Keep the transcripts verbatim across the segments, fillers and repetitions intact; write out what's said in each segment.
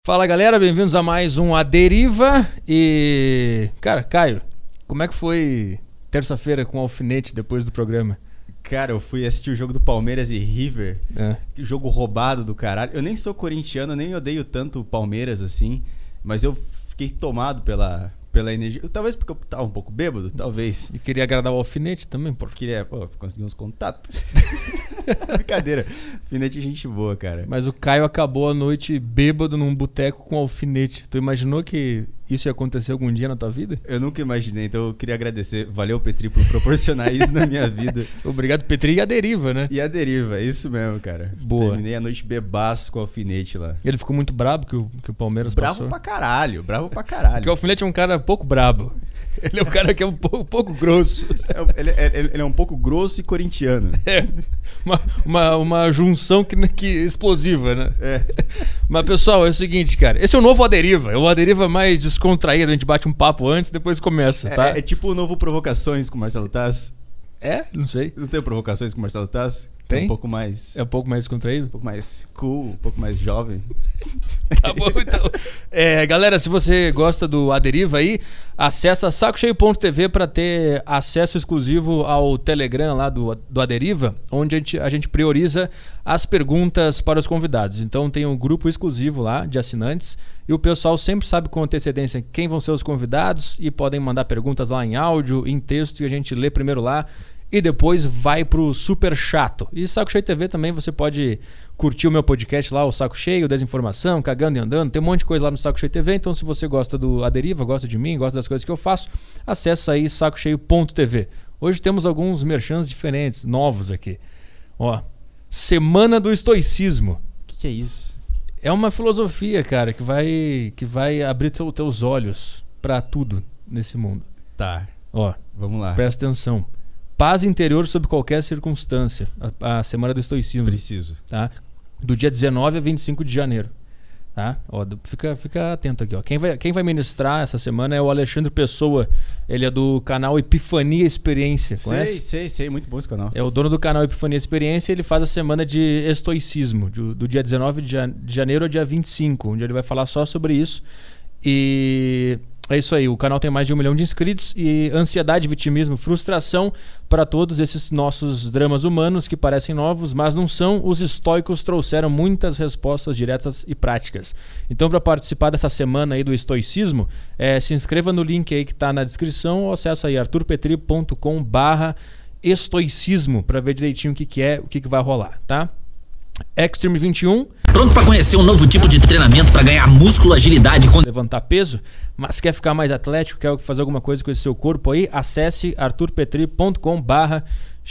Fala galera, bem-vindos a mais um A Deriva. E, cara, Caio, como é que foi terça-feira com o Alfinete depois do programa? Cara, eu fui assistir o jogo do Palmeiras e River, É. jogo roubado do caralho. Eu nem sou corintiano, nem odeio tanto o Palmeiras assim, mas eu fiquei tomado pela, pela energia. Talvez porque eu tava um pouco bêbado, talvez. E queria agradar o Alfinete também, por Queria, pô, conseguir uns contatos. Brincadeira, Alfinete é gente boa, cara. Mas o Caio acabou a noite bêbado num boteco com Alfinete. Tu imaginou que isso ia acontecer algum dia na tua vida? Eu nunca imaginei, então eu queria agradecer. Valeu, Petri, por proporcionar isso na minha vida. Obrigado, Petri, e a Deriva, né? E a Deriva, é isso mesmo, cara. Boa. Terminei a noite bebaço com o Alfinete lá. Ele ficou muito brabo que o, que o Palmeiras Bravo passou. pra caralho, bravo pra caralho. Porque o Alfinete é um cara pouco brabo. Ele é um cara que é um pouco, pouco grosso. É, ele, ele, ele é um pouco grosso e corintiano. É, uma, uma, uma junção que, que explosiva, né? É. Mas, pessoal, é o seguinte, cara. Esse é o novo A Deriva. É o A Deriva mais descontraído. A gente bate um papo antes, depois começa, tá? É, é tipo o novo Provocações com o Marcelo Taz. É? Não sei. Não tem Provocações com o Marcelo Taz? Tem? É um pouco mais... É um pouco mais descontraído? Um pouco mais cool, um pouco mais jovem. Tá bom, então. É, galera, se você gosta do A Deriva aí, acessa saco cheio ponto t v para ter acesso exclusivo ao Telegram lá do, do A Deriva, onde a gente, a gente prioriza as perguntas para os convidados. Então tem um grupo exclusivo lá de assinantes e o pessoal sempre sabe com antecedência quem vão ser os convidados e podem mandar perguntas lá em áudio, em texto, e a gente lê primeiro lá. E depois vai pro Super Chato. E Saco Cheio T V também, você pode curtir o meu podcast lá, o Saco Cheio, Desinformação, Cagando e Andando. Tem um monte de coisa lá no Saco Cheio T V. Então se você gosta do A Deriva, gosta de mim, gosta das coisas que eu faço, acessa aí saco cheio ponto t v. Hoje temos alguns merchans diferentes, novos aqui. Ó, Semana do Estoicismo. O que, que é isso? É uma filosofia, cara, que vai, que vai abrir teu, teus olhos pra tudo nesse mundo. Tá, Ó, vamos lá. presta atenção. Paz interior sob qualquer circunstância. A, a Semana do Estoicismo. Preciso. Tá? Do dia dezenove a vinte e cinco de janeiro. Tá? Ó, fica, fica atento aqui. Ó. Quem, vai, quem vai ministrar essa semana é o Alexandre Pessoa. Ele é do canal Epifania Experiência. Conhece? Sei, sei, sei. Muito bom esse canal. É o dono do canal Epifania Experiência. Ele faz a semana de estoicismo. Do, do dia dezenove de janeiro ao dia vinte e cinco. Onde ele vai falar só sobre isso. E... é isso aí, o canal tem mais de um milhão de inscritos e ansiedade, vitimismo, frustração para todos esses nossos dramas humanos que parecem novos, mas não são. Os estoicos trouxeram muitas respostas diretas e práticas. Então, para participar dessa semana aí do estoicismo, é, se inscreva no link aí que está na descrição ou acessa aí artur petri ponto com barra estoicismo para ver direitinho o que, que é, o que, que vai rolar, tá? Extreme vinte e um. Pronto para conhecer um novo tipo de treinamento para ganhar músculo, agilidade e levantar peso, mas quer ficar mais atlético, quer fazer alguma coisa com esse seu corpo aí, acesse artur petri ponto com barra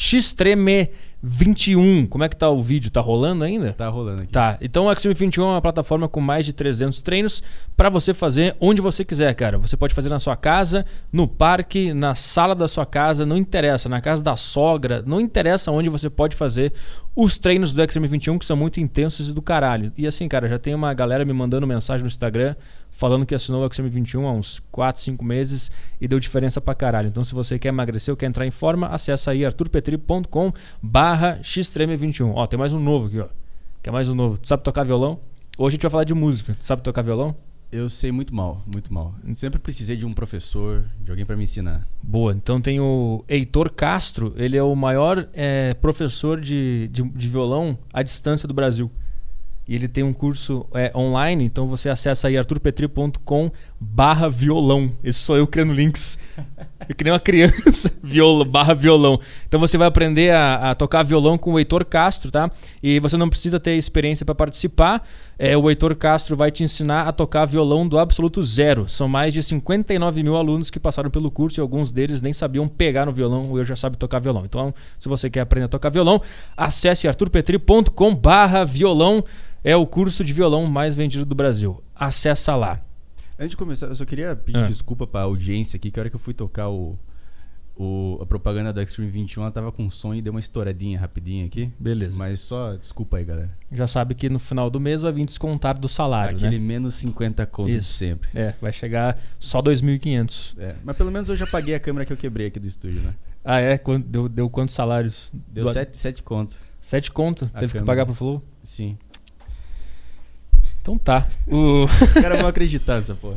extreme vinte e um. Como é que tá o vídeo? Tá rolando ainda? Tá rolando aqui. Tá, então o Extreme vinte e um é uma plataforma com mais de trezentos treinos para você fazer onde você quiser, cara. Você pode fazer na sua casa, no parque, na sala da sua casa, não interessa, na casa da sogra, não interessa onde você pode fazer os treinos do Extreme vinte e um, que são muito intensos e do caralho. E assim, cara, já tem uma galera me mandando mensagem no Instagram falando que assinou o Extreme vinte e um há uns quatro, cinco meses e deu diferença pra caralho. Então se você quer emagrecer ou quer entrar em forma, acessa aí artur petri ponto com barra extreme vinte e um. Ó, tem mais um novo aqui, ó. Quer mais um novo? Tu sabe tocar violão? Hoje a gente vai falar de música. Tu sabe tocar violão? Eu sei muito mal, muito mal. Sempre precisei de um professor, de alguém pra me ensinar. Boa, então tem o Heitor Castro. Ele é o maior é, professor de, de, de violão à distância do Brasil. E ele tem um curso é, online, então você acessa aí artur petri ponto com barra violão. Esse sou eu criando links. Eu que nem uma criança, viola, barra violão. Então você vai aprender a, a tocar violão com o Heitor Castro, tá? E você não precisa ter experiência para participar. É, o Heitor Castro vai te ensinar a tocar violão do absoluto zero. São mais de cinquenta e nove mil alunos que passaram pelo curso e alguns deles nem sabiam pegar no violão ou eu já sabe tocar violão. Então, se você quer aprender a tocar violão, acesse artur petri ponto com barra violão. É o curso de violão mais vendido do Brasil. Acessa lá. Antes de começar, eu só queria pedir Ah. desculpa pra audiência aqui, que a hora que eu fui tocar o, o, a propaganda da Extreme vinte e um, ela tava com som e deu uma estouradinha rapidinha aqui. Beleza. Mas só desculpa aí, galera. Já sabe que no final do mês vai vir descontar do salário, Aquele né? menos cinquenta contos de Isso. sempre. É, vai chegar só dois mil e quinhentos. É, mas pelo menos eu já paguei a câmera que eu quebrei aqui do estúdio, né? Ah, é? Quanto- Deu, deu quantos salários? Deu Do- sete, sete contos. Sete conto? A Teve que câmera. pagar pro Flow? Sim. Então Então tá. O... Os caras vão acreditar nessa porra.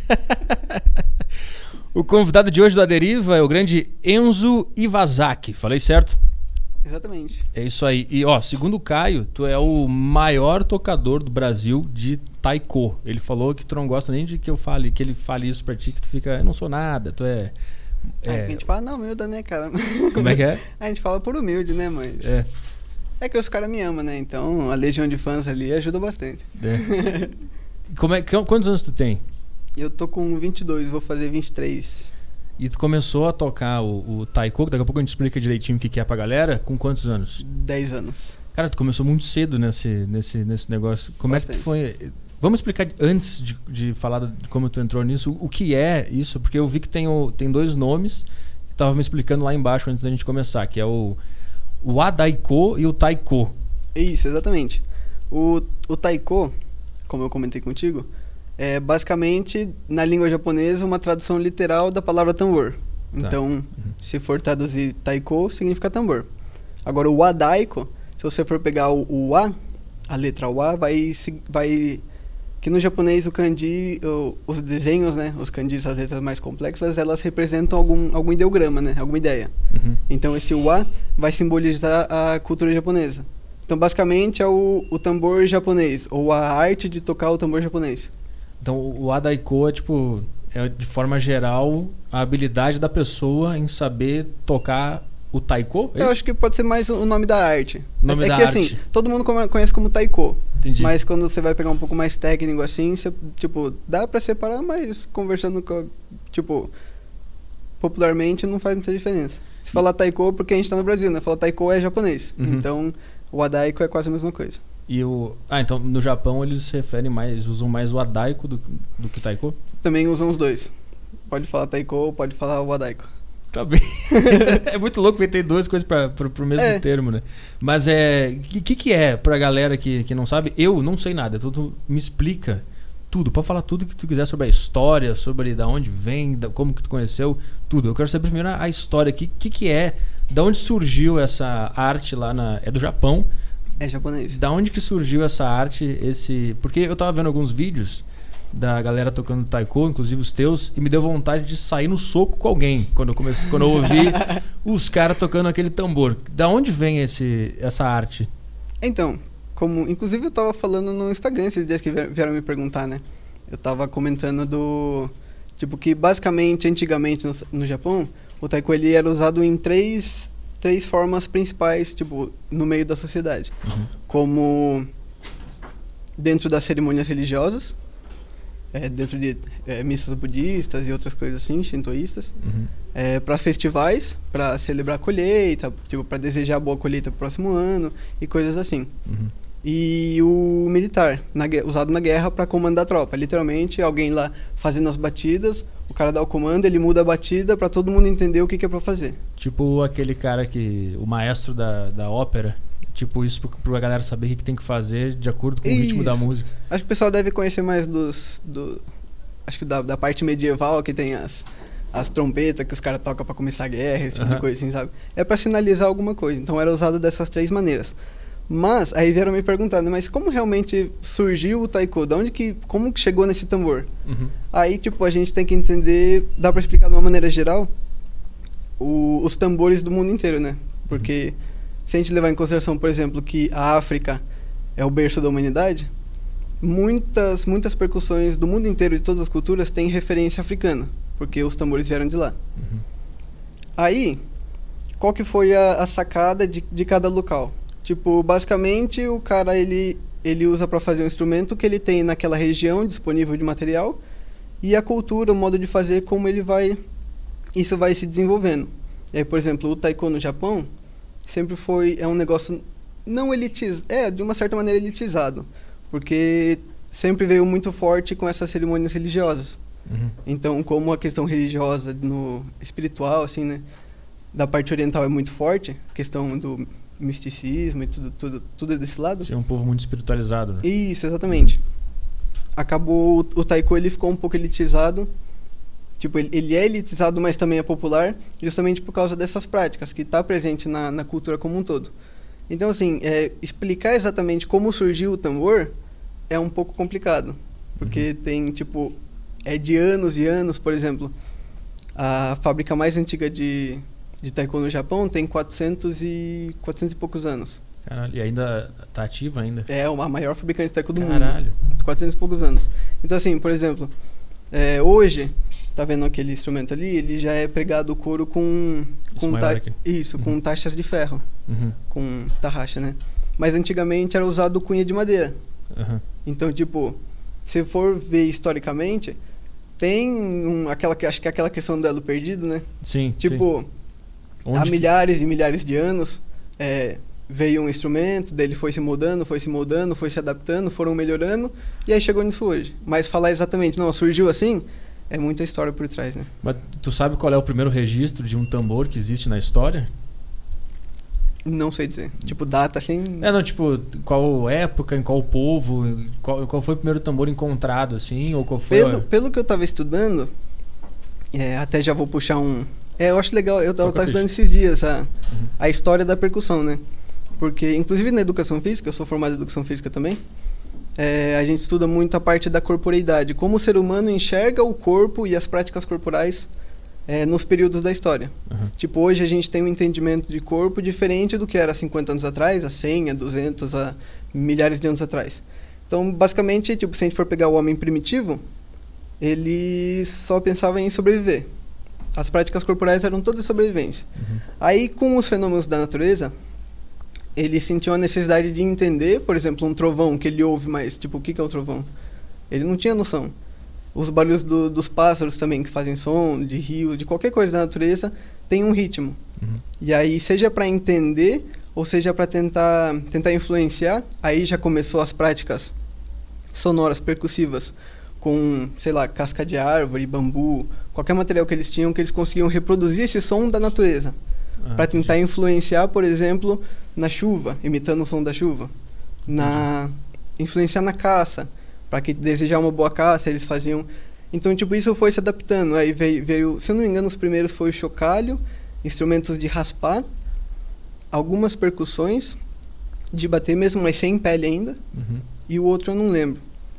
O convidado de hoje do Aderiva é o grande Enzo Iwasaki. Falei certo? Exatamente. É isso aí. E ó, segundo o Caio, tu é o maior tocador do Brasil de taiko. Ele falou que tu não gosta nem de que eu fale, que ele fale isso pra ti, que tu fica, eu não sou nada, tu é... É, é... a gente fala na humilde, né, cara? Como é que é? A gente fala por humilde, né, mas... É. É que os caras me amam, né? Então a legião de fãs ali ajuda bastante. É. Como é, quantos anos tu tem? Eu tô com vinte e dois, vou fazer vinte e três. E tu começou a tocar o, o taiko, daqui a pouco a gente explica direitinho o que, que é pra galera, com quantos anos? dez anos. Cara, tu começou muito cedo nesse, nesse, nesse negócio. Como Bastante. é que tu foi... Vamos explicar antes de, de falar de como tu entrou nisso, o, o que é isso, porque eu vi que tem, o, tem dois nomes que tava me explicando lá embaixo antes da gente começar, que é o, o Adaiko e o Taiko. Isso, exatamente. O, o taiko, como eu comentei contigo, é basicamente, na língua japonesa, uma tradução literal da palavra tambor. Tá. Então, Uhum. se for traduzir taiko, significa tambor. Agora, o adaiko, se você for pegar o, o A, a letra O A, vai... vai que no japonês o kanji, o, os desenhos, né, os kanjis, as letras mais complexas, elas representam algum, algum ideograma, né, alguma ideia. Uhum. Então esse wa vai simbolizar a cultura japonesa. Então basicamente é o, o tambor japonês, ou a arte de tocar o tambor japonês. Então o Adaiko é tipo, é de forma geral, a habilidade da pessoa em saber tocar o taiko? É Eu isso? acho que pode ser mais o nome da arte. Nome é da que arte. assim, todo mundo come- conhece como taiko. Entendi. Mas quando você vai pegar um pouco mais técnico assim, você, tipo, dá pra separar, mas conversando com, tipo, popularmente não faz muita diferença. Se falar taiko, porque a gente tá no Brasil, né? Falar taiko é japonês. Uhum. Então, o adaiko é quase a mesma coisa. E o... Ah, então no Japão eles se referem mais, usam mais o Adaiko do, do que Taiko? Também usam os dois. Pode falar taiko, pode falar o adaiko. Tá bem. É muito louco porque tem duas coisas pra, pro, pro mesmo É. termo, né? Mas é... O que, que é pra galera que, que não sabe? Eu não sei nada. Tudo me explica tudo. Pode falar tudo que tu quiser sobre a história, sobre da onde vem, da, como que tu conheceu, tudo. Eu quero saber primeiro a, a história. O que, que, que é? Da onde surgiu essa arte lá na... É do Japão. É japonês. Da onde que surgiu essa arte, esse... Porque eu tava vendo alguns vídeos da galera tocando taiko, inclusive os teus, e me deu vontade de sair no soco com alguém quando eu comecei, quando eu ouvi os caras tocando aquele tambor. Da onde vem esse, essa arte? Então, como inclusive eu tava falando no Instagram esses dias que vier- vieram me perguntar, né? Eu tava comentando do tipo que basicamente antigamente no, no Japão, o taiko ele era usado em três três formas principais, tipo, no meio da sociedade. Uhum. Como dentro das cerimônias religiosas, é, dentro de é, missas budistas e outras coisas assim, shintoístas. Uhum. É, para festivais, para celebrar a colheita, tipo, para desejar boa colheita pro próximo ano e coisas assim. Uhum. E o militar, na gue- usado na guerra para comandar a tropa. Literalmente, alguém lá fazendo as batidas, o cara dá o comando, ele muda a batida para todo mundo entender o que, que é para fazer. Tipo aquele cara que... O maestro da, da ópera. Tipo isso pro- pra galera saber o que, que tem que fazer de acordo com o ritmo da Isso. música. Acho que o pessoal deve conhecer mais dos... Do, acho que da, da parte medieval, que tem as, as trompetas que os caras tocam para começar a guerra, esse tipo Aham. de coisa assim, sabe? É para sinalizar alguma coisa. Então era usado dessas três maneiras. Mas aí vieram me perguntando, mas como realmente surgiu o taiko? Da onde que, como que chegou nesse tambor? Uhum. Aí, tipo, a gente tem que entender, dá pra explicar de uma maneira geral, o- os tambores do mundo inteiro, né? Porque se a gente levar em consideração, por exemplo, que a África é o berço da humanidade, muitas, muitas percussões do mundo inteiro, de todas as culturas, têm referência africana, porque os tambores vieram de lá. Uhum. Aí, qual que foi a, a sacada de, de cada local? Tipo, basicamente, o cara, ele, ele usa para fazer um instrumento que ele tem naquela região disponível de material, e a cultura, o modo de fazer, como ele vai... Isso vai se desenvolvendo. E aí, por exemplo, o taiko no Japão sempre foi... É um negócio não elitizado... É, de uma certa maneira elitizado. Porque sempre veio muito forte com essas cerimônias religiosas. Uhum. Então, como a questão religiosa, no espiritual, assim, né? Da parte oriental é muito forte, a questão do misticismo e tudo, tudo, tudo desse lado. Você é um povo muito espiritualizado, né? Isso, exatamente. Acabou, o, o taiko ele ficou um pouco elitizado. Tipo, ele, ele é elitizado, mas também é popular, justamente por causa dessas práticas, que está presente na, na cultura como um todo. Então, assim, é, explicar exatamente como surgiu o tambor é um pouco complicado. Porque uhum. tem, tipo, é de anos e anos, por exemplo, a fábrica mais antiga de, de taiko no Japão tem quatrocentos e, quatrocentos e poucos anos. Caralho, e ainda tá ativa ainda? É, a maior fabricante de taiko do Caralho. mundo. Caralho. quatrocentos e poucos anos. Então, assim, por exemplo, é, hoje, tá vendo aquele instrumento ali? Ele já é pregado o couro com... com ta- isso, uhum. com taxas de ferro. Uhum. Com tarraxa, né? Mas antigamente era usado cunha de madeira. Uhum. Então, tipo, se for ver historicamente, tem um, aquela, acho que é aquela questão do elo perdido, né? Sim, tipo, sim. há que... milhares e milhares de anos, é, veio um instrumento, dele foi se moldando, foi se moldando, foi se adaptando, foram melhorando, e aí chegou nisso hoje. Mas falar exatamente, não, surgiu assim, é muita história por trás, né? Mas tu sabe qual é o primeiro registro de um tambor que existe na história? Não sei dizer. Tipo, data assim... É, não, tipo, qual época, em qual povo, qual, qual foi o primeiro tambor encontrado, assim, ou qual foi... Pelo, pelo que eu tava estudando, é, até já vou puxar um... É, eu acho legal, eu tava, tava estudando esses dias a, uhum. a história da percussão, né? Porque, inclusive na educação física, eu sou formado em educação física também, é, a gente estuda muito a parte da corporeidade, como o ser humano enxerga o corpo e as práticas corporais É, nos períodos da história. Uhum. Tipo, hoje a gente tem um entendimento de corpo diferente do que era há cinquenta anos atrás, há cem, há duzentos, há milhares de anos atrás. Então, basicamente, tipo, se a gente for pegar o homem primitivo, ele só pensava em sobreviver. As práticas corporais eram todas sobrevivência. Uhum. Aí, com os fenômenos da natureza, ele sentiu a necessidade de entender, por exemplo, um trovão que ele ouve, mas, tipo, o que, que é o trovão? Ele não tinha noção. Os barulhos do, dos pássaros também, que fazem som, de rios, de qualquer coisa da natureza, tem um ritmo. Uhum. E aí, seja para entender, ou seja para tentar, tentar influenciar, aí já começou as práticas sonoras, percussivas, com, sei lá, casca de árvore, bambu, qualquer material que eles tinham, que eles conseguiam reproduzir esse som da natureza. Ah, para tentar entendi. influenciar, por exemplo, na chuva, imitando o som da chuva. Na, influenciar na caça. Para que desejar uma boa caça, eles faziam... Então, tipo, isso foi se adaptando. Aí veio, veio, se eu não me engano, os primeiros foi o chocalho, instrumentos de raspar, algumas percussões, de bater mesmo, mas sem pele ainda. Uhum. E o outro eu não lembro.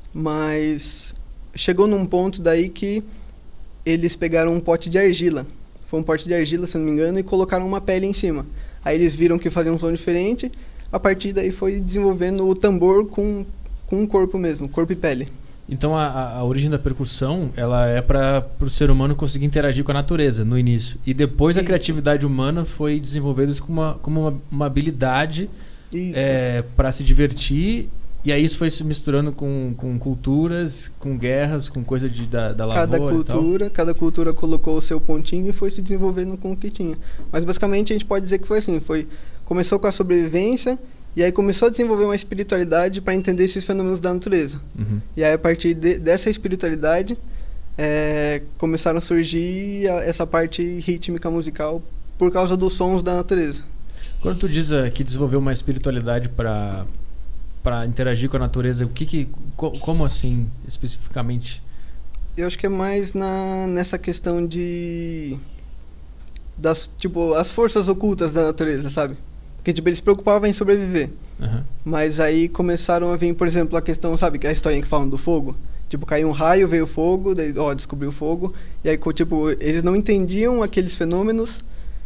Mas chegou num ponto daí que eles pegaram um pote de argila. Foi um pote de argila, se eu não me engano, e colocaram uma pele em cima. Aí eles viram que fazia um som diferente, a partir daí foi desenvolvendo o tambor com... com o corpo mesmo, corpo e pele. Então a, a origem da percussão, ela é para o ser humano conseguir interagir com a natureza no início. E depois isso. a criatividade humana foi desenvolvida isso como uma, como uma, uma habilidade é, para se divertir. E aí isso foi se misturando com, com culturas, com guerras, com coisa de, da, da lavoura cada cultura, e tal. Cada cultura colocou o seu pontinho e foi se desenvolvendo com o que tinha. Mas basicamente a gente pode dizer que foi assim, foi, começou com a sobrevivência. E aí começou a desenvolver uma espiritualidade para entender esses fenômenos da natureza. Uhum. E aí a partir de, dessa espiritualidade é, começaram a surgir a, essa parte rítmica musical por causa dos sons da natureza. Quando tu diz uh, que desenvolveu uma espiritualidade para para interagir com a natureza, o que que co, como assim especificamente? Eu acho que é mais na nessa questão de das tipo as forças ocultas da natureza, sabe? Porque, tipo, eles se preocupavam em sobreviver. Uhum. Mas aí começaram a vir, por exemplo, a questão, sabe, que é a historinha que falam do fogo. Tipo, caiu um raio, veio fogo, daí, ó, descobriu o fogo. E aí, tipo, eles não entendiam aqueles fenômenos.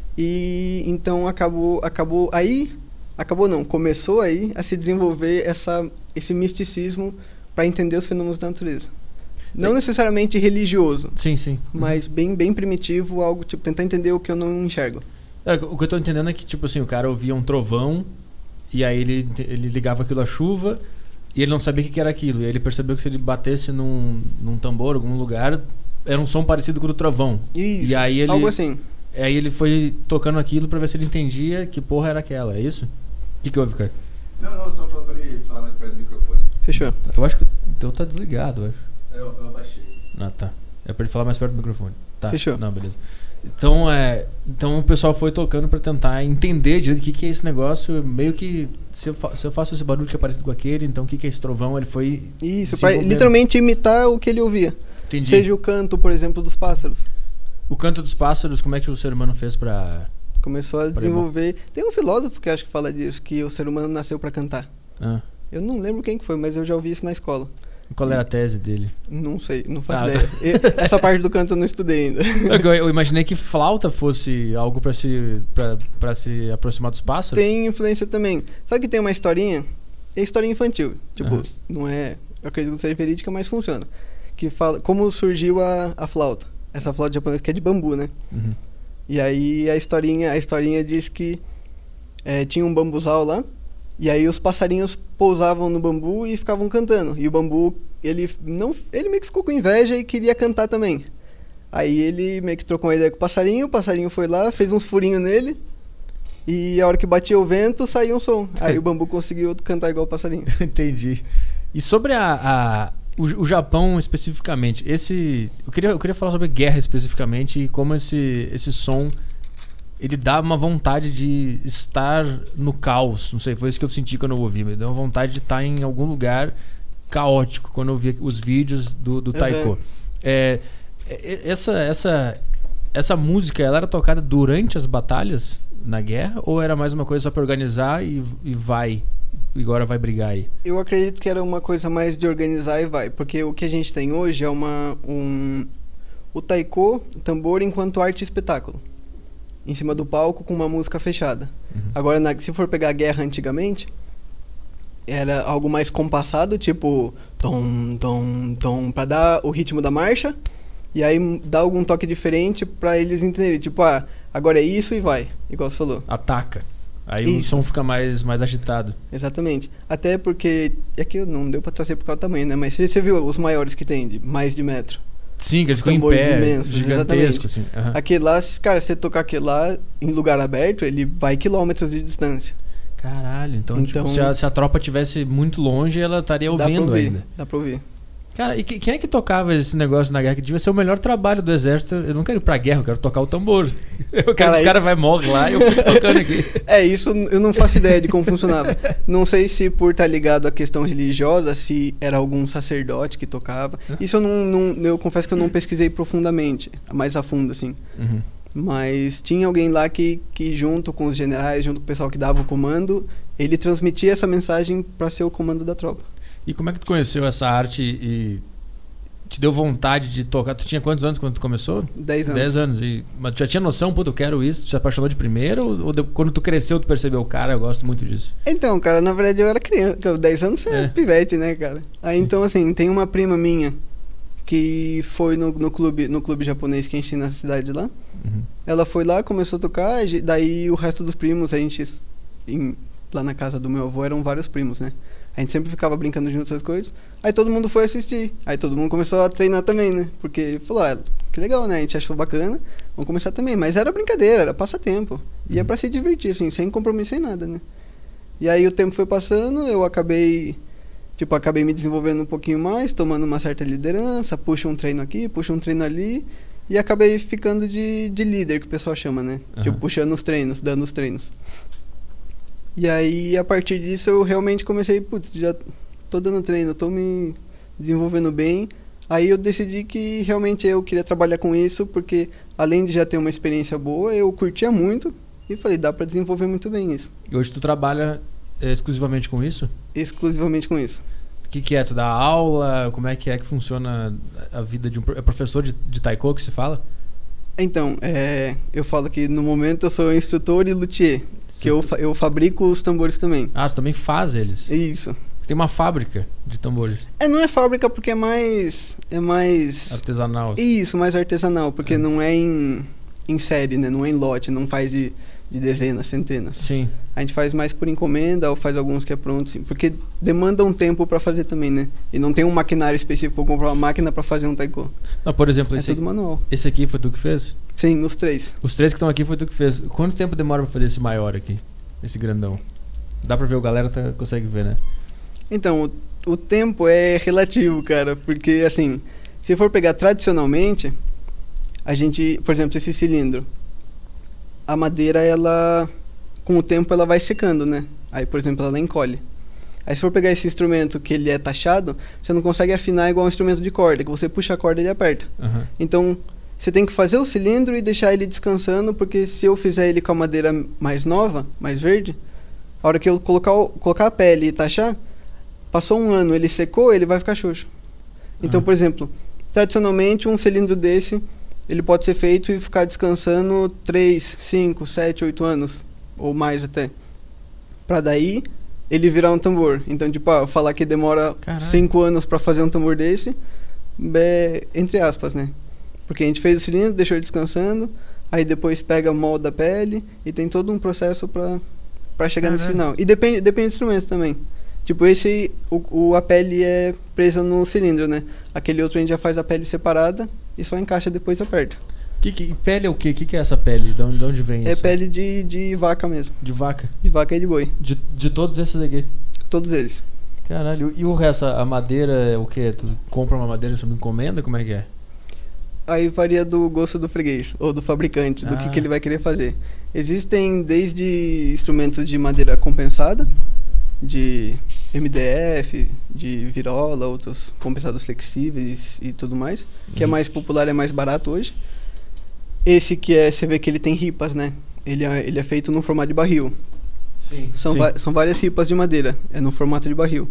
E então acabou, acabou aí, acabou não, começou aí a se desenvolver essa, esse misticismo para entender os fenômenos da natureza. Não necessariamente religioso. Sim, sim. Mas uhum. bem, bem primitivo, algo, tipo, tentar entender o que eu não enxergo. É, o que eu tô entendendo é que, tipo assim, o cara ouvia um trovão e aí ele, ele ligava aquilo à chuva e ele não sabia o que era aquilo. E aí ele percebeu que se ele batesse num, num tambor, algum lugar, era um som parecido com o do trovão. Isso, e aí ele, algo assim. Aí ele foi tocando aquilo pra ver se ele entendia que porra era aquela, é isso? O que que houve, cara? Não, não, só pra ele falar mais perto do microfone. Fechou. Eu acho que o teu tá desligado, eu acho. Eu, eu abaixei. Ah, tá. É pra ele falar mais perto do microfone. Tá. Fechou. Não, beleza. Então, é, então o pessoal foi tocando pra tentar entender direito o que, que é esse negócio. Meio que se eu, fa- se eu faço esse barulho que é parecido com aquele, então o que, que é esse trovão? Ele foi. Isso, pra literalmente imitar o que ele ouvia. Entendi. Seja o canto, por exemplo, dos pássaros. O canto dos pássaros, como é que o ser humano fez pra. Começou a desenvolver. Tem um filósofo que acho que fala disso, que o ser humano nasceu pra cantar. Ah. Eu não lembro quem que foi, mas eu já ouvi isso na escola. Qual era a tese dele? Não sei, não faço Ah, ideia. E- Essa parte do canto eu não estudei ainda. Eu, eu imaginei que flauta fosse algo pra se, pra, pra se aproximar dos pássaros. Tem influência também. Sabe que tem uma historinha? É historinha infantil. Tipo, Aham. não é... Eu acredito que seja verídica, mas funciona. Que fala como surgiu a, a flauta. Essa flauta japonesa que é de bambu, né? Uhum. E aí a historinha, a historinha diz que é, tinha um bambuzal lá. E aí os passarinhos pousavam no bambu e ficavam cantando. E o bambu, ele não, ele meio que ficou com inveja e queria cantar também. Aí ele meio que trocou uma ideia com o passarinho, o passarinho foi lá, fez uns furinhos nele. E a hora que batia o vento, saía um som. Aí o bambu conseguiu cantar igual o passarinho. Entendi. E sobre a, a- o, o Japão especificamente, esse eu queria, eu queria falar sobre guerra especificamente e como esse, esse som ele dá uma vontade de estar no caos. Não sei, foi isso que eu senti quando eu ouvi. Me deu uma vontade de estar em algum lugar caótico quando eu vi os vídeos do, do taiko. Uhum. É, é, essa, essa, essa música, ela era tocada durante as batalhas na guerra ou era mais uma coisa só pra organizar e, e vai? E agora vai brigar aí? Eu acredito que era uma coisa mais de organizar e vai. Porque o que a gente tem hoje é uma... Um, o taiko, o tambor, enquanto arte e espetáculo. Em cima do palco com uma música fechada. Uhum. Agora, na- se for pegar a guerra antigamente, era algo mais compassado, tipo tom, tom, tom, pra dar o ritmo da marcha, e aí m- dar algum toque diferente pra eles entenderem, tipo, ah, agora é isso e vai, igual você falou. Ataca. Aí o Isso. som fica mais, mais agitado. Exatamente. Até porque, é que não deu pra trazer por causa do tamanho, né? Mas você você viu os maiores que tem, de mais de metro. Sim, que eles ficam em Tambores pé, imensos, gigantesco, assim. aham. Aquele lá, se- cara, se você tocar aquele lá em lugar aberto, ele vai quilômetros de distância. Caralho, então, Então- tipo, se, a, se a tropa estivesse muito longe, ela estaria Dá pra ouvindo ouvir, ainda. dá pra ouvir. Cara, e que- quem é que tocava esse negócio na guerra? Que devia ser o melhor trabalho do exército. Eu não quero ir pra guerra, eu quero tocar o tambor. Eu quero Cara, que os aí- caras vai morrer lá e eu fico tocando aqui. É, isso eu não faço ideia de como funcionava. Não sei se por estar ligado à questão religiosa, se era algum sacerdote que tocava. Isso eu não, não- eu confesso que eu não pesquisei profundamente, mais a fundo, assim. Uhum. Mas tinha alguém lá que, que junto com os generais, junto com o pessoal que dava o comando, ele transmitia essa mensagem para ser o comando da tropa. E como é que tu conheceu essa arte e te deu vontade de tocar? Tu tinha quantos anos quando tu começou? Dez anos. Dez anos. E, mas tu já tinha noção, puta, eu quero isso? Tu se apaixonou de primeira? Ou, ou de- quando tu cresceu, tu percebeu, cara, eu gosto muito disso? Então, cara, na verdade eu era criança, porque dez anos você é, É. pivete, né, cara? Aí Sim. então, assim, tem uma prima minha que foi no, no, clube, no clube japonês que a gente tem na cidade lá. Uhum. Ela foi lá, começou a tocar, e daí o resto dos primos, a gente, em- lá na casa do meu avô, eram vários primos, né? A gente sempre ficava brincando junto essas coisas. Aí todo mundo foi assistir. Aí todo mundo começou a treinar também, né? Porque falou, ah, que legal, né? A gente achou bacana, vamos começar também. Mas era brincadeira, era passatempo. Ia pra se divertir, assim, sem compromisso, sem nada, né? E aí o tempo foi passando, eu acabei, tipo, acabei me desenvolvendo um pouquinho mais, tomando uma certa liderança, puxa um treino aqui, puxa um treino ali. E acabei ficando de, de líder, que o pessoal chama, né? Aham. Tipo, puxando os treinos, dando os treinos. E aí, a partir disso, eu realmente comecei, putz, já tô dando treino, tô me desenvolvendo bem. Aí eu decidi que realmente eu queria trabalhar com isso, porque além de já ter uma experiência boa, eu curtia muito. E falei, dá pra desenvolver muito bem isso. E hoje tu trabalha é, exclusivamente com isso? Exclusivamente com isso. O que, que é? Tu dá aula? Como é que é que funciona a vida de um... pro- É professor de, de taiko que se fala? Então, é, eu falo que no momento eu sou instrutor e luthier, que eu, fa- eu fabrico os tambores também. Ah, tu também faz eles. Isso. Você tem uma fábrica de tambores É, não é fábrica porque é mais... É mais... artesanal. Isso, mais artesanal, porque É. não é em, em série, né? Não é em lote, não faz de, de dezenas, centenas. Sim. A gente faz mais por encomenda ou faz alguns que é pronto, assim, porque demanda um tempo pra fazer também, né? E não tem um maquinário específico, eu comprar uma máquina pra fazer um taiko. Não, por exemplo, É esse, tudo manual. esse aqui foi tu que fez? Sim, os três. Os três que estão aqui foi tu que fez. Quanto tempo demora pra fazer esse maior aqui? Esse grandão? Dá pra ver, o galera tá, consegue ver, né? Então, o, o tempo é relativo, cara, porque assim, se for pegar tradicionalmente, a gente, por exemplo, esse cilindro, a madeira, ela, com o tempo, ela vai secando, né? Aí, por exemplo, ela encolhe. Aí, se for pegar esse instrumento que ele é taxado, você não consegue afinar igual um instrumento de corda, que você puxa a corda e ele aperta. Aham. Então, você tem que fazer o cilindro e deixar ele descansando, porque se eu fizer ele com a madeira mais nova, mais verde, a hora que eu colocar, o- colocar a pele e taxar, passou um ano, ele secou, ele vai ficar xoxo. Então, Ah. por exemplo, tradicionalmente um cilindro desse, ele pode ser feito e ficar descansando três, cinco, sete, oito anos, ou mais até. Pra daí ele virar um tambor. Então, tipo, ah, falar que demora Caralho. cinco anos pra fazer um tambor desse, é, entre aspas, né? Porque a gente fez o cilindro, deixou ele descansando, aí depois pega, molda a pele e tem todo um processo pra, pra chegar nesse Caralho. final. E depende, depende do instrumento também. Tipo, esse, o, o, a pele é presa no cilindro, né? Aquele outro a gente já faz a pele separada e só encaixa depois e aperta. Que, que, pele é o quê? O que, que é essa pele? De onde, de onde vem É isso? pele de, de vaca mesmo. De vaca? De vaca e de boi. De, de todos esses aqui? Todos eles. Caralho. E o resto? A madeira é o quê? Tu compra uma madeira sob encomenda? Como é que é? Aí varia do gosto do freguês ou do fabricante, do Ah. que, que ele vai querer fazer. Existem desde instrumentos de madeira compensada, de M D F, de virola, outros compensados flexíveis e tudo mais, que é Uhum. mais popular, é mais barato hoje. Esse que é, você vê que ele tem ripas, né? Ele é, ele é feito no formato de barril. Sim. São, Sim. va- são várias ripas de madeira, é no formato de barril.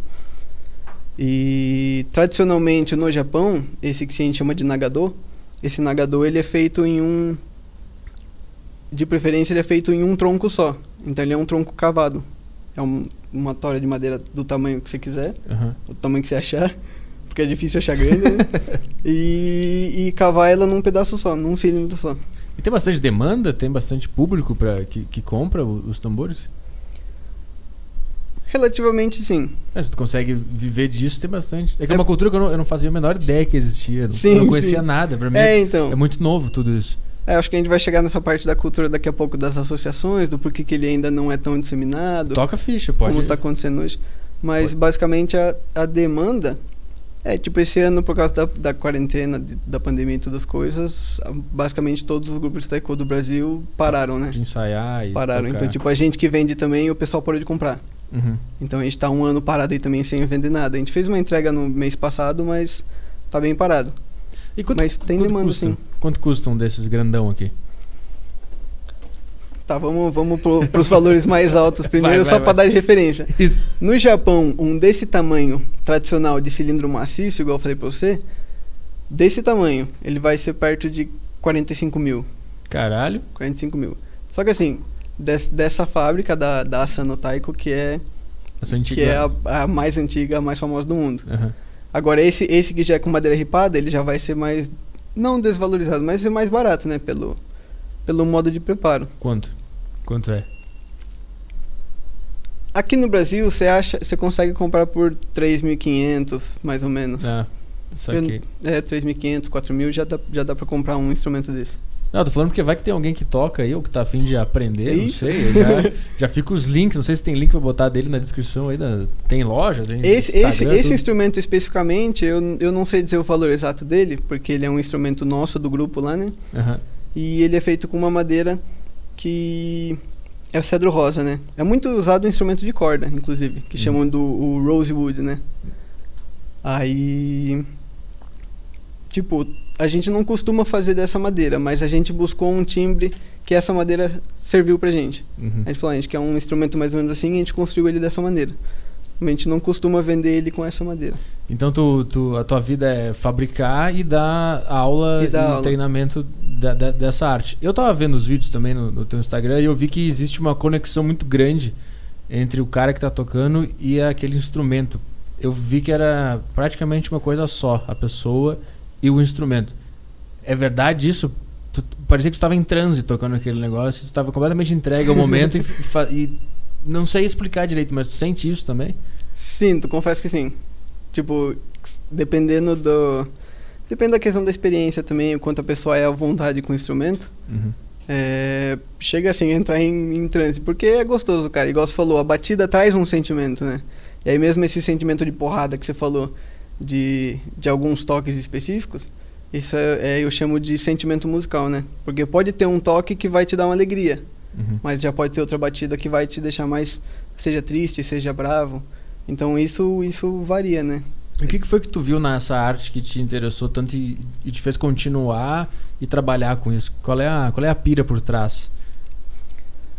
E tradicionalmente no Japão, esse que a gente chama de nagadô, esse nagadô ele é feito em um, de preferência ele é feito em um tronco só. Então ele é um tronco cavado. É um, uma tora de madeira do tamanho que você quiser, Aham. o tamanho que você achar, porque é difícil achar grande, né? e, e cavar ela num pedaço só, num cilindro só. E tem bastante demanda? Tem bastante público pra, que, que compra o- os tambores? Relativamente sim. É, se tu consegue viver disso, tem bastante. É que é, É- uma cultura que eu não, eu não fazia a menor ideia que existia. Eu não- Sim, eu não conhecia sim. nada. Pra mim É, é, então. é muito novo tudo isso. É, acho que a gente vai chegar nessa parte da cultura daqui a pouco das associações, do porquê que ele ainda não é tão disseminado, Toca ficha, pode. como está acontecendo hoje. Mas Pode. basicamente a, a demanda é tipo esse ano, por causa da, da quarentena, de- da pandemia e todas as coisas, a- basicamente todos os grupos de taekwondo do Brasil pararam, né? De ensaiar e Pararam. tocar. Então, tipo, a gente que vende também, o pessoal parou de comprar. Uhum. Então a gente tá um ano parado aí também sem vender nada. A gente fez uma entrega no mês passado, mas tá bem parado. E quanto, Mas tem quanto demanda, custam? sim. Quanto custam um desses grandão aqui? Tá, vamos, vamos pro, pros valores mais altos primeiro, Vai, vai, só pra vai. dar de referência. Isso. No Japão, um desse tamanho tradicional de cilindro maciço, igual eu falei pra você, desse tamanho, ele vai ser perto de quarenta e cinco mil. Caralho. quarenta e cinco mil. Só que assim, des, dessa fábrica da, da Asano Taiko, que é, Essa antiga. que é a, a mais antiga, a mais famosa do mundo. Aham. Agora, esse, esse que já é com madeira ripada, ele já vai ser mais, não desvalorizado, mas vai ser mais barato, né? Pelo, pelo modo de preparo. Quanto? Quanto é? Aqui no Brasil, você acha, você consegue comprar por três mil e quinhentos, mais ou menos. Ah, saquei. É, três mil e quinhentos, quatro mil, já dá, já dá pra comprar um instrumento desse. Não, tô falando porque vai que tem alguém que toca aí ou que tá afim de aprender, não Isso. sei. eu Já, já fica os links, não sei se tem link pra botar dele na descrição aí. Da, tem loja? Tem Esse, esse, Instagram, esse tudo? instrumento especificamente, eu, eu não sei dizer o valor exato dele, porque ele é um instrumento nosso, do grupo lá, né? Aham. E ele é feito com uma madeira que é o cedro rosa, né? É muito usado em instrumento de corda, inclusive, que Hum. chamam do o rosewood, né? Aí, tipo, a gente não costuma fazer dessa madeira, mas a gente buscou um timbre que essa madeira serviu pra gente. Uhum. A gente falou, a gente quer um instrumento mais ou menos assim e a gente construiu ele dessa maneira. A gente não costuma vender ele com essa madeira. Então tu, tu, a tua vida é fabricar e dar aula E e, dar aula. treinamento da- da- dessa arte. Eu tava vendo os vídeos também no, no teu Instagram e eu vi que existe uma conexão muito grande entre o cara que tá tocando e aquele instrumento. Eu vi que era praticamente uma coisa só, a pessoa e o instrumento. É verdade isso? Tu, parecia que tu tava em transe tocando aquele negócio, tu tava completamente entregue ao momento e, fa- e não sei explicar direito, mas tu sente isso também? Sinto, confesso que sim. Tipo, dependendo do... Depende da questão da experiência também, o quanto a pessoa é à vontade com o instrumento. Uhum. É, chega assim, a entrar em, em transe, porque é gostoso, cara. Igual você falou, a batida traz um sentimento, né? E aí mesmo esse sentimento de porrada que você falou, de, de alguns toques específicos, isso é, é, eu chamo de sentimento musical, né? Porque pode ter um toque que vai te dar uma alegria, Uhum. mas já pode ter outra batida que vai te deixar mais, seja triste, seja bravo. Então isso, isso varia, né? E o que que foi que tu viu nessa arte que te interessou tanto e, e te fez continuar e trabalhar com isso? Qual é a, qual é a pira por trás?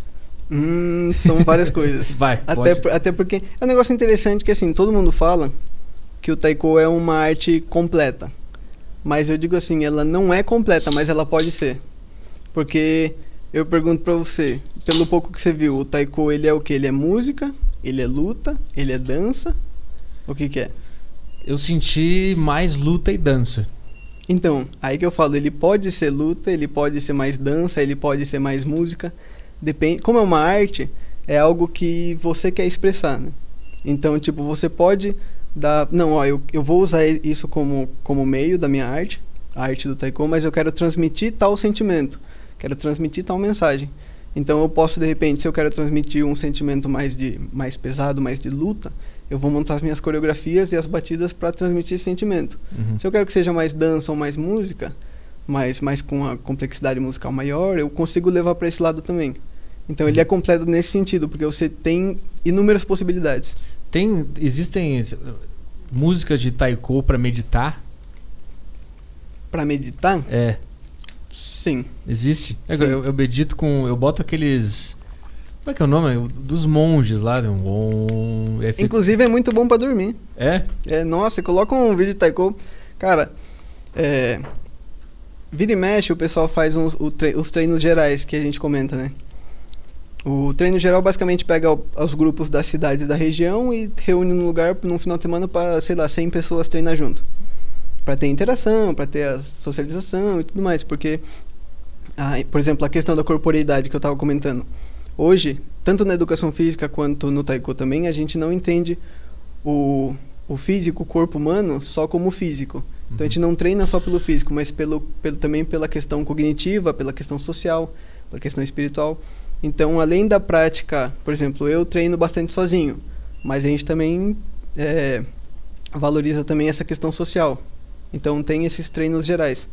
Hum, são várias coisas. Vai, até, pode. por- até porque é um negócio interessante que assim, todo mundo fala que o taiko é uma arte completa. Mas eu digo assim, ela não é completa, mas ela pode ser. Porque eu pergunto pra você, pelo pouco que você viu, o taiko ele é o que? Ele é música, ele é luta, ele é dança, o que que é? Eu senti mais luta e dança. Então, aí que eu falo, ele pode ser luta, ele pode ser mais dança, ele pode ser mais música. Depende, como é uma arte, é algo que você quer expressar, né? Então, tipo, você pode dar, não, ó, eu, eu vou usar isso como, como meio da minha arte, a arte do taiko, mas eu quero transmitir tal sentimento, quero transmitir tal mensagem. Então eu posso, de repente, se eu quero transmitir um sentimento mais de mais pesado, mais de luta, eu vou montar as minhas coreografias e as batidas para transmitir esse sentimento. Uhum. Se eu quero que seja mais dança ou mais música, mais, mais com a complexidade musical maior, eu consigo levar para esse lado também. Então ele é completo nesse sentido, porque você tem inúmeras possibilidades. Tem, existem eh, músicas de taiko pra meditar? Para meditar, É, sim. existe. Sim. Eu, eu medito com, eu boto aqueles, como é que é o nome? Dos monges lá, um om, é, fica- Inclusive é muito bom para dormir. é? É, nossa, coloca um vídeo de taiko. Cara, é, vira e mexe, o pessoal faz uns, o tre- os treinos gerais que a gente comenta, né? O treino geral basicamente pega o- os grupos das cidades da região e reúne num lugar num final de semana para, sei lá, cem pessoas treinar junto. Para ter interação, para ter a socialização e tudo mais. Porque, ah, por exemplo, a questão da corporeidade que eu estava comentando. Hoje, tanto na educação física quanto no taiko também, a gente não entende o, o físico, o corpo humano, só como físico. Então a gente não treina só pelo físico, mas pelo, pelo, também pela questão cognitiva, pela questão social, pela questão espiritual. Então, além da prática, por exemplo, eu treino bastante sozinho, mas a gente também é, valoriza também essa questão social. Então tem esses treinos gerais.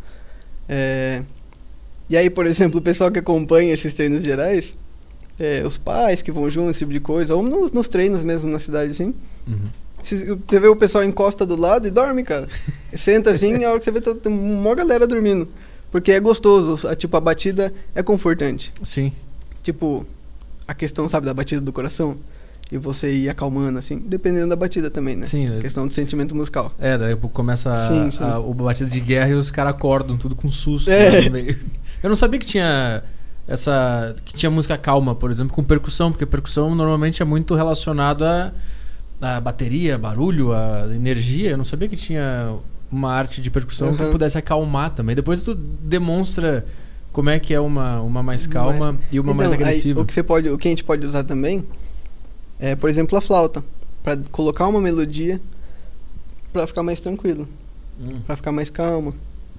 É, e aí, por exemplo, o pessoal que acompanha esses treinos gerais, é, os pais que vão junto, esse tipo de coisa, ou nos, nos treinos mesmo na cidade, assim, Uhum. você você vê o pessoal encosta do lado e dorme, cara. Senta assim, e a hora que você vê, tá, tem uma galera dormindo. Porque é gostoso, a, tipo, a batida é confortante. Sim. Tipo, a questão, sabe, da batida do coração. E você ir acalmando, assim, dependendo da batida também, né? Sim, é- Questão do sentimento musical. É, daí começa a, Sim, sim. a, o batida de guerra e os caras acordam tudo com susto. É. Né, no meio. Eu não sabia que tinha essa, que tinha música calma, por exemplo, com percussão, porque percussão normalmente é muito relacionada a, a bateria, barulho, a energia. Eu não sabia que tinha uma arte de percussão que Uhum. pudesse acalmar também. Depois tu demonstra como é que é uma, uma mais calma Mais- e uma Então, mais aí, agressiva. o que você pode, o que a gente pode usar também é, por exemplo, a flauta, para colocar uma melodia para ficar mais tranquilo, Hum. para ficar mais calmo,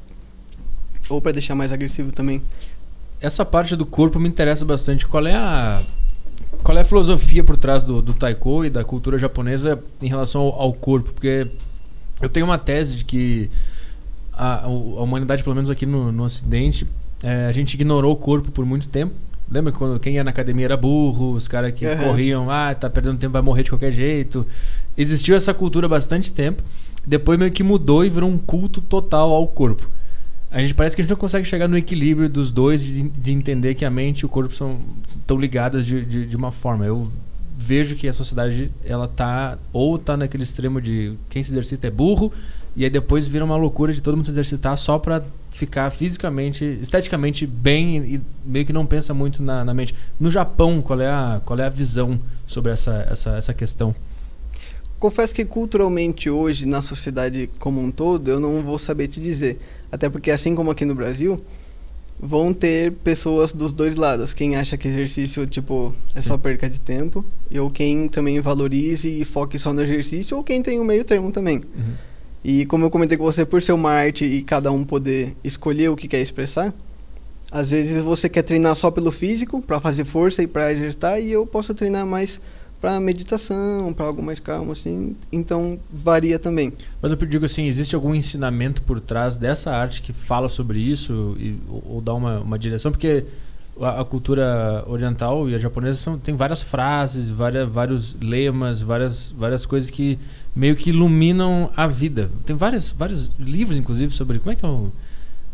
ou para deixar mais agressivo também. Essa parte do corpo me interessa bastante. Qual é a qual é a filosofia por trás do, do taiko e da cultura japonesa em relação ao, ao corpo? Porque eu tenho uma tese de que a, a humanidade, pelo menos aqui no, no Ocidente, é, a gente ignorou o corpo por muito tempo. Lembra quando quem ia na academia era burro, os caras que Uhum. corriam, ah, tá perdendo tempo, vai morrer de qualquer jeito. Existiu essa cultura há bastante tempo. Depois meio que mudou e virou um culto total ao corpo. A gente parece que a gente não consegue chegar no equilíbrio dos dois de, de entender que a mente e o corpo são estão ligadas de, de, de uma forma. Eu vejo que a sociedade ela tá ou tá naquele extremo de quem se exercita é burro e aí depois vira uma loucura de todo mundo se exercitar só pra ficar fisicamente, esteticamente bem e meio que não pensa muito na, na mente. No Japão, qual é a qual é a visão sobre essa essa essa questão? Confesso que culturalmente hoje, na sociedade como um todo, eu não vou saber te dizer. Até porque, assim como aqui no Brasil, vão ter pessoas dos dois lados. Quem acha que exercício, tipo, é Sim. só perca de tempo. Ou quem também valorize e foque só no exercício. Ou quem tem um meio termo também. Uhum. E como eu comentei com você, por ser uma arte e cada um poder escolher o que quer expressar, às vezes você quer treinar só pelo físico, pra fazer força e pra exercitar, e eu posso treinar mais pra meditação, pra algo mais calmo, assim. Então, varia também. Mas eu digo assim, existe algum ensinamento por trás dessa arte que fala sobre isso e, ou, ou dá uma, uma direção? Porque a, a cultura oriental e a japonesa são, tem várias frases, várias, vários lemas, várias, várias coisas que meio que iluminam a vida. Tem vários, vários livros, inclusive, sobre como é que é o...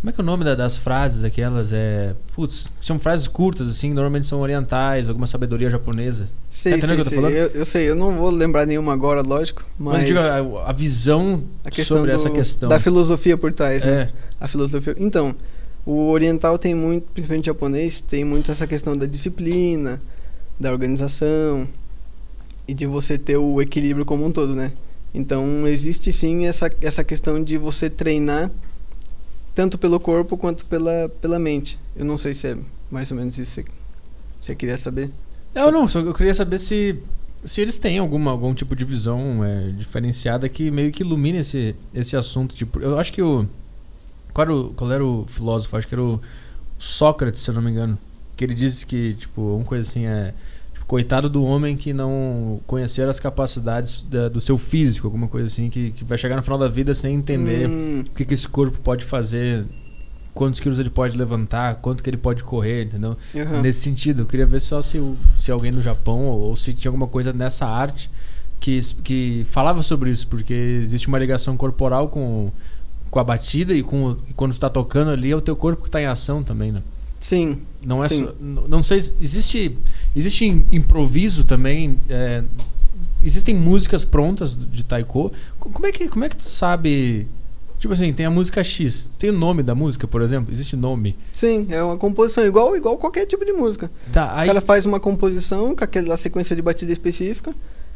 Como é que é o nome da- das frases aquelas? É, putz, são frases curtas, assim, normalmente são orientais, alguma sabedoria japonesa. Sei, Tá entendendo sei, o que eu tô sei. falando? Eu, eu sei, eu não vou lembrar nenhuma agora, lógico, Mas mas diga a, a visão a questão sobre do- essa questão. da filosofia por trás, né? É, A filosofia. Então, o oriental tem muito, principalmente o japonês, tem muito essa questão da disciplina, da organização e de você ter o equilíbrio como um todo, né? Então, existe sim essa, essa questão de você treinar tanto pelo corpo quanto pela, pela mente. Eu não sei se é mais ou menos isso que você queria saber. não, não, só que eu queria saber se, se eles têm alguma, algum tipo de visão é, diferenciada que meio que ilumine esse, esse assunto. Tipo, eu acho que o qual, era o. qual era o filósofo? Acho que era o Sócrates, se eu não me engano. Que ele disse que, tipo, uma coisa assim é. Tipo, coitado do homem que não conhecer as capacidades da- do seu físico, alguma coisa assim, que, que vai chegar no final da vida sem entender Hum, o que, que esse corpo pode fazer, quantos quilos ele pode levantar, quanto que ele pode correr, entendeu? aham. Nesse sentido, eu queria ver só se, o- se alguém no Japão ou, ou se tinha alguma coisa nessa arte que, es- que falava sobre isso, porque existe uma ligação corporal com, com a batida e, com, o- e quando tu tá tocando ali é o teu corpo que tá em ação também, né? Sim. Não é Sim. só, n- não sei, se- existe existe im- improviso também, é, existem músicas prontas de taiko. Co- Como é que como é que tu sabe? Tipo assim, tem a música X, tem o nome da música, por exemplo? Existe nome? Sim, é uma composição igual, igual qualquer tipo de música. Tá, O aí cara faz uma composição com aquela sequência de batida específica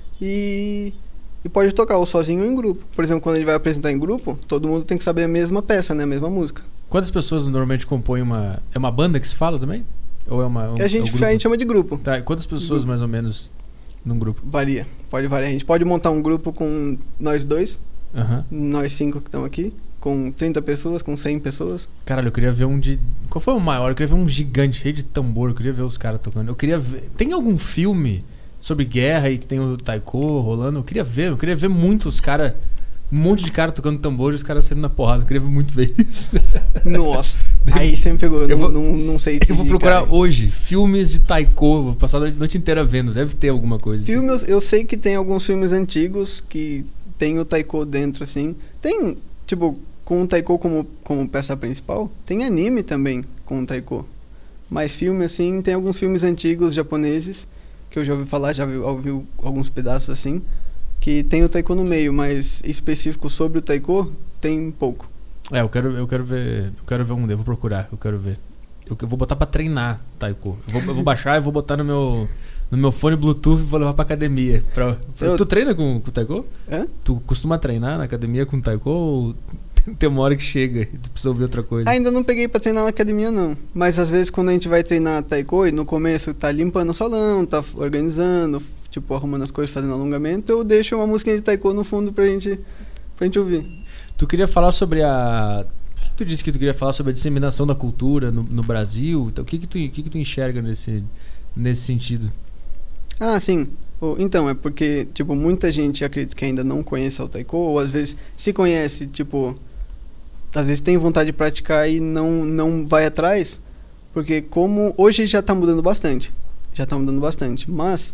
e, e pode tocar ou sozinho ou em grupo. Por exemplo, quando ele vai apresentar em grupo, todo mundo tem que saber a mesma peça, né? A mesma música. quantas pessoas normalmente compõem uma é uma banda que se fala também? Ou é uma um, Que a gente, é um grupo? a gente chama de grupo. Tá, e quantas pessoas Grupo. mais ou menos num grupo? Varia, pode variar. A gente pode montar um grupo com nós dois, Aham. nós cinco que estamos aqui, com trinta pessoas, com cem pessoas. Caralho, eu queria ver um de. Qual foi o maior? Eu queria ver um gigante cheio de tambor. Eu queria ver os caras tocando. Eu queria ver. Tem algum filme sobre guerra aí que tem o taiko rolando? Eu queria ver. Eu queria ver muito os caras. Um monte de cara tocando tambor e os caras saindo na porrada. Eu queria ver muito ver isso. Nossa, aí você me pegou. Eu Eu não, vou- não, não sei Eu vou se, procurar cara. hoje filmes de taiko. Vou passar a noite inteira vendo. Deve ter alguma coisa. assim. Filmes, eu sei que tem alguns filmes antigos que tem o taiko dentro, assim. Tem, tipo, com o taiko como, como peça principal, tem anime também com o taiko. Mas filme, assim, tem alguns filmes antigos japoneses que eu já ouvi falar, já vi, ouvi alguns pedaços, assim, que tem o taiko no meio, mas específico sobre o taiko, tem pouco. É, eu quero, eu quero ver. Eu quero ver um. Eu vou procurar. Eu quero ver. Eu, eu vou botar pra treinar taiko. Eu vou, eu vou baixar e vou botar no meu. No meu fone Bluetooth e vou levar pra academia. Pra, pra- Eu- Tu treina com, com taiko? Hã? Tu costuma treinar na academia com taiko ou tem uma hora que chega e tu precisa ouvir outra coisa? Ainda não peguei pra treinar na academia, não. Mas às vezes quando a gente vai treinar taiko, e no começo tá limpando o salão, tá organizando, tipo, arrumando as coisas, fazendo alongamento, eu deixo uma musiquinha de taiko no fundo pra gente, pra gente ouvir. Tu queria falar sobre a... O que que tu disse que tu queria falar sobre a disseminação da cultura no, no Brasil? Então, o que que tu, o que que tu enxerga nesse, nesse sentido? Ah, sim. O- Então, é porque, tipo, muita gente acredita que ainda não conhece o taiko, ou às vezes se conhece, tipo, às vezes tem vontade de praticar e não, não vai atrás, porque como hoje já tá mudando bastante, já tá mudando bastante, mas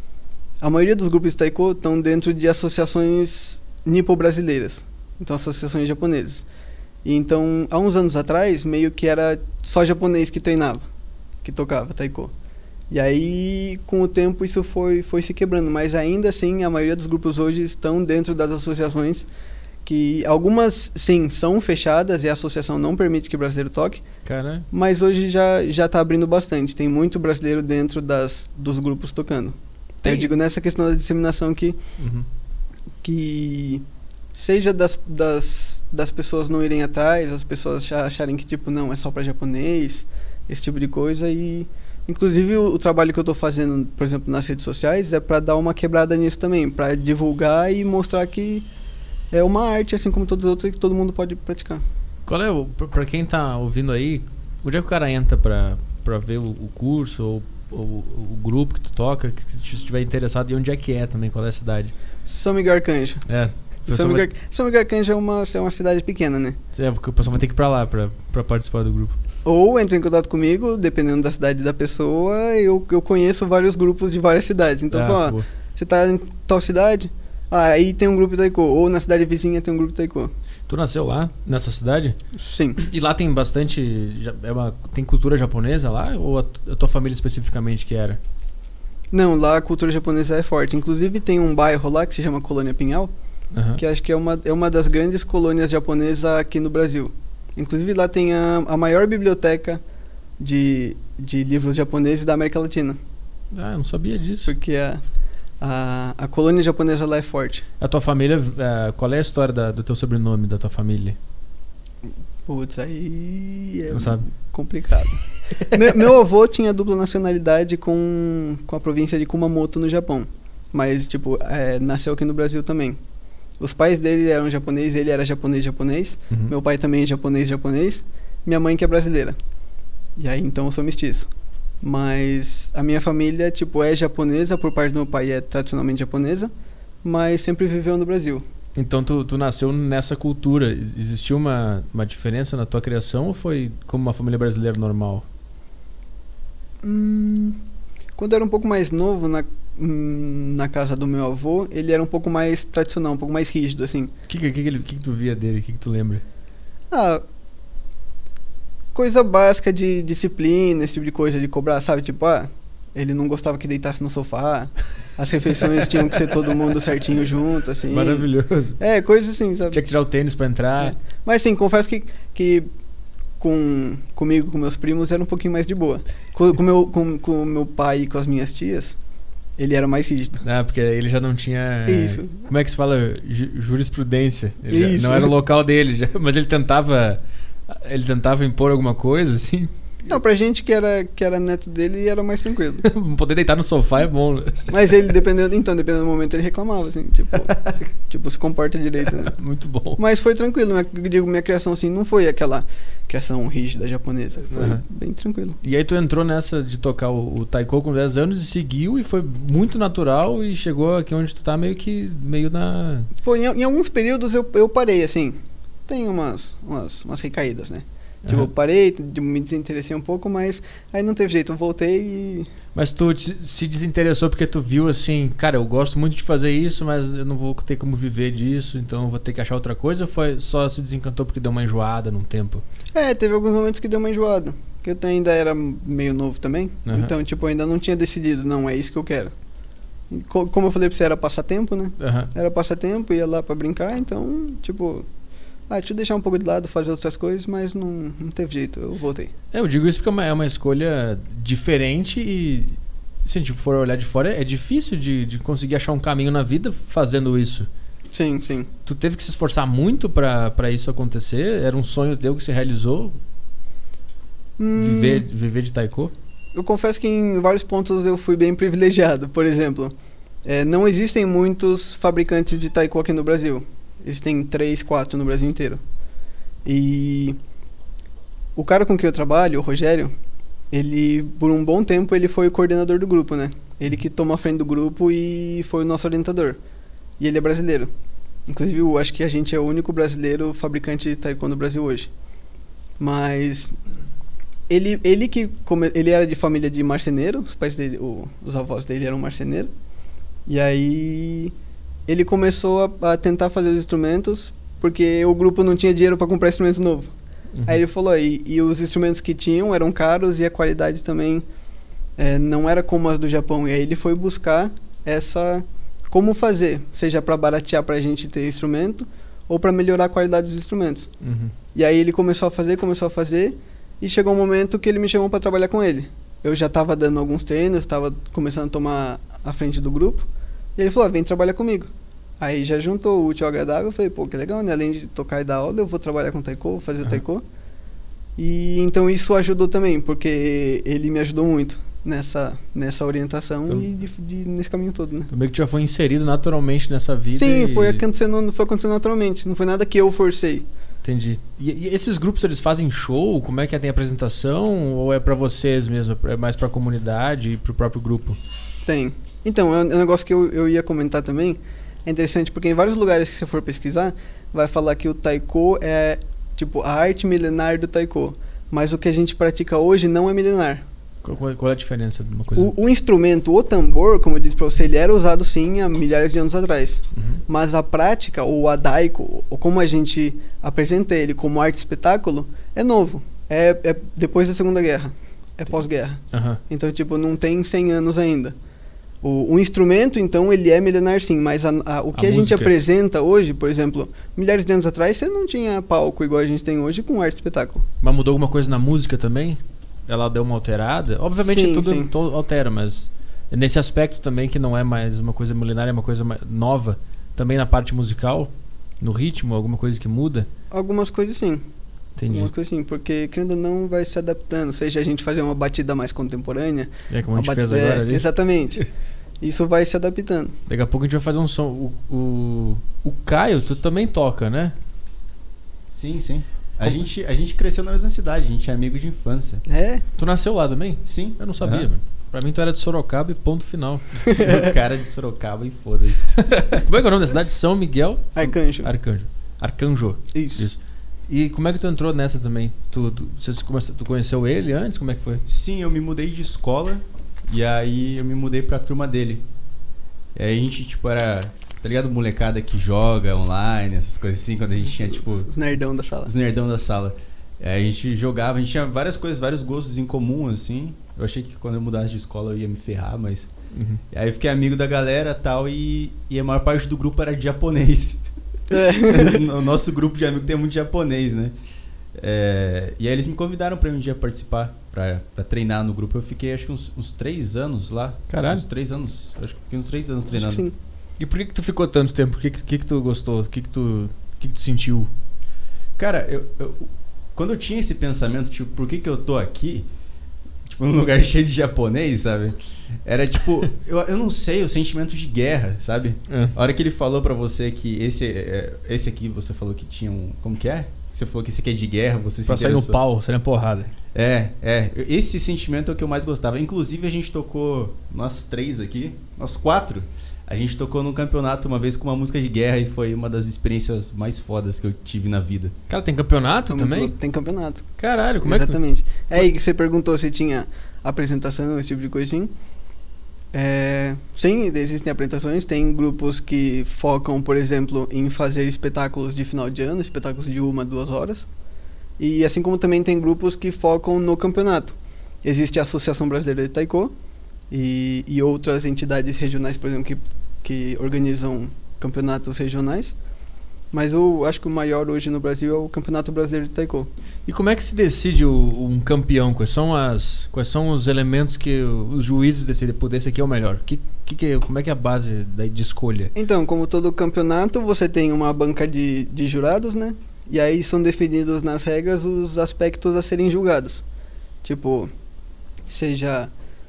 a maioria dos grupos de taiko estão dentro de associações nipo-brasileiras, então associações japonesas. E então, há uns anos atrás, meio que era só japonês que treinava, que tocava taiko. E aí, com o tempo, isso foi, foi se quebrando. Mas ainda assim, a maioria dos grupos hoje estão dentro das associações, que algumas, sim, são fechadas e a associação não permite que o brasileiro toque, Cara, mas hoje já já está abrindo bastante. Tem muito brasileiro dentro das, dos grupos tocando. Tem. Eu digo nessa questão da disseminação que, uhum. que seja das, das, das pessoas não irem atrás, as pessoas acha- acharem que, tipo, não, é só para japonês, esse tipo de coisa. E inclusive o, o trabalho que eu estou fazendo, por exemplo, nas redes sociais, é para dar uma quebrada nisso também, para divulgar e mostrar que é uma arte, assim como todas as outras, que todo mundo pode praticar. Qual é o... pra- Pra quem tá ouvindo aí, onde é que o cara entra pra, pra ver o, o curso ou, ou o grupo que tu toca, que se estiver interessado, e onde é que é também, qual é a cidade? São Miguel Arcanjo. É, o São pessoal vai, Miguel, São Miguel Arcanjo é uma, é uma cidade pequena, né? é, porque o pessoal vai ter que ir pra lá pra, pra participar do grupo. Ou entra em contato comigo, dependendo da cidade da pessoa, eu, eu conheço vários grupos de várias cidades. Então, Ah, fala, boa. você tá em tal cidade? Ah, aí tem um grupo de taiko. Ou na cidade vizinha tem um grupo de taiko. Tu nasceu lá, nessa cidade? Sim. E lá tem bastante... ja- É uma, tem cultura japonesa lá? Ou a, tu- a tua família especificamente que era? Não, lá a cultura japonesa é forte. Inclusive tem um bairro lá que se chama Colônia Pinhal, Aham. que acho que é uma, é uma das grandes colônias japonesas aqui no Brasil. Inclusive lá tem a, a maior biblioteca de, de livros japoneses da América Latina. Ah, eu não sabia disso. Porque a, a, a colônia japonesa lá é forte. A tua família... eh, qual é a história da- do teu sobrenome, da tua família? Putz, aí é Não sabe? complicado. meu, meu avô tinha dupla nacionalidade com, com a província de Kumamoto, no Japão. Mas, tipo, é, nasceu aqui no Brasil também. Os pais dele eram japoneses, ele era japonês-japonês. Uhum. Meu pai também é japonês-japonês. Minha mãe que é brasileira. E aí, então, eu sou mestiço. Mas a minha família, tipo, é japonesa, por parte do meu pai é tradicionalmente japonesa, mas sempre viveu no Brasil. Então tu, tu nasceu nessa cultura. Existiu uma, uma diferença na tua criação ou foi como uma família brasileira normal? Hum, quando eu era um pouco mais novo, na, hum, na casa do meu avô, ele era um pouco mais tradicional, um pouco mais rígido, assim. O que, que, que, que, que que tu via dele? O que, que tu lembra? Ah, coisa básica de disciplina, esse tipo de coisa de cobrar, sabe? Tipo, ah, ele não gostava que deitasse no sofá, as refeições tinham que ser todo mundo certinho junto, assim. Maravilhoso. É, coisas assim, sabe? Tinha que tirar o tênis pra entrar. É. Mas sim, confesso que, que com, comigo, com meus primos, era um pouquinho mais de boa. Com, com, meu, com, com meu pai e com as minhas tias, ele era mais rígido. Ah, porque ele já não tinha... Isso. Como é que se fala? Ju- jurisprudência. Ele já- Isso. Não era o local dele, já, mas ele tentava... Ele tentava impor alguma coisa, assim. Não, pra gente que era, que era neto dele, era mais tranquilo. Poder deitar no sofá é bom. né? Mas ele, dependendo, então, dependendo do momento, ele reclamava, assim, tipo, tipo, se comporta direito, né? Muito bom. Mas foi tranquilo, minha, eu digo, minha criação, assim, não foi aquela criação rígida japonesa, foi Aham. bem tranquilo. E aí tu entrou nessa de tocar o, o taiko com dez anos e seguiu e foi muito natural e chegou aqui onde tu tá meio que meio na... Foi, em, em alguns períodos eu, eu parei, assim, tem umas, umas, umas recaídas, né? Tipo, Aham. eu parei, de- me desinteressei um pouco, mas aí não teve jeito, eu voltei e... Mas tu te- se desinteressou porque tu viu assim, cara, eu gosto muito de fazer isso, mas eu não vou ter como viver disso, então eu vou ter que achar outra coisa, ou foi só se desencantou porque deu uma enjoada num tempo? É, teve alguns momentos que deu uma enjoada, que eu ainda era meio novo também, Aham. então, tipo, eu ainda não tinha decidido, não, é isso que eu quero. E co- Como eu falei pra você, era passatempo, né? Aham. Era passatempo, ia lá pra brincar, então, tipo... Ah, deixa eu deixar um pouco de lado, fazer outras coisas, mas não, não teve jeito, eu voltei. É, eu digo isso porque é uma, é uma escolha diferente e se a gente for olhar de fora, é difícil de, de conseguir achar um caminho na vida fazendo isso. Sim, sim. Tu teve que se esforçar muito pra pra isso acontecer? Era um sonho teu que se realizou? Hum, Viver, viver de taiko? Eu confesso que em vários pontos eu fui bem privilegiado. Por exemplo, é, não existem muitos fabricantes de taiko aqui no Brasil. Existem três, quatro no Brasil inteiro. E o cara com quem eu trabalho, o Rogério, ele, por um bom tempo, ele foi o coordenador do grupo, né? Ele que tomou a frente do grupo e foi o nosso orientador. E ele é brasileiro. Inclusive, eu acho que a gente é o único brasileiro fabricante de taiko no Brasil hoje. Mas ele, ele que come, ele era de família de marceneiro, os pais dele, o, os avós dele eram marceneiros. E aí ele começou a, a tentar fazer os instrumentos porque o grupo não tinha dinheiro para comprar instrumento novo. Uhum. Aí ele falou, e, e os instrumentos que tinham eram caros e a qualidade também é, não era como as do Japão. E aí ele foi buscar essa como fazer, seja para baratear para a gente ter instrumento ou para melhorar a qualidade dos instrumentos. Uhum. E aí ele começou a fazer, começou a fazer e chegou um momento que ele me chamou para trabalhar com ele. Eu já estava dando alguns treinos, estava começando a tomar a frente do grupo. E ele falou, ah, vem trabalhar comigo. Aí já juntou o útil ao agradável, eu falei, pô, que legal, né? Além de tocar e dar aula, eu vou trabalhar com taiko, vou fazer Uhum. taiko. E então isso ajudou também, porque ele me ajudou muito nessa, nessa orientação Então- e de, de- nesse caminho todo, né? Tu meio que já foi inserido naturalmente nessa vida. Sim, e... foi acontecendo, foi acontecendo naturalmente, não foi nada que eu forcei. Entendi. E, e esses grupos, eles fazem show? Como é que é? Tem apresentação? Ou é pra vocês mesmo? É mais pra comunidade e pro próprio grupo? Tem. Então, é um é um negócio que eu, eu ia comentar também. É interessante porque em vários lugares que você for pesquisar, vai falar que o taiko é tipo a arte milenar do taiko. Mas o que a gente pratica hoje não é milenar. Qual, qual é a diferença de uma coisa? O, o instrumento, o tambor, como eu disse pra você, ele era usado sim há milhares de anos atrás. Uhum. Mas a prática, ou a daiko, ou como a gente apresenta ele como arte espetáculo, é novo. É, é depois da Segunda Guerra. É pós-guerra. Uhum. Então, tipo, não tem cem anos ainda. O, o instrumento, então, ele é milenar sim, mas a, a, o que a, A gente música. apresenta hoje, por exemplo, milhares de anos atrás, você não tinha palco igual a gente tem hoje com arte espetáculo. Mas mudou alguma coisa na música também? Ela deu uma alterada? Obviamente Sim, tudo sim. to- altera, mas nesse aspecto também que não é mais uma coisa milenar, é uma coisa mais nova, também na parte musical, no ritmo, alguma coisa que muda? Algumas coisas sim. Entendi. Algumas coisas sim, porque querendo ou não vai se adaptando, seja a gente fazer uma batida mais contemporânea. É como a gente uma fez bat- agora é, ali. Exatamente. Isso vai se adaptando. Daqui a pouco a gente vai fazer um som. O, o, o Caio, tu também toca, né? Sim, sim. A Como- gente, a gente cresceu na mesma cidade, a gente é amigo de infância. É, Tu nasceu lá também? Sim. Eu não sabia, Aham. mano. Pra mim tu era de Sorocaba e ponto final. O cara de Sorocaba e foda-se. Como é que é o nome da cidade? São Miguel? Arcanjo. Arcanjo. Arcanjo. Isso. Isso. E como é que tu entrou nessa também? Tu, tu, você se come- tu conheceu ele antes? Como é que foi? Sim, eu me mudei de escola e aí eu me mudei pra turma dele. E aí a gente, tipo, era, tá ligado? Molecada que joga online, essas coisas assim, quando a gente tinha, tipo, Os nerdão da sala. os nerdão da sala. Aí a gente jogava, a gente tinha várias coisas, vários gostos em comum, assim. Eu achei que quando eu mudasse de escola eu ia me ferrar, mas... Uhum. E aí eu fiquei amigo da galera tal, e, e a maior parte do grupo era de japonês. É. O nosso grupo de amigos tem muito japonês, né? É, e aí eles me convidaram pra um dia participar, pra, pra treinar no grupo. Eu fiquei acho que uns, uns três anos lá. Caralho. Uns três anos. Acho que fiquei uns três anos Acho treinando. que sim. E por que que tu ficou tanto tempo? O que que, que que tu gostou? O que que tu, o que que tu sentiu? Cara, eu, eu- quando eu tinha esse pensamento, tipo, por que que eu tô aqui? Tipo, num lugar cheio de japonês, sabe? Era tipo, eu, eu não sei, o sentimento de guerra, sabe? É. A hora que ele falou pra você que esse, é, esse aqui, você falou que tinha um... Como que é? Você falou que esse aqui é de guerra, você se Pra sair no interessou. pau, sair na porrada. É, é. Esse sentimento é o que eu mais gostava. Inclusive, a gente tocou, nós três aqui, nós quatro, a gente tocou num campeonato uma vez com uma música de guerra e foi uma das experiências mais fodas que eu tive na vida. Cara, tem campeonato Foi muito também? louco. Tem campeonato. Caralho, como é que... Exatamente. É aí que você perguntou se tinha apresentação, esse tipo de coisinha. É, sim, existem apresentações. Tem grupos que focam, por exemplo, em fazer espetáculos de final de ano, espetáculos de uma, duas horas. E assim como também tem grupos que focam no campeonato. Existe a Associação Brasileira de Taiko e, e outras entidades regionais, por exemplo, que, que organizam campeonatos regionais. Mas eu acho que o maior hoje no Brasil é o Campeonato Brasileiro de Taiko. E como é que se decide o- um campeão? Quais são, as, quais são os elementos que os juízes decidem? Pô, esse aqui é o melhor. Que, que que, como é que é a base da, de escolha? Então, como todo campeonato, você tem uma banca de, de jurados, né? E aí são definidos nas regras os aspectos a serem julgados. Tipo, seja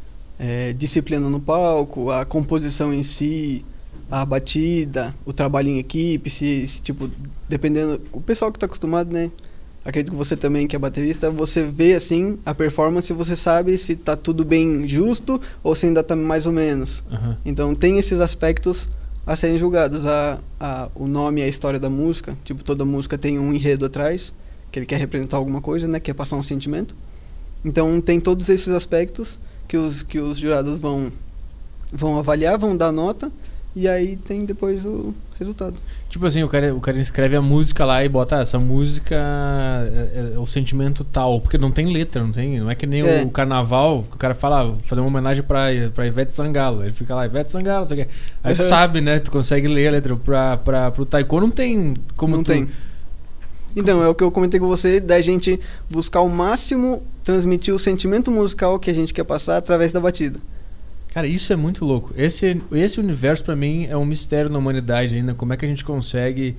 é, disciplina no palco, a composição em si, a batida, o trabalho em equipe, se, se, tipo, dependendo... O pessoal que está acostumado, né? Acredito que você também, que é baterista, você vê, assim, a performance e você sabe se tá tudo bem justo ou se ainda tá mais ou menos. Aham. Então tem esses aspectos a serem julgados. A, a, o nome e a história da música. Tipo, toda música tem um enredo atrás, que ele quer representar alguma coisa, né? Quer passar um sentimento. Então tem todos esses aspectos que os, que os jurados vão, vão avaliar, vão dar nota. E aí tem depois o resultado. Tipo assim, o cara, o cara escreve a música lá e bota ah, essa música é, é, é o sentimento tal, porque não tem letra, não tem, não é que nem É. o carnaval, que o cara fala, ah, vou fazer uma homenagem pra, pra Ivete Sangalo, ele fica lá, Ivete Sangalo, não sei o quê. Aí tu Uhum. sabe, né, tu consegue ler a letra, pra, pra, pro taiko não tem como não tu... tem. Então, é o que eu comentei com você, da gente buscar ao máximo transmitir o sentimento musical que a gente quer passar através da batida. Cara, isso é muito louco. Esse, esse universo pra mim é um mistério na humanidade ainda. Como é que a gente consegue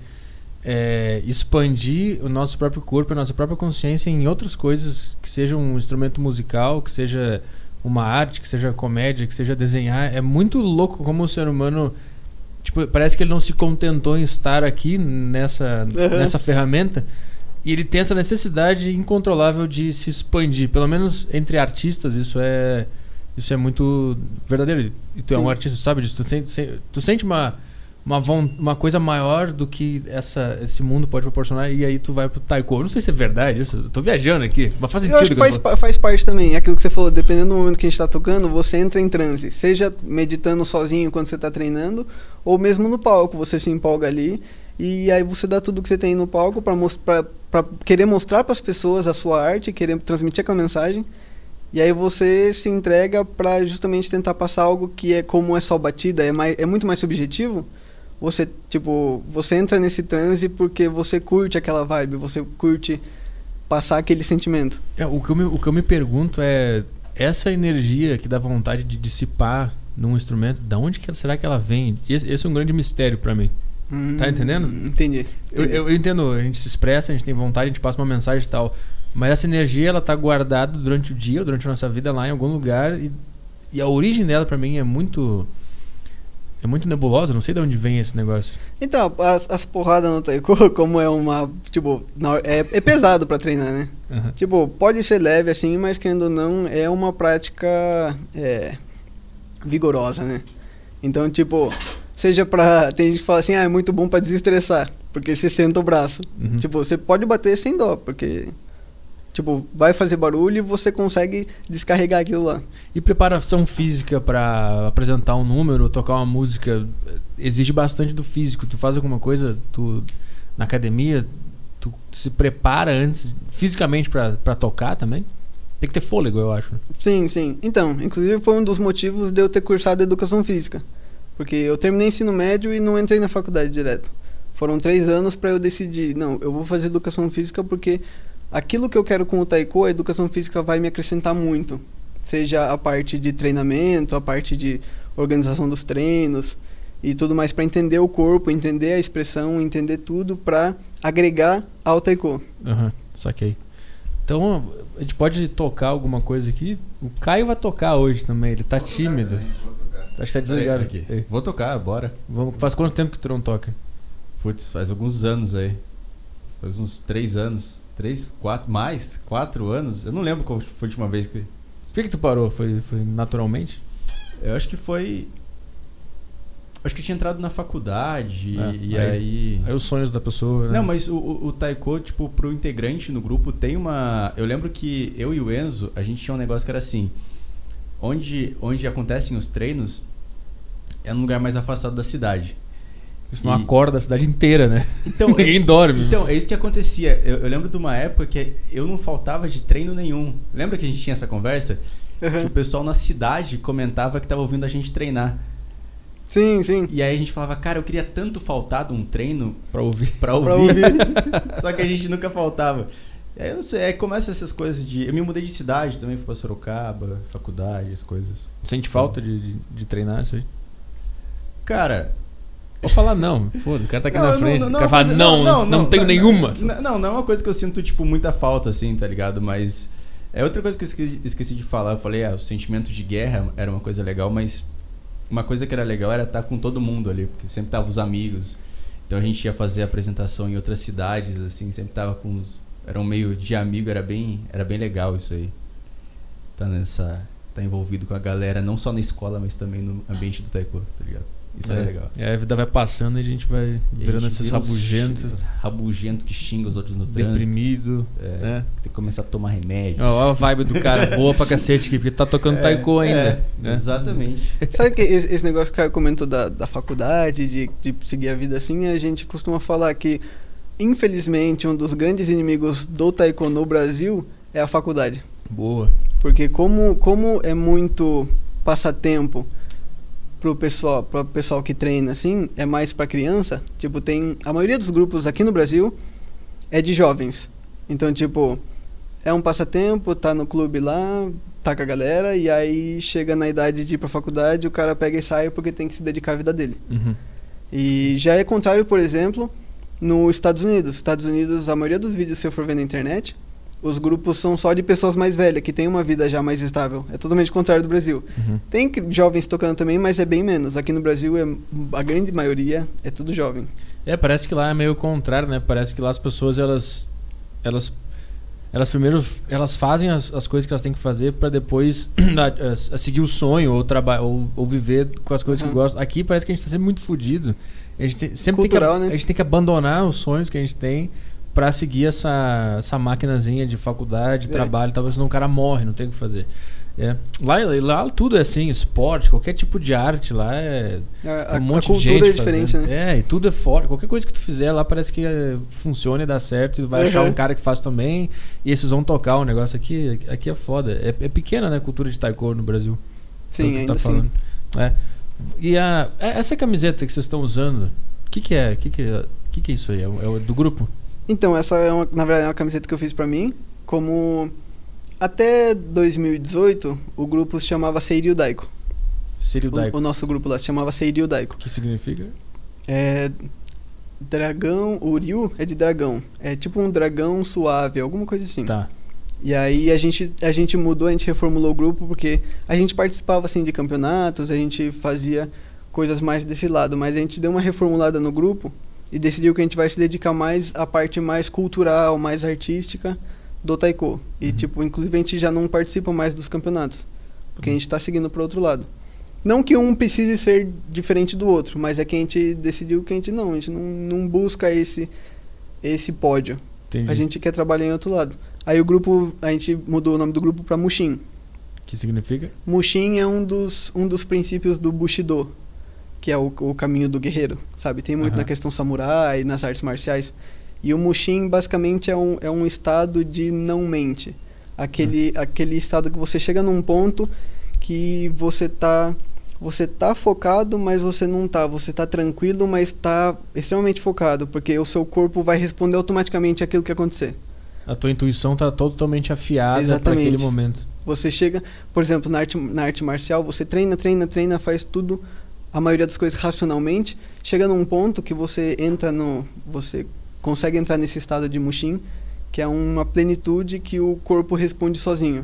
é, expandir o nosso próprio corpo, a nossa própria consciência em outras coisas, que seja um instrumento musical, que seja uma arte, que seja comédia, que seja desenhar. É muito louco como o ser humano, tipo, parece que ele não se contentou em estar aqui nessa, Uhum. nessa ferramenta. E ele tem essa necessidade incontrolável de se expandir. Pelo menos entre artistas, isso é... Isso é muito verdadeiro. E tu é um Sim. artista, tu sabe disso. Tu sente, se- tu sente uma, uma, uma coisa maior do que essa, esse mundo pode proporcionar, e aí tu vai pro taiko. Eu não sei se é verdade isso, eu tô viajando aqui, mas faz sentido. Eu acho que faz, que eu faz parte também, aquilo que você falou, dependendo do momento que a gente tá tocando, você entra em transe, seja meditando sozinho quando você tá treinando, ou mesmo no palco, você se empolga ali, e aí você dá tudo que você tem no palco pra, pra, pra querer mostrar pras pessoas a sua arte, querer transmitir aquela mensagem, e aí você se entrega pra justamente tentar passar algo que é como é só batida, é, mais, é muito mais subjetivo. Você, tipo, você entra nesse transe porque você curte aquela vibe, você curte passar aquele sentimento. É, o, que eu me, o que eu me pergunto é, essa energia que dá vontade de dissipar num instrumento, da onde que será que ela vem? Esse, esse é um grande mistério pra mim. Hum, tá entendendo? Entendi. Eu, eu, eu entendo, a gente se expressa, a gente tem vontade, a gente passa uma mensagem e tal, mas essa energia, ela tá guardada durante o dia, ou durante a nossa vida lá em algum lugar, e, e a origem dela pra mim é muito... É muito nebulosa, não sei de onde vem esse negócio. Então, as, as porradas no taiko, como é uma... Tipo, é, é pesado pra treinar, né? Uhum. Tipo, pode ser leve assim, mas querendo ou não, é uma prática é, vigorosa, né? Então, tipo, seja pra... Tem gente que fala assim, ah, é muito bom pra desestressar, porque você senta o braço. Uhum. Tipo, você pode bater sem dó, porque... Tipo, vai fazer barulho e você consegue descarregar aquilo lá. E preparação física pra apresentar um número, tocar uma música, exige bastante do físico. Tu faz alguma coisa tu, na academia, tu se prepara antes, fisicamente, pra, pra tocar também? Tem que ter fôlego, eu acho. Sim, sim. Então, inclusive foi um dos motivos de eu ter cursado educação física. Porque eu terminei ensino médio e não entrei na faculdade direto. Foram três anos pra eu decidir, não, eu vou fazer educação física porque... Aquilo que eu quero com o taiko, a educação física vai me acrescentar muito. Seja a parte de treinamento, a parte de organização dos treinos e tudo mais, para entender o corpo, entender a expressão, entender tudo para agregar ao taiko. Aham, uhum, saquei. Então, a gente pode tocar alguma coisa aqui? O Caio vai tocar hoje também, ele tá vou tímido. Tocar, vou tocar. Acho que tá desligado aqui. Ei. Vou tocar, bora. Vamos, faz quanto tempo que tu não toca? Putz, faz alguns anos aí. Faz uns três anos. Três, quatro, mais? Quatro anos? Eu não lembro qual foi a última vez que... Por que que tu parou? Foi, foi naturalmente? Eu acho que foi... Acho que eu tinha entrado na faculdade é, e aí, aí... Aí os sonhos da pessoa... Né? Não, mas o, o, o taiko, tipo, pro integrante no grupo tem uma... Eu lembro que eu e o Enzo, a gente tinha um negócio que era assim... Onde, onde acontecem os treinos é num lugar mais afastado da cidade. Isso não e... acorda a cidade inteira, né? Então, ninguém é, dorme. Então, é isso que acontecia. Eu, eu lembro de uma época que eu não faltava de treino nenhum. Lembra que a gente tinha essa conversa? Uhum. Que o pessoal na cidade comentava que estava ouvindo a gente treinar. Sim, sim. E aí a gente falava, cara, eu queria tanto faltar de um treino pra ouvir. Pra ouvir. Pra ouvir. Só que a gente nunca faltava. E aí eu não sei, aí começa essas coisas de... Eu me mudei de cidade também, fui pra Sorocaba, faculdade, as coisas. Sente falta de, de, de treinar isso aí? Cara... Vou falar não, foda, o cara tá aqui não, na frente, não, não, o cara fala não, não, não, não, não tenho não, nenhuma. Não, não, não é uma coisa que eu sinto, tipo, muita falta, assim, tá ligado? Mas é outra coisa que eu esqueci, esqueci de falar. Eu falei, ah, o sentimento de guerra era uma coisa legal, mas uma coisa que era legal era estar com todo mundo ali, porque sempre tava os amigos. Então a gente ia fazer apresentação em outras cidades, assim, sempre tava com os... Era um meio de amigo, era bem, era bem legal isso aí. Tá nessa... Tá envolvido com a galera, não só na escola, mas também no ambiente do taiko, tá ligado? Isso é, é legal. É, a vida vai passando e a gente vai e virando esses rabugentos. Rabugento que xinga os outros no trânsito. Deprimido. É, né? Tem que começar a tomar remédio. Olha a vibe do cara, boa pra cacete aqui, porque tá tocando é, taiko ainda. É, né? Exatamente. Sabe que esse, esse negócio que o Caio comentou da, da faculdade, de, de seguir a vida assim, a gente costuma falar que, infelizmente, um dos grandes inimigos do taiko no Brasil é a faculdade. Boa. Porque como, como é muito passatempo pro pessoal, pro pessoal que treina, assim, é mais pra criança. Tipo, tem... A maioria dos grupos aqui no Brasil é de jovens. Então, tipo, é um passatempo, tá no clube lá, tá com a galera, e aí chega na idade de ir pra faculdade, o cara pega e sai porque tem que se dedicar à vida dele. Uhum. E já é contrário, por exemplo, nos Estados Unidos. Estados Unidos, a maioria dos vídeos, se eu for ver na internet, os grupos são só de pessoas mais velhas, que têm uma vida já mais estável. É totalmente contrário do Brasil. Uhum. Tem jovens tocando também, mas é bem menos. Aqui no Brasil, é, a grande maioria é tudo jovem. É, parece que lá é meio contrário, né? Parece que lá as pessoas, elas... Elas, elas primeiro elas fazem as, as coisas que elas têm que fazer para depois a, a seguir o sonho ou, traba- ou, ou viver com as coisas uhum. que gostam. Aqui parece que a gente tá sempre muito fodido. A gente tem, sempre Cultural, tem que, né? a gente tem que abandonar os sonhos que a gente tem pra seguir essa, essa maquinazinha de faculdade, de É. trabalho e tal, senão o cara morre, não tem o que fazer. É. Lá, lá tudo é assim, esporte, qualquer tipo de arte lá é... A, Tem a- um a monte de cultura gente é diferente, fazendo. né? É, e tudo é forte. Qualquer coisa que tu fizer lá parece que é, funciona e dá certo. E vai Uhum. achar um cara que faz também. E esses vão tocar o negócio aqui. Aqui é foda. É, é pequena, né, a cultura de taekwondo no Brasil. É o Sim, que tu ainda tá assim. falando. É. E a, é- essa camiseta que vocês estão usando, o que, que é? O que, que, é- que, que é isso aí? É, o- é o do grupo? Então, essa é uma, na verdade é uma camiseta que eu fiz pra mim. Como até dois mil e dezoito, o grupo se chamava Seiryu Daiko. Seria o Daiko. O, o nosso grupo lá se chamava Seiryu Daiko. O que significa? É. Dragão. O Ryu é de dragão. É tipo um dragão suave, alguma coisa assim. Tá. E aí a gente, a gente mudou, a gente reformulou o grupo porque a gente participava assim de campeonatos, a gente fazia coisas mais desse lado, mas a gente deu uma reformulada no grupo e decidiu que a gente vai se dedicar mais à parte mais cultural, mais artística do taiko. E Uhum. tipo, inclusive a gente já não participa mais dos campeonatos, porque a gente está seguindo para outro lado. Não que um precise ser diferente do outro, mas é que a gente decidiu que a gente não, a gente não, não busca esse esse pódio. Entendi. A gente quer trabalhar em outro lado. Aí o grupo, a gente mudou o nome do grupo para Mushin. O que significa? Mushin é um dos, um dos princípios do Bushido, que é o, o caminho do guerreiro, sabe? Tem muito Aham. na questão samurai, nas artes marciais. E o Mushin basicamente é um, é um estado de não mente. Aquele, aquele estado que você chega num ponto que você tá, você tá focado, mas você não tá. Você tá tranquilo, mas tá extremamente focado, porque o seu corpo vai responder automaticamente aquilo que acontecer. A tua intuição tá totalmente afiada para Exatamente. aquele momento. Você chega, por exemplo, na arte, na arte marcial, você treina, treina, treina, faz tudo, a maioria das coisas racionalmente, chega num ponto que você entra no, você consegue entrar nesse estado de Mushin, que é uma plenitude que o corpo responde sozinho.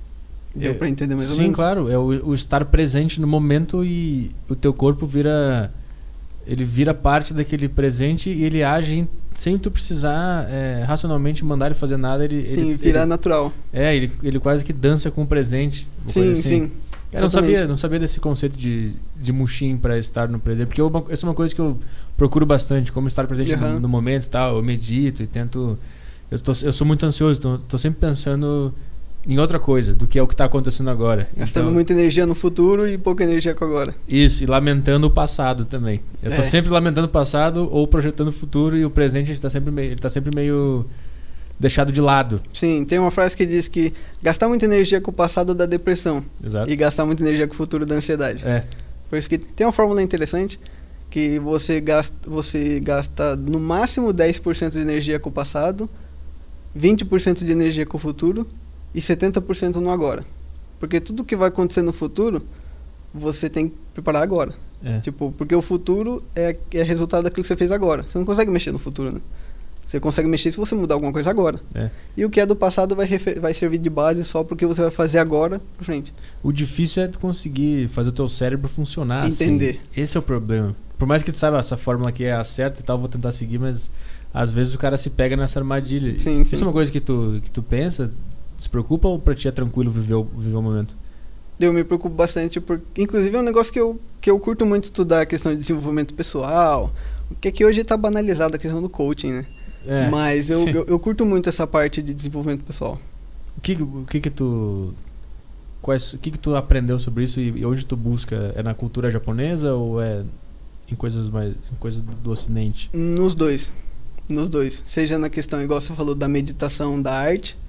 Deu É, pra entender mais ou Sim, menos? claro. É o, o estar presente no momento e o teu corpo vira... Ele vira parte daquele presente e ele age em- sem tu precisar é, racionalmente mandar ele fazer nada. Ele, Sim, ele, virar ele, natural. É, ele, ele quase que dança com o presente. uma Sim, coisa assim. sim. Eu não Exatamente. sabia, não sabia desse conceito de, de Mushin para estar no presente. Porque eu, essa é uma coisa que eu procuro bastante, como estar presente no, Aham. no momento e tal. Eu medito e tento... Eu, tô, eu sou muito ansioso, então tô sempre pensando em outra coisa do que é o que está acontecendo agora. Gastando Então, muita energia no futuro e pouca energia com agora. isso, e lamentando o passado também. Eu tô É. sempre lamentando o passado ou projetando o futuro, e o presente está sempre meio, ele tá sempre meio deixado de lado. Sim, tem uma frase que diz que gastar muita energia com o passado dá depressão Exato. e gastar muita energia com o futuro dá ansiedade. É. Por isso que tem uma fórmula interessante que você gasta, você gasta no máximo dez por cento de energia com o passado, vinte por cento de energia com o futuro e setenta por cento no agora. Porque tudo que vai acontecer no futuro, você tem que preparar agora. É. Tipo, porque o futuro é, é resultado daquilo que você fez agora. Você não consegue mexer no futuro, né? Você consegue mexer se você mudar alguma coisa agora. É. E o que é do passado vai, refer- vai servir de base só porque você vai fazer agora pra frente. O difícil é tu conseguir fazer o teu cérebro funcionar assim. Entender. Esse é o problema. Por mais que tu saiba, essa fórmula aqui é a certa e tal, vou tentar seguir, mas às vezes o cara se pega nessa armadilha. Sim, sim. Isso é uma coisa que tu, que tu pensa, se preocupa, ou pra ti é tranquilo viver o, viver o momento? Eu me preocupo bastante, porque inclusive é um negócio que eu, que eu curto muito estudar, a questão de desenvolvimento pessoal, porque aqui hoje tá banalizada a questão do coaching, né? É. Mas eu, eu, eu curto muito essa parte de desenvolvimento pessoal. O que, o que que tu... Quais, o que que tu aprendeu sobre isso e, e onde tu busca? É na cultura japonesa ou é em coisas mais em coisas do, do ocidente? Nos dois. Nos dois. Seja na questão, igual você falou, da meditação, da arte,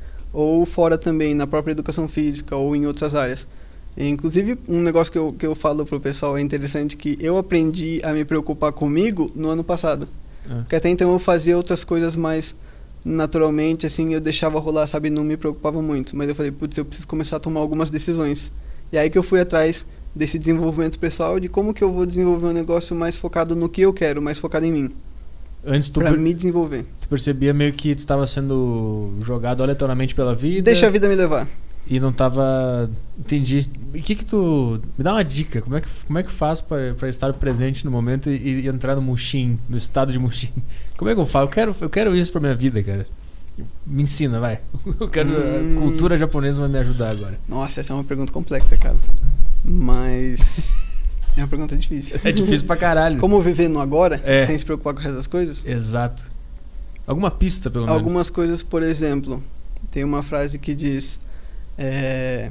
ou fora também, na própria educação física ou em outras áreas. E, inclusive, um negócio que eu, que eu falo pro pessoal é interessante, que eu aprendi a me preocupar comigo no ano passado. É. Porque até então eu fazia outras coisas mais naturalmente, assim, eu deixava rolar, sabe, não me preocupava muito. Mas eu falei, putz, eu preciso começar a tomar algumas decisões. E aí que eu fui atrás desse desenvolvimento pessoal, de como que eu vou desenvolver um negócio mais focado no que eu quero, mais focado em mim, Antes tu, pra per- me desenvolver. tu percebia meio que tu estava sendo jogado aleatoriamente pela vida. Deixa a vida me levar. E não tava... Entendi. E o que que tu... Me dá uma dica. Como é que, como é que faz pra, pra estar presente no momento e, e entrar no Mushin, no estado de Mushin? Como é que eu falo? Eu quero, eu quero isso pra minha vida, cara. Me ensina, vai. Eu quero... Hum. A cultura japonesa vai me ajudar agora. Nossa, essa é uma pergunta complexa, cara. Mas... É uma pergunta difícil. É difícil pra caralho. Como viver no agora, É. sem se preocupar com o resto das coisas? Exato. Alguma pista, pelo menos. Algumas coisas, por exemplo, tem uma frase que diz... É,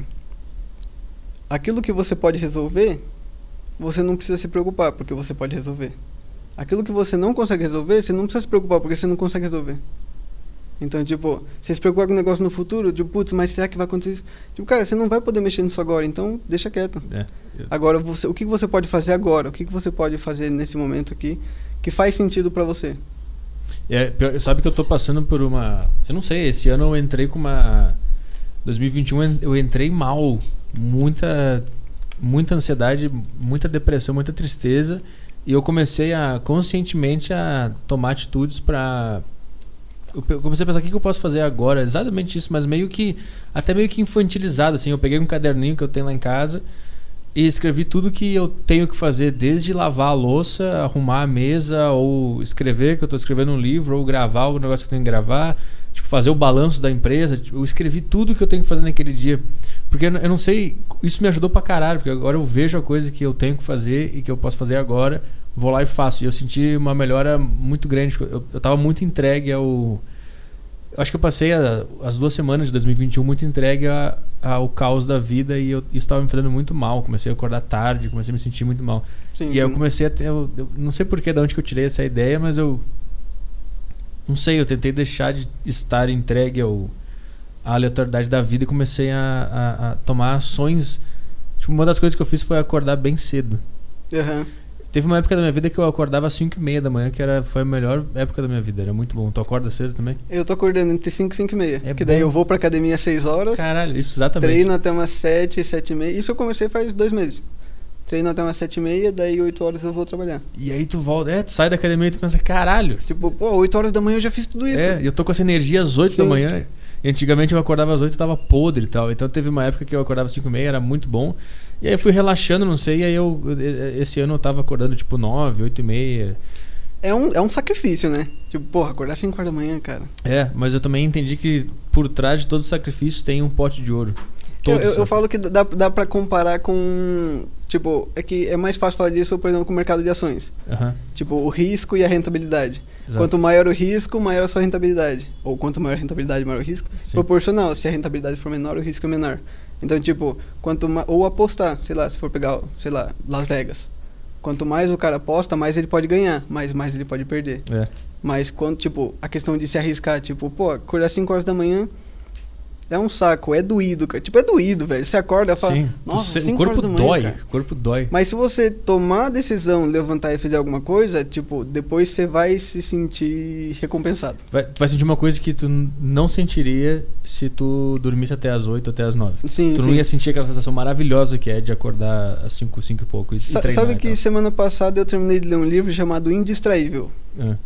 aquilo que você pode resolver, você não precisa se preocupar, porque você pode resolver. Aquilo que você não consegue resolver, você não precisa se preocupar, porque você não consegue resolver. Então, tipo, você se preocupar com um negócio no futuro, tipo, putz, mas será que vai acontecer isso? Tipo, cara, você não vai poder mexer nisso agora, então deixa quieto. É. Eu- Agora, você, o que você pode fazer agora? O que você pode fazer nesse momento aqui que faz sentido pra você? É, pior- sabe que eu tô passando por uma... Eu não sei, esse ano eu entrei com uma... dois mil e vinte e um eu entrei mal. Muita, muita ansiedade, muita depressão, muita tristeza. E eu comecei a, conscientemente, a tomar atitudes pra... Eu pe- comecei a pensar, o que que eu posso fazer agora? Exatamente isso, mas meio que... Até meio que infantilizado, assim. Eu peguei um caderninho que eu tenho lá em casa e escrevi tudo que eu tenho que fazer, desde lavar a louça, arrumar a mesa, ou escrever, que eu tô escrevendo um livro, ou gravar o negócio que eu tenho que gravar, tipo, fazer o balanço da empresa. Eu escrevi tudo que eu tenho que fazer naquele dia. Porque eu não- eu não sei, isso me ajudou pra caralho, porque agora eu vejo a coisa que eu tenho que fazer e que eu posso fazer agora, vou lá e faço. E eu senti uma melhora muito grande, porque eu, eu tava muito entregue ao... Eu acho que eu passei a- as duas semanas de dois mil e vinte e um muito entregue a- ao caos da vida, e eu, isso estava me fazendo muito mal. Comecei a acordar tarde, comecei a me sentir muito mal. Sim, e aí eu sim. comecei a ter... Eu, eu não sei por que, de onde que eu tirei essa ideia, mas eu... Não sei, eu tentei deixar de estar entregue ao, à aleatoriedade da vida e comecei a, a, a tomar ações. Tipo, uma das coisas que eu fiz foi acordar bem cedo. Aham. Teve uma época da minha vida que eu acordava às cinco e meia da manhã, que era, foi a melhor época da minha vida. Era muito bom. Tu acorda cedo também? Eu tô acordando entre cinco e cinco e meia. É que daí bom. eu vou pra academia às seis horas, Caralho, isso exatamente. treino até umas sete, sete e meia. Isso eu comecei faz dois meses. Treino até umas sete e meia, daí oito horas eu vou trabalhar. E aí tu volta, é, tu sai da academia e tu pensa, caralho. Tipo, pô, oito horas da manhã eu já fiz tudo isso. É, e eu tô com essa energia às oito da Sim. manhã. E antigamente eu acordava às oito e tava podre e tal. Então teve uma época que eu acordava às cinco e meia, era muito bom. E aí eu fui relaxando, não sei, e aí eu, esse ano eu tava acordando tipo nove, oito e meia. É um, é um sacrifício, né? Tipo, porra, acordar cinco horas da manhã, cara. É, mas eu também entendi que por trás de todo sacrifício tem um pote de ouro. Eu, Todo eu, eu sacrifício. falo que dá, dá pra comparar com... Tipo, é que é mais fácil falar disso, por exemplo, com o mercado de ações. Aham, Tipo, o risco e a rentabilidade. exato. Quanto maior o risco, maior a sua rentabilidade. Ou quanto maior a rentabilidade, maior o risco. Sim. Proporcional. Se a rentabilidade for menor, o risco é menor. Então, tipo, quanto ma- ou apostar, sei lá, se for pegar, sei lá, Las Vegas. Quanto mais o cara aposta, mais ele pode ganhar, mais mais ele pode perder. É. Mas quando, tipo, a questão de se arriscar, tipo, pô, acordar cinco horas da manhã é um saco, é doído, cara. Tipo, é doído, velho. Você acorda e fala, Sim, tu nossa, se- o cinco corpo horas da manhã, dói, cara. o corpo dói. Mas se você tomar a decisão, levantar e fazer alguma coisa, tipo, depois você vai se sentir recompensado. Vai, tu vai sentir uma coisa que tu n- não sentiria se tu dormisse até as oito, até as nove. Sim, Tu sim. não ia sentir aquela sensação maravilhosa que é de acordar às cinco, cinco e pouco e, e Sa- treinar sabe e que tal. semana passada eu terminei de ler um livro chamado Indistraível, É.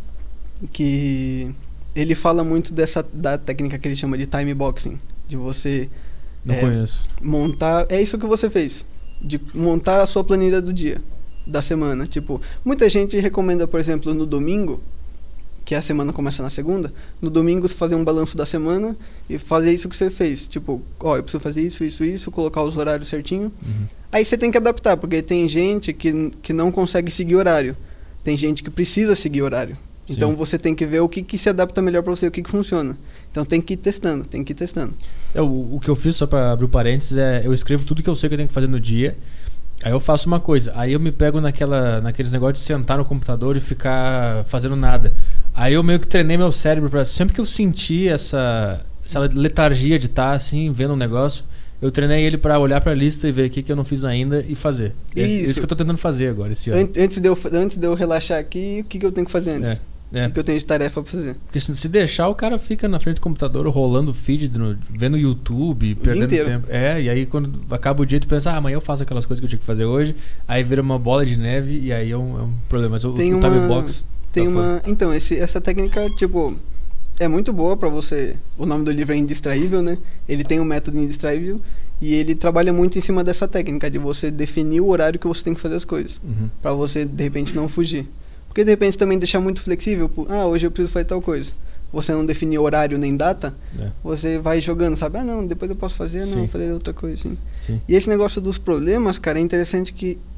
que ele fala muito dessa da técnica que ele chama de time boxing, de você Não É. conheço. montar, é isso que você fez, de montar a sua planilha do dia, da semana. Tipo, muita gente recomenda, por exemplo, no domingo, que a semana começa na segunda, no domingo você fazer um balanço da semana e fazer isso que você fez. Tipo, ó, eu preciso fazer isso, isso, isso, colocar os horários certinho. Uhum. Aí você tem que adaptar, porque tem gente que, que não consegue seguir horário. Tem gente que precisa seguir horário. Sim. Então você tem que ver o que, que se adapta melhor pra você, o que, que funciona. Então tem que ir testando, tem que ir testando. É, o, o que eu fiz, só pra abrir o parênteses, é eu escrevo tudo que eu sei que eu tenho que fazer no dia. Aí eu faço uma coisa. Aí eu me pego naquela, naqueles negócios de sentar no computador e ficar fazendo nada. Aí eu meio que treinei meu cérebro pra... Sempre que eu senti essa, essa letargia de estar assim, vendo um negócio, eu treinei ele pra olhar pra lista e ver o que, que eu não fiz ainda e fazer. É Isso. isso que eu tô tentando fazer agora esse ano. An- Antes de, eu, antes de eu relaxar aqui, o que, que eu tenho que fazer antes? É, é. O que, que eu tenho de tarefa pra fazer? Porque se, se deixar, o cara fica na frente do computador rolando feed, no, vendo YouTube, perdendo inteiro. tempo. É, e aí quando acaba o dia, tu pensa, ah, amanhã eu faço aquelas coisas que eu tinha que fazer hoje. Aí vira uma bola de neve e aí é um, é um problema. Mas o, Tem o uma- time box... Tem tá uma. Então, esse, essa técnica, tipo, é muito boa pra você. O nome do livro é Indistraível, né? Ele tem um método indistraível e ele trabalha muito em cima dessa técnica de você definir o horário que você tem que fazer as coisas. Uhum. Pra você, de repente, não fugir. Porque, de repente, também deixar muito flexível. pô, Ah, hoje eu preciso fazer tal coisa. Você não definir horário nem data, É, você vai jogando, sabe? Ah, não, depois eu posso fazer, não, Sim. fazer outra coisa, assim. sim. E esse negócio dos problemas, cara, é interessante que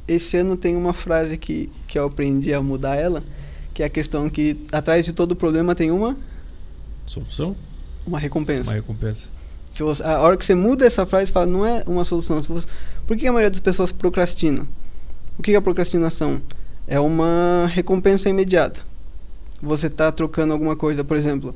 esse ano tem uma frase que, que eu aprendi a mudar ela, que é a questão que atrás de todo problema tem uma... Solução? Uma recompensa. Uma recompensa. Se você, a hora que você muda essa frase, fala, não é uma solução. Se você, por que a maioria das pessoas procrastina? O que é a procrastinação? É uma recompensa imediata. Você está trocando alguma coisa, por exemplo,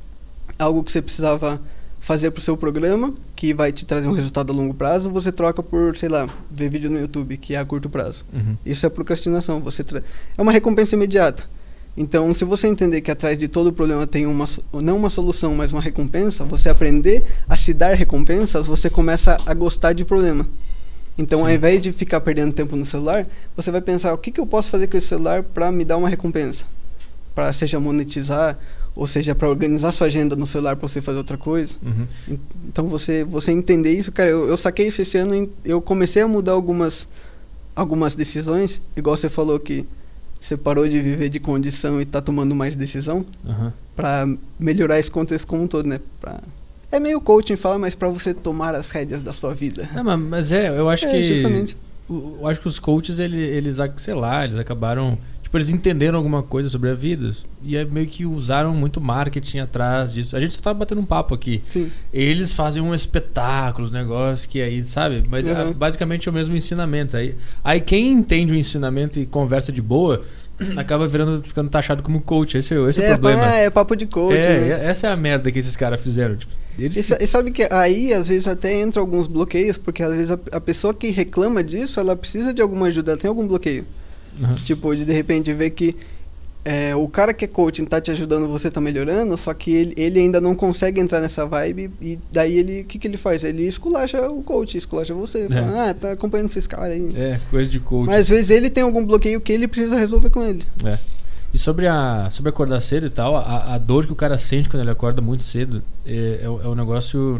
algo que você precisava fazer para o seu programa, que vai te trazer um resultado a longo prazo, você troca por, sei lá, ver vídeo no YouTube, que é a curto prazo. Uhum. Isso é procrastinação. Você tra... É uma recompensa imediata. Então, se você entender que atrás de todo problema tem uma, não uma solução, mas uma recompensa, você aprender a se dar recompensas, você começa a gostar de problema. Então, Sim. ao invés de ficar perdendo tempo no celular, você vai pensar, o que, que eu posso fazer com esse celular para me dar uma recompensa? Para, seja monetizar, ou seja, para organizar sua agenda no celular para você fazer outra coisa. Uhum. Então, você, você entender isso, cara, eu, eu saquei isso esse ano, eu comecei a mudar algumas, algumas decisões, igual você falou que você parou de viver de condição e está tomando mais decisão, uhum. para melhorar esse contexto como um todo, né? Pra... É meio coaching, fala, mas para você tomar as rédeas da sua vida. Não, mas é, eu acho é, que... Justamente. Eu acho que os coaches, eles, eles, sei lá, eles acabaram... Tipo, eles entenderam alguma coisa sobre a vida e é meio que usaram muito marketing atrás disso. A gente só tava batendo um papo aqui. Sim. Eles fazem um espetáculo, um negócio que aí, sabe? Mas uhum. é basicamente o mesmo ensinamento. Aí, aí quem entende o ensinamento e conversa de boa, acaba virando, ficando taxado como coach. Esse, esse é, é o problema. É, é papo de coach, é, né? Essa é a merda que esses caras fizeram. Tipo, eles... e, e sabe que aí, às vezes, até entra alguns bloqueios, porque às vezes a, a pessoa que reclama disso, ela precisa de alguma ajuda, ela tem algum bloqueio. Uhum. Tipo, de de repente ver que é, o cara que é coaching tá te ajudando, você tá melhorando, só que ele, ele ainda não consegue entrar nessa vibe, e daí ele, o que que ele faz? Ele esculacha o coach, esculacha você, ele é. fala, ah, tá acompanhando esses caras aí. É, coisa de coach. Mas às vezes ele tem algum bloqueio que ele precisa resolver com ele. É. E sobre, a, sobre acordar cedo e tal, a, a dor que o cara sente quando ele acorda muito cedo é, é, é um negócio...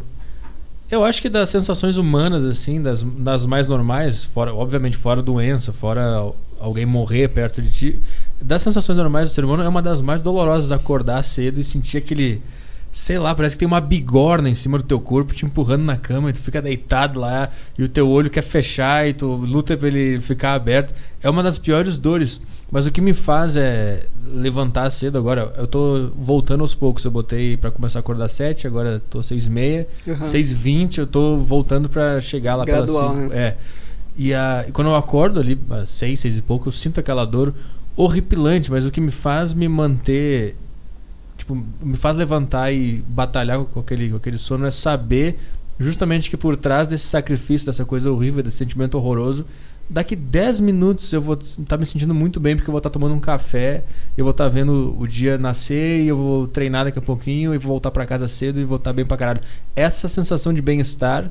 Eu acho que das sensações humanas, assim, das, das mais normais, fora, obviamente fora doença, fora alguém morrer perto de ti, das sensações normais do ser humano, é uma das mais dolorosas acordar cedo e sentir aquele, sei lá, parece que tem uma bigorna em cima do teu corpo te empurrando na cama e tu fica deitado lá e o teu olho quer fechar e tu luta pra ele ficar aberto. É uma das piores dores. Mas o que me faz é levantar cedo agora. Eu tô voltando aos poucos. Eu botei pra começar a acordar às sete, agora tô às seis e meia. Uhum. seis e vinte eu tô voltando pra chegar lá Gradual, pelas cinco. Né? É. E, a, e quando eu acordo ali, às seis, seis e pouco, eu sinto aquela dor horripilante. Mas o que me faz me manter... Tipo, me faz levantar e batalhar com aquele, com aquele sono é saber justamente que por trás desse sacrifício, dessa coisa horrível, desse sentimento horroroso, daqui dez minutos eu vou estar tá me sentindo muito bem, porque eu vou estar tá tomando um café, eu vou estar tá vendo o dia nascer e eu vou treinar daqui a pouquinho e vou voltar para casa cedo e vou estar tá bem pra caralho. Essa sensação de bem-estar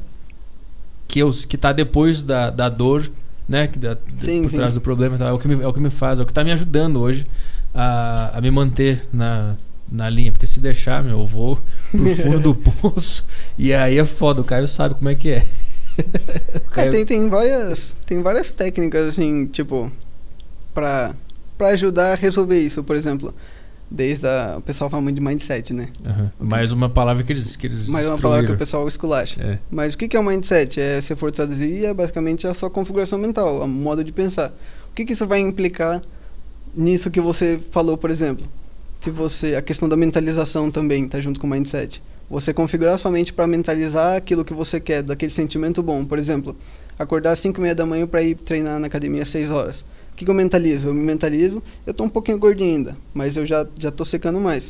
que, eu, que tá depois da, da dor, né, que da, sim, por sim. trás do problema, é o, que me, é o que me faz, é o que tá me ajudando hoje a, a me manter na, na linha, porque se deixar, meu, eu vou pro fundo do poço e aí é foda, o Caio sabe como é que é. É, tem, tem, várias, tem várias técnicas, assim, tipo, pra, pra ajudar a resolver isso, por exemplo. Desde a... O pessoal fala muito de mindset, né? Uhum. Mais uma palavra que eles que eles Mais uma palavra que o pessoal esculacha. É. Mas o que é o mindset? É, se for traduzir, é basicamente a sua configuração mental, o modo de pensar. O que, que isso vai implicar nisso que você falou, por exemplo? Se você... A questão da mentalização também tá junto com o mindset. Você configurar sua mente para mentalizar aquilo que você quer, daquele sentimento bom. Por exemplo, acordar às cinco e meia da manhã para ir treinar na academia às seis horas. O que, que eu mentalizo? Eu me mentalizo, eu tô um pouquinho gordinho ainda, mas eu já, já tô secando mais.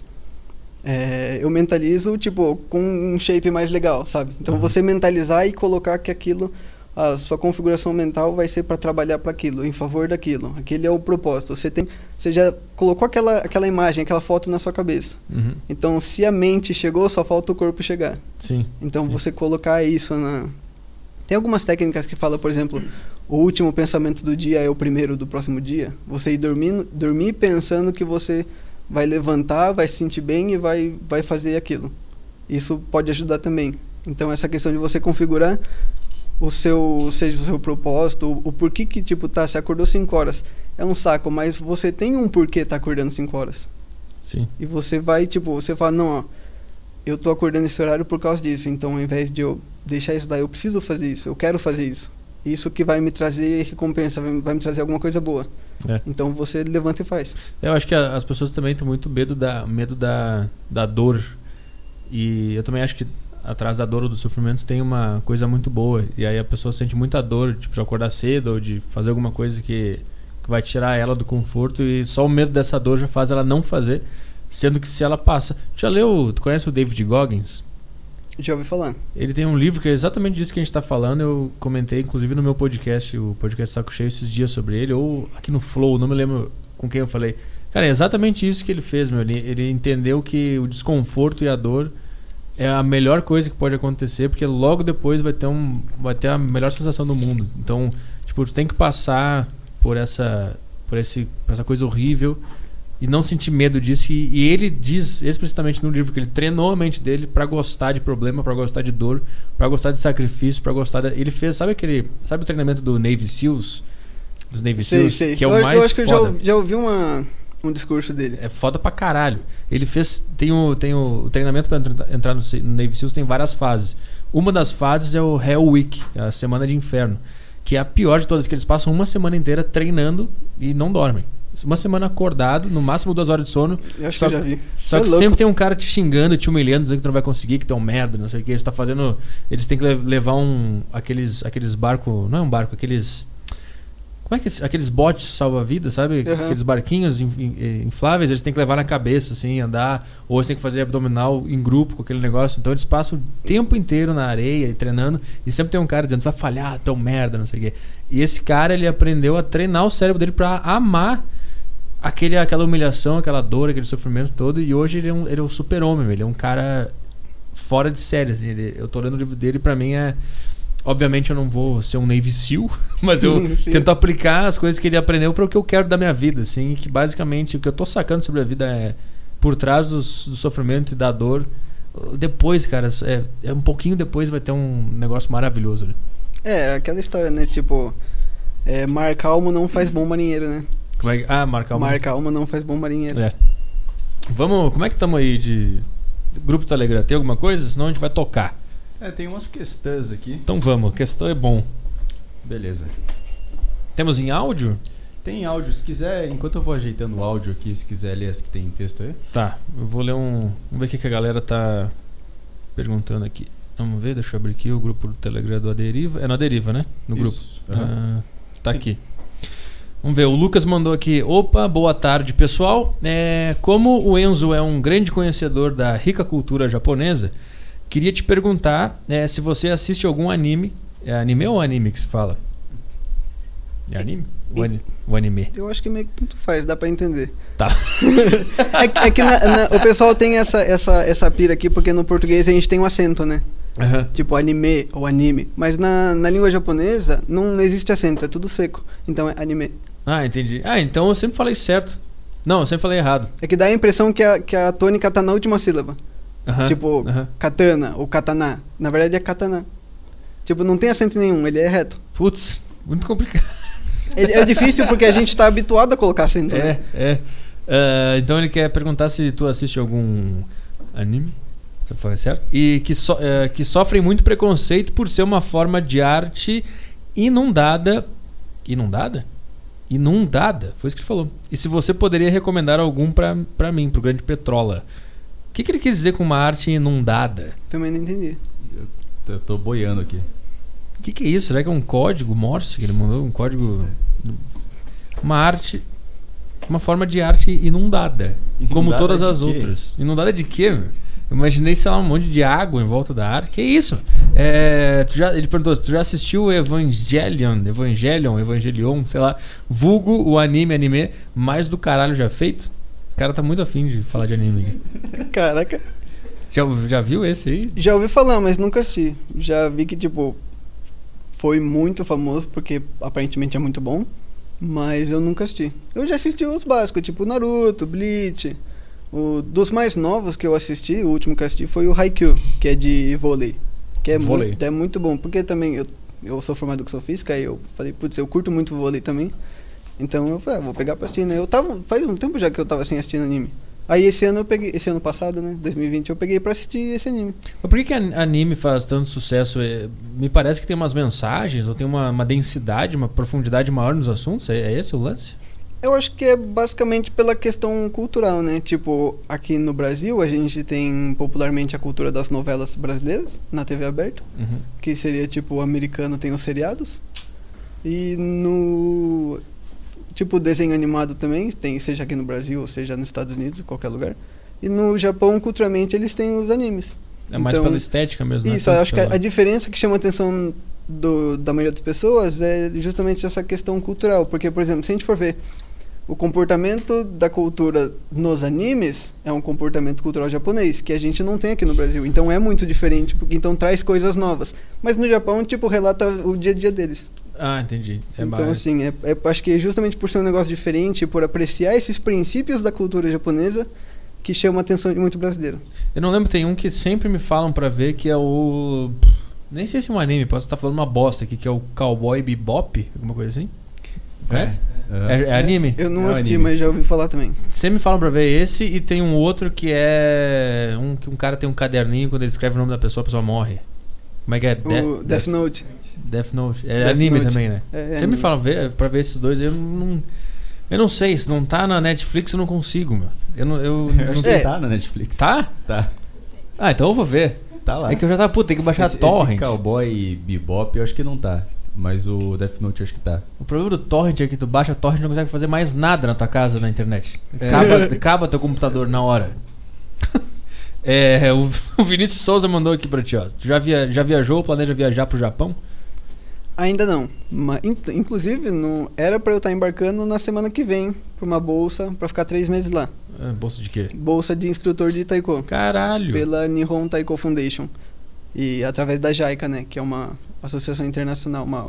É, eu mentalizo, tipo, com um shape mais legal, sabe? Então, uhum. você mentalizar e colocar que aquilo, a sua configuração mental vai ser para trabalhar para aquilo, em favor daquilo. Aquele é o propósito. Você tem, você já colocou aquela, aquela imagem, aquela foto na sua cabeça. Uhum. Então, se a mente chegou, só falta o corpo chegar. Sim. Então, sim. você colocar isso na... Tem algumas técnicas que falam, por exemplo, o último pensamento do dia é o primeiro do próximo dia. Você ir dormindo, dormir pensando que você vai levantar, vai se sentir bem e vai, vai fazer aquilo. Isso pode ajudar também. Então, essa questão de você configurar o seu, seja o seu propósito, o, o porquê que, tipo, tá, você acordou cinco horas, é um saco, mas você tem um porquê tá acordando cinco horas. Sim. E você vai, tipo, você fala, não, ó, eu tô acordando esse horário por causa disso, então ao invés de eu deixar isso daí, eu preciso fazer isso, eu quero fazer isso. isso que vai me trazer recompensa, vai, vai me trazer alguma coisa boa. É. Então você levanta e faz. Eu acho que a, as pessoas também têm muito medo da, medo da, da dor. E eu também acho que atrás da dor ou do sofrimento tem uma coisa muito boa. E aí a pessoa sente muita dor, tipo, de acordar cedo ou de fazer alguma coisa que, que vai tirar ela do conforto. E só o medo dessa dor já faz ela não fazer. Sendo que se ela passa... Já leu... Tu conhece o David Goggins? Já ouvi falar. Ele tem um livro que é exatamente disso que a gente está falando. Eu comentei, inclusive, no meu podcast, o podcast Saco Cheio, esses dias sobre ele. Ou aqui no Flow, não me lembro com quem eu falei. Cara, é exatamente isso que ele fez, meu. Ele, ele entendeu que o desconforto e a dor é a melhor coisa que pode acontecer, porque logo depois vai ter, um, vai ter a melhor sensação do mundo. Então, tipo, tu tem que passar por essa, por esse, por essa coisa horrível e não sentir medo disso. E, e ele diz explicitamente no livro que ele treinou a mente dele pra gostar de problema, pra gostar de dor, pra gostar de sacrifício, pra gostar de... Ele fez, sabe aquele, sabe o treinamento do Navy Seals? Dos Navy Sei, Seals? sei. Que é o eu, mais eu acho que foda. eu já, já ouvi uma, um discurso dele. É foda pra caralho. Ele fez... Tem o, tem o, o treinamento pra entrar, entrar no, no Navy Seals tem várias fases. Uma das fases é o Hell Week, a Semana de Inferno, que é a pior de todas, que eles passam uma semana inteira treinando e não dormem. Uma semana acordado, no máximo duas horas de sono. Eu acho só, que eu já vi. Só Isso que é louco. sempre tem um cara te xingando, te humilhando, dizendo que tu não vai conseguir, que tu é um merda, não sei o que. Eles tá fazendo. Eles têm que le- levar um. Aqueles, aqueles barcos. Não é um barco, aqueles. Como é que é? Aqueles botes salva-vidas, sabe? Uhum. Aqueles barquinhos in- in- infláveis, eles têm que levar na cabeça, assim, andar. Ou eles têm que fazer abdominal em grupo com aquele negócio. Então eles passam o tempo inteiro na areia e treinando. E sempre tem um cara dizendo, tu vai falhar, tu é um merda, não sei o quê. E esse cara, ele aprendeu a treinar o cérebro dele pra amar aquele, aquela humilhação, aquela dor, aquele sofrimento todo. E hoje ele é um, ele é um super-homem, ele é um cara fora de série, assim. Ele, eu tô lendo o livro dele e pra mim é... Obviamente eu não vou ser um Navy Seal, mas eu Sim. tento aplicar as coisas que ele aprendeu para o que eu quero da minha vida, assim, que basicamente o que eu tô sacando sobre a vida é por trás do, do sofrimento e da dor. Depois, cara, é, é um pouquinho depois vai ter um negócio maravilhoso ali. É, aquela história, né? Tipo, é, mar calmo não faz bom marinheiro, né? Como é que... Ah, marcar uma... Mar calmo não faz bom marinheiro. É. Vamos, como é que estamos aí de Grupo Telegram? Tem alguma coisa? Senão a gente vai tocar. É, tem umas questões aqui. Então vamos, a questão é bom. Beleza. Temos em áudio? Tem áudio, se quiser, enquanto eu vou ajeitando o áudio aqui, se quiser ler as que tem texto aí. Tá, eu vou ler um... Vamos ver o que que a galera tá perguntando aqui. Vamos ver, deixa eu abrir aqui o grupo do Telegram do Aderiva. É no Aderiva, né? No grupo. Isso. Uhum. Ah, tá aqui. Vamos ver, o Lucas mandou aqui. Opa, boa tarde, pessoal. É, como o Enzo é um grande conhecedor da rica cultura japonesa, queria te perguntar é, se você assiste algum anime. É anime ou anime que se fala? É anime? O, ani- o anime. Eu acho que meio que tanto faz, dá pra entender. Tá. É, que- é que na- na- o pessoal tem essa, essa, essa pira aqui, porque no português a gente tem um acento, né? Aham. Tipo anime ou anime. Mas na, na língua japonesa não existe acento, é tudo seco. Então é anime. Ah, entendi. Ah, então eu sempre falei certo. Não, eu sempre falei errado. É que dá a impressão que a, que a tônica tá na última sílaba. Aham, Tipo, aham. katana ou katana. Na verdade é katana. Tipo, não tem acento nenhum, ele é reto. Putz, muito complicado. Ele, é difícil porque a gente tá habituado a colocar acento, né? É, é. Ah, então ele quer perguntar se tu assiste algum anime, se eu falei certo, e que, so, eh, que sofrem muito preconceito por ser uma forma de arte inundada. Inundada? Inundada, foi isso que ele falou. E se você poderia recomendar algum pra, pra mim, pro Grande Petrola. O que, que ele quis dizer com uma arte inundada? Também não entendi. Eu tô boiando aqui. O que, que é isso? Será que é um código Morse que ele mandou? Um código. Uma arte. Uma forma de arte inundada. como Inundada todas de as quê? outras. Inundada de quê, meu? Eu imaginei, sei lá, um monte de água em volta da arte. Que isso? É, tu já, ele perguntou, tu já assistiu o Evangelion? Evangelion, Evangelion, sei lá. Vulgo o anime, anime mais do caralho já feito? O cara tá muito afim de falar de anime aqui. Caraca. Já, já viu esse aí? Já ouvi falar, mas nunca assisti. Já vi que, tipo, foi muito famoso porque aparentemente é muito bom, mas eu nunca assisti. Eu já assisti os básicos, tipo Naruto, Bleach. O, dos mais novos que eu assisti, o último que eu assisti foi o Haikyuu, que é de vôlei. Que é, Vôlei. Muito, é muito bom, porque também eu, eu sou formado em educação física, aí eu falei, putz, eu curto muito vôlei também. Então eu falei, ah, vou pegar pra assistir, né? Eu tava, faz um tempo já que eu tava assim assistindo anime. Aí esse ano eu peguei, esse ano passado, né, dois mil e vinte, eu peguei pra assistir esse anime. Mas por que que a- anime faz tanto sucesso? É, Me parece que tem umas mensagens, ou tem uma, uma densidade, uma profundidade maior nos assuntos. É, é esse o lance? Eu acho que é basicamente pela questão cultural, né? Tipo, aqui no Brasil a gente tem popularmente a cultura das novelas brasileiras na T V aberta, Uhum. que seria tipo, o americano tem os seriados. E no tipo desenho animado também, tem, seja aqui no Brasil ou seja nos Estados Unidos, em qualquer lugar. E no Japão, culturalmente, eles têm os animes. É mais Então, pela estética mesmo, né? Isso, eu Tanto acho que a, pela- a diferença que chama a atenção do, da maioria das pessoas é justamente essa questão cultural. Porque, por exemplo, se a gente for ver o comportamento da cultura nos animes, é um comportamento cultural japonês, que a gente não tem aqui no Brasil. Então é muito diferente, porque então traz coisas novas. Mas no Japão, tipo, relata o dia a dia deles. Ah, entendi. É então, mais... assim, é, é, acho que é justamente por ser um negócio diferente, por apreciar esses princípios da cultura japonesa, que chama a atenção de muito brasileiro. Eu não lembro, tem um que sempre me falam pra ver, que é o... Nem sei se é um anime, posso estar falando uma bosta aqui, que é o Cowboy Bebop, alguma coisa assim. Conhece? É, é anime? Eu não É um assisti, anime. mas já ouvi falar também. Sempre me falam pra ver esse, e tem um outro que é... Um, que um cara tem um caderninho, quando ele escreve o nome da pessoa, a pessoa morre. Como é que é? O De- Death Note. Death Note. É Death anime Note. também, né? É, é Sempre anime. me falam ver, pra ver esses dois, eu não... Eu não sei, se não tá na Netflix eu não consigo, meu. Eu não... Eu, Eu acho não que É. tá na Netflix. Tá? Tá. Ah, então eu vou ver. Tá lá. É que eu já tava, puta, tem que baixar esse, torrent. esse Cowboy Bebop eu acho que não tá. Mas o Death Note eu acho que tá. O problema do torrent é que tu baixa torrent e não consegue fazer mais nada na tua casa na internet. É. Acaba, acaba teu computador na hora. É, o, o Vinícius Souza mandou aqui pra ti, ó. Tu já, via, já viajou, planeja viajar pro Japão? Ainda não. Mas, in- inclusive, não, era pra eu estar embarcando na semana que vem pra uma bolsa pra ficar três meses lá. É, bolsa de quê? Bolsa de instrutor de taiko. Caralho. Pela Nihon Taiko Foundation. E através da JAICA, né? Que é uma associação internacional, uma,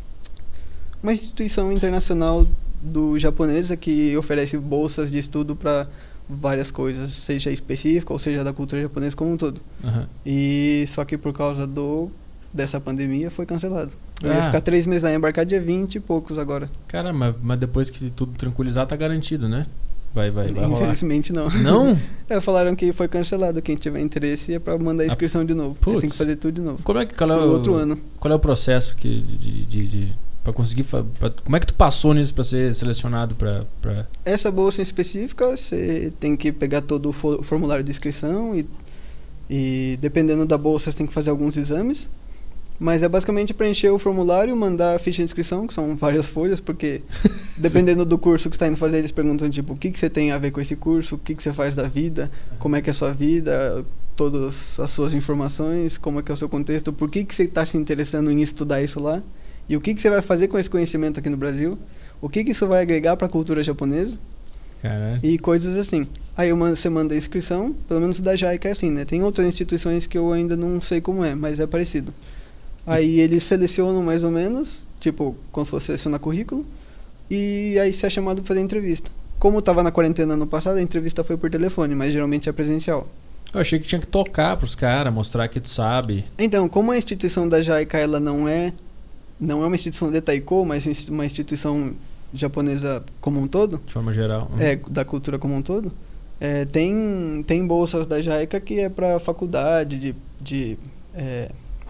uma instituição internacional do japonesa que oferece bolsas de estudo para várias coisas, seja específica ou seja da cultura japonesa como um todo. Aham. E só que por causa do dessa pandemia foi cancelado. Eu Ah. ia ficar três meses lá, ia embarcar dia vinte e poucos agora. Cara, mas, mas depois que tudo tranquilizar, tá garantido, né? Vai, vai, vai rolar. Infelizmente não. Não? É, falaram que foi cancelado. Quem tiver interesse é pra mandar a inscrição de novo. putz. Tem que fazer tudo de novo. Como é que qual é No o, outro ano. Qual é o processo que de, de, de para conseguir fa- pra, como é que tu passou nisso pra ser selecionado pra, pra... Essa bolsa em específica, você tem que pegar todo o fo- formulário de inscrição e, e dependendo da bolsa você tem que fazer alguns exames. Mas é basicamente preencher o formulário, mandar a ficha de inscrição, que são várias folhas, porque dependendo do curso que você está indo fazer, eles perguntam tipo, o que, que você tem a ver com esse curso, o que, que você faz da vida, como é que é a sua vida, todas as suas informações, como é que é o seu contexto, por que, que você está se interessando em estudar isso lá, e o que, que você vai fazer com esse conhecimento aqui no Brasil, o que, que isso vai agregar para a cultura japonesa, Caralho. e coisas assim. Aí eu mando- você manda a inscrição, pelo menos da JAICA é assim, né? Tem outras instituições que eu ainda não sei como é, mas é parecido. Aí eles selecionam mais ou menos, tipo, como se fosse selecionar currículo, e aí você é chamado para fazer entrevista. Como eu tava na quarentena ano passado, a entrevista foi por telefone, mas geralmente é presencial. Eu achei que tinha que tocar pros caras, mostrar que tu sabe. Então, como a instituição da JAICA ela não é não é uma instituição de taiko, mas insti- uma instituição japonesa como um todo, De forma geral. Uhum. é, da cultura como um todo, é, tem, tem bolsas da JAICA que é para faculdade, de, de é,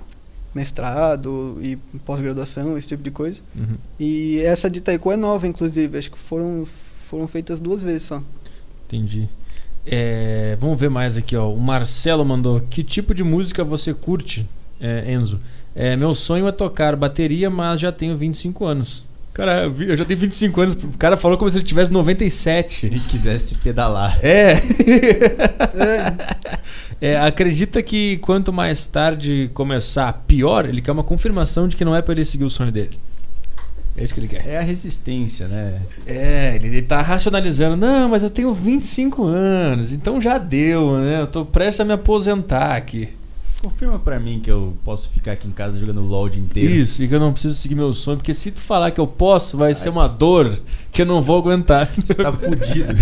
mestrado e pós-graduação, esse tipo de coisa. Uhum. E essa de taiko é nova, inclusive, acho que foram, foram feitas duas vezes só. Entendi. É, vamos ver mais aqui, ó. O Marcelo mandou: que tipo de música você curte, é, Enzo? É, meu sonho é tocar bateria, mas já tenho vinte e cinco anos. Cara, eu vi- eu já tenho vinte e cinco anos. O cara falou como se ele tivesse noventa e sete. E quisesse pedalar. É. É, É, acredita que quanto mais tarde começar, pior? Ele quer uma confirmação de que não é pra ele seguir o sonho dele. É isso que ele quer. É a resistência, né? É, ele, ele tá racionalizando. Não, mas eu tenho vinte e cinco anos, então já deu, né? Eu tô prestes a me aposentar aqui. Confirma pra mim que eu posso ficar aqui em casa jogando LOL o dia inteiro. Isso, e que eu não preciso seguir meu sonho, porque se tu falar que eu posso, vai ser uma dor que eu não vou aguentar. Você tá fudido.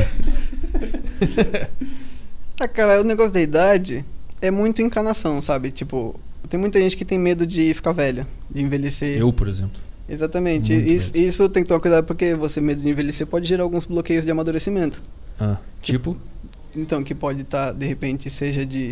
ah, cara, o negócio da idade é muito encanação, sabe? Tipo, tem muita gente que tem medo de ficar velha, de envelhecer. Eu, por exemplo. Exatamente. Muito Isso, isso tem que tomar cuidado porque você medo de envelhecer pode gerar alguns bloqueios de amadurecimento. Ah, tipo? Então, que pode estar, de repente, seja de...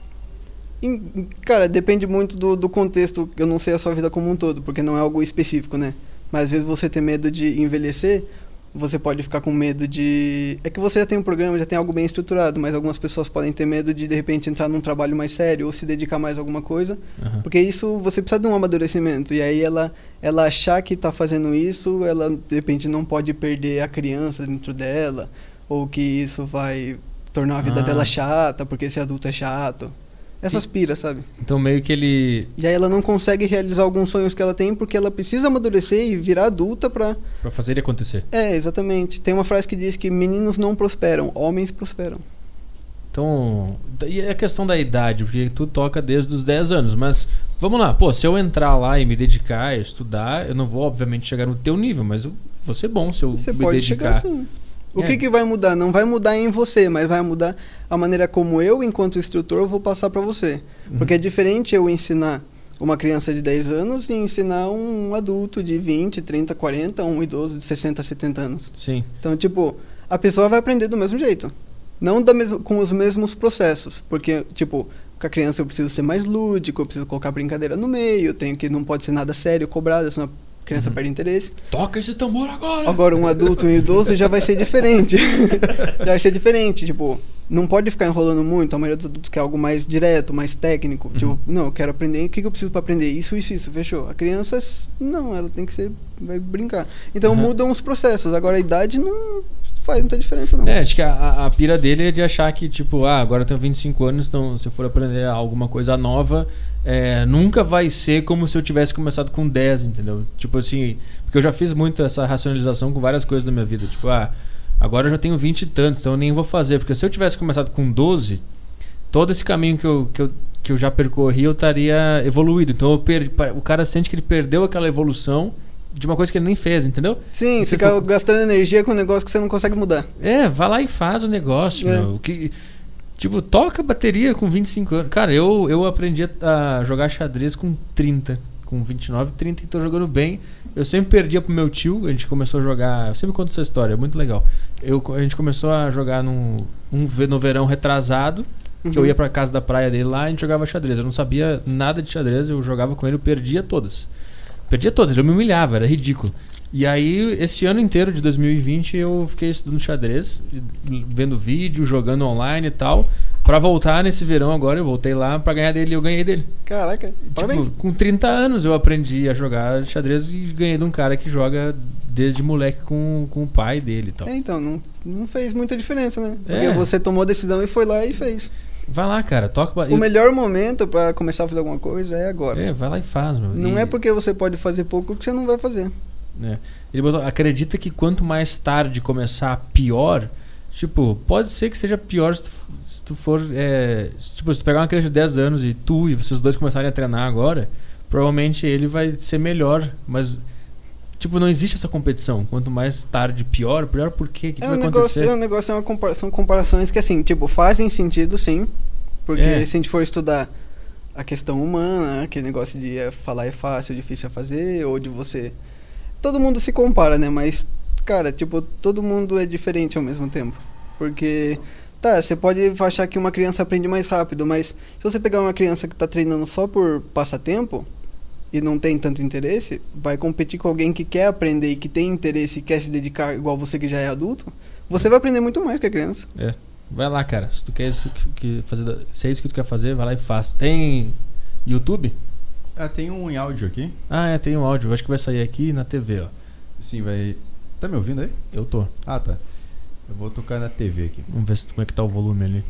Em- Cara, depende muito do, do contexto. Eu não sei a sua vida como um todo, porque não é algo específico, né? Mas às vezes você tem medo de envelhecer, você pode ficar com medo de... É que você já tem um programa, já tem algo bem estruturado, mas algumas pessoas podem ter medo de, de repente, entrar num trabalho mais sério ou se dedicar mais a alguma coisa. Aham. Porque isso, você precisa de um amadurecimento. E aí ela, ela achar que está fazendo isso, ela, de repente, não pode perder a criança dentro dela, ou que isso vai tornar a vida Ah. dela chata, porque esse adulto é chato. Essas piras, sabe? Então meio que ele... E aí ela não consegue realizar alguns sonhos que ela tem porque ela precisa amadurecer e virar adulta pra... Pra fazer ele acontecer. É, exatamente. Tem uma frase que diz que meninos não prosperam, homens prosperam. Então, e a questão da idade, porque tu toca desde os dez anos, mas vamos lá, pô, se eu entrar lá e me dedicar, estudar, eu não vou obviamente chegar no teu nível, mas eu vou ser bom se eu Você me pode dedicar. chegar assim. O É. que, que vai mudar? Não vai mudar em você, mas vai mudar a maneira como eu, enquanto instrutor, vou passar pra você. Uhum. Porque é diferente eu ensinar uma criança de dez anos e ensinar um adulto de vinte, trinta, quarenta, um idoso de sessenta, setenta anos. Sim. Então, tipo, a pessoa vai aprender do mesmo jeito. Não da mes- com os mesmos processos. Porque, tipo, com a criança eu preciso ser mais lúdico, eu preciso colocar brincadeira no meio, eu tenho que não pode ser nada sério, cobrado, senão a criança Uhum. perde interesse. Toca esse tambor agora! Agora, um adulto e um idoso já vai ser diferente. Já vai ser diferente, tipo, não pode ficar enrolando muito. A maioria dos adultos quer algo mais direto, mais técnico. Uhum. Tipo, não, eu quero aprender, o que, que eu preciso pra aprender? Isso, isso, isso, fechou. A criança, não, ela tem que ser, vai brincar. Então Uhum. mudam os processos. Agora a idade não faz muita diferença, não. É, acho que a, a- a pira dele é de achar que, tipo, ah, agora eu tenho vinte e cinco anos, então se eu for aprender alguma coisa nova, é, nunca vai ser como se eu tivesse começado com dez, entendeu? Tipo assim, porque eu já fiz muito essa racionalização com várias coisas da minha vida. Tipo, ah, agora eu já tenho vinte e tantos, então eu nem vou fazer. Porque se eu tivesse começado com doze, todo esse caminho que eu, que eu, que eu já percorri, eu estaria evoluído. Então eu per, o cara sente que ele perdeu aquela evolução de uma coisa que ele nem fez, entendeu? Sim, E se ficar for- gastando energia com um negócio que você não consegue mudar. É, vai lá e faz o negócio, É. meu. Que, tipo, toca bateria com vinte e cinco anos. Cara, eu, eu aprendi a jogar xadrez com trinta. Com vinte e nove, trinta e tô jogando bem. Eu sempre perdia pro meu tio, a gente começou a jogar... Eu sempre conto essa história, é muito legal. Eu, a gente começou a jogar num, um, ve- no verão retrasado, que eu Uhum. ia pra casa da praia dele lá e a gente jogava xadrez. Eu não sabia nada de xadrez, eu jogava com ele, eu perdia todas. Perdia todas, eu me humilhava, era ridículo. E aí, esse ano inteiro de dois mil e vinte, eu fiquei estudando xadrez, e vendo vídeo, jogando online e tal. Pra voltar nesse verão agora, eu voltei lá pra ganhar dele e eu ganhei dele. Caraca, parabéns. Tipo, com trinta anos eu aprendi a jogar xadrez e ganhei de um cara que joga desde moleque com, com o pai dele e tal. É, então, não, não fez muita diferença, né? Porque É. você tomou a decisão e foi lá e fez. Vai lá, cara, toca... ba- O melhor momento pra começar a fazer alguma coisa é agora. É, vai lá e faz, meu. Não E- é porque você pode fazer pouco que você não vai fazer. É. Ele botou, acredita que quanto mais tarde começar, pior. Tipo, pode ser que seja pior se tu, se tu for. É, se, tipo, se tu pegar uma criança de dez anos e tu e vocês dois começarem a treinar agora, provavelmente ele vai ser melhor. Mas, tipo, não existe essa competição. Quanto mais tarde, pior. Pior por quê? O que, que É vai um negócio, acontecer? é um negócio, é uma compara- são comparações que, assim, tipo, fazem sentido, sim. Porque É. se a gente for estudar a questão humana, aquele negócio de é, falar é fácil, difícil é fazer, ou de você... Todo mundo se compara, né? Mas, cara, tipo, todo mundo é diferente ao mesmo tempo. Porque, tá, você pode achar que uma criança aprende mais rápido, mas se você pegar uma criança que tá treinando só por passatempo e não tem tanto interesse, vai competir com alguém que quer aprender e que tem interesse e quer se dedicar igual você que já é adulto, você vai aprender muito mais que a criança. É. Vai lá, cara. Se tu quer isso que, que fazer, da- se é isso que tu quer fazer, vai lá e faz. Tem YouTube? Ah, tem um em áudio aqui. Ah, é, tem um áudio. Acho que vai sair aqui na T V, ó. Sim, vai. Tá me ouvindo aí? Eu tô. Ah, tá. Eu vou tocar na T V aqui. Vamos ver se, como é que tá o volume ali.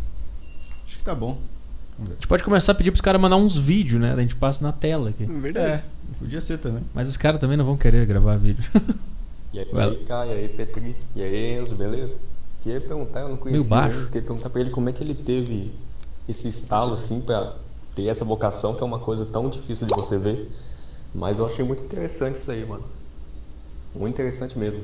Acho que tá bom. A gente pode começar a pedir pros caras mandar uns vídeos, né? A gente passa na tela aqui. É verdade. É, podia ser também. Mas os caras também não vão querer gravar vídeo. E aí, Vai. Caio, e aí, Petri, e aí, Enzo, beleza? Queria perguntar, eu não conhecia baixo. o Enzo, queria perguntar pra ele como é que ele teve esse estalo, assim, pra ter essa vocação, que é uma coisa tão difícil de você ver. Mas eu achei muito interessante isso aí, mano. Muito interessante mesmo.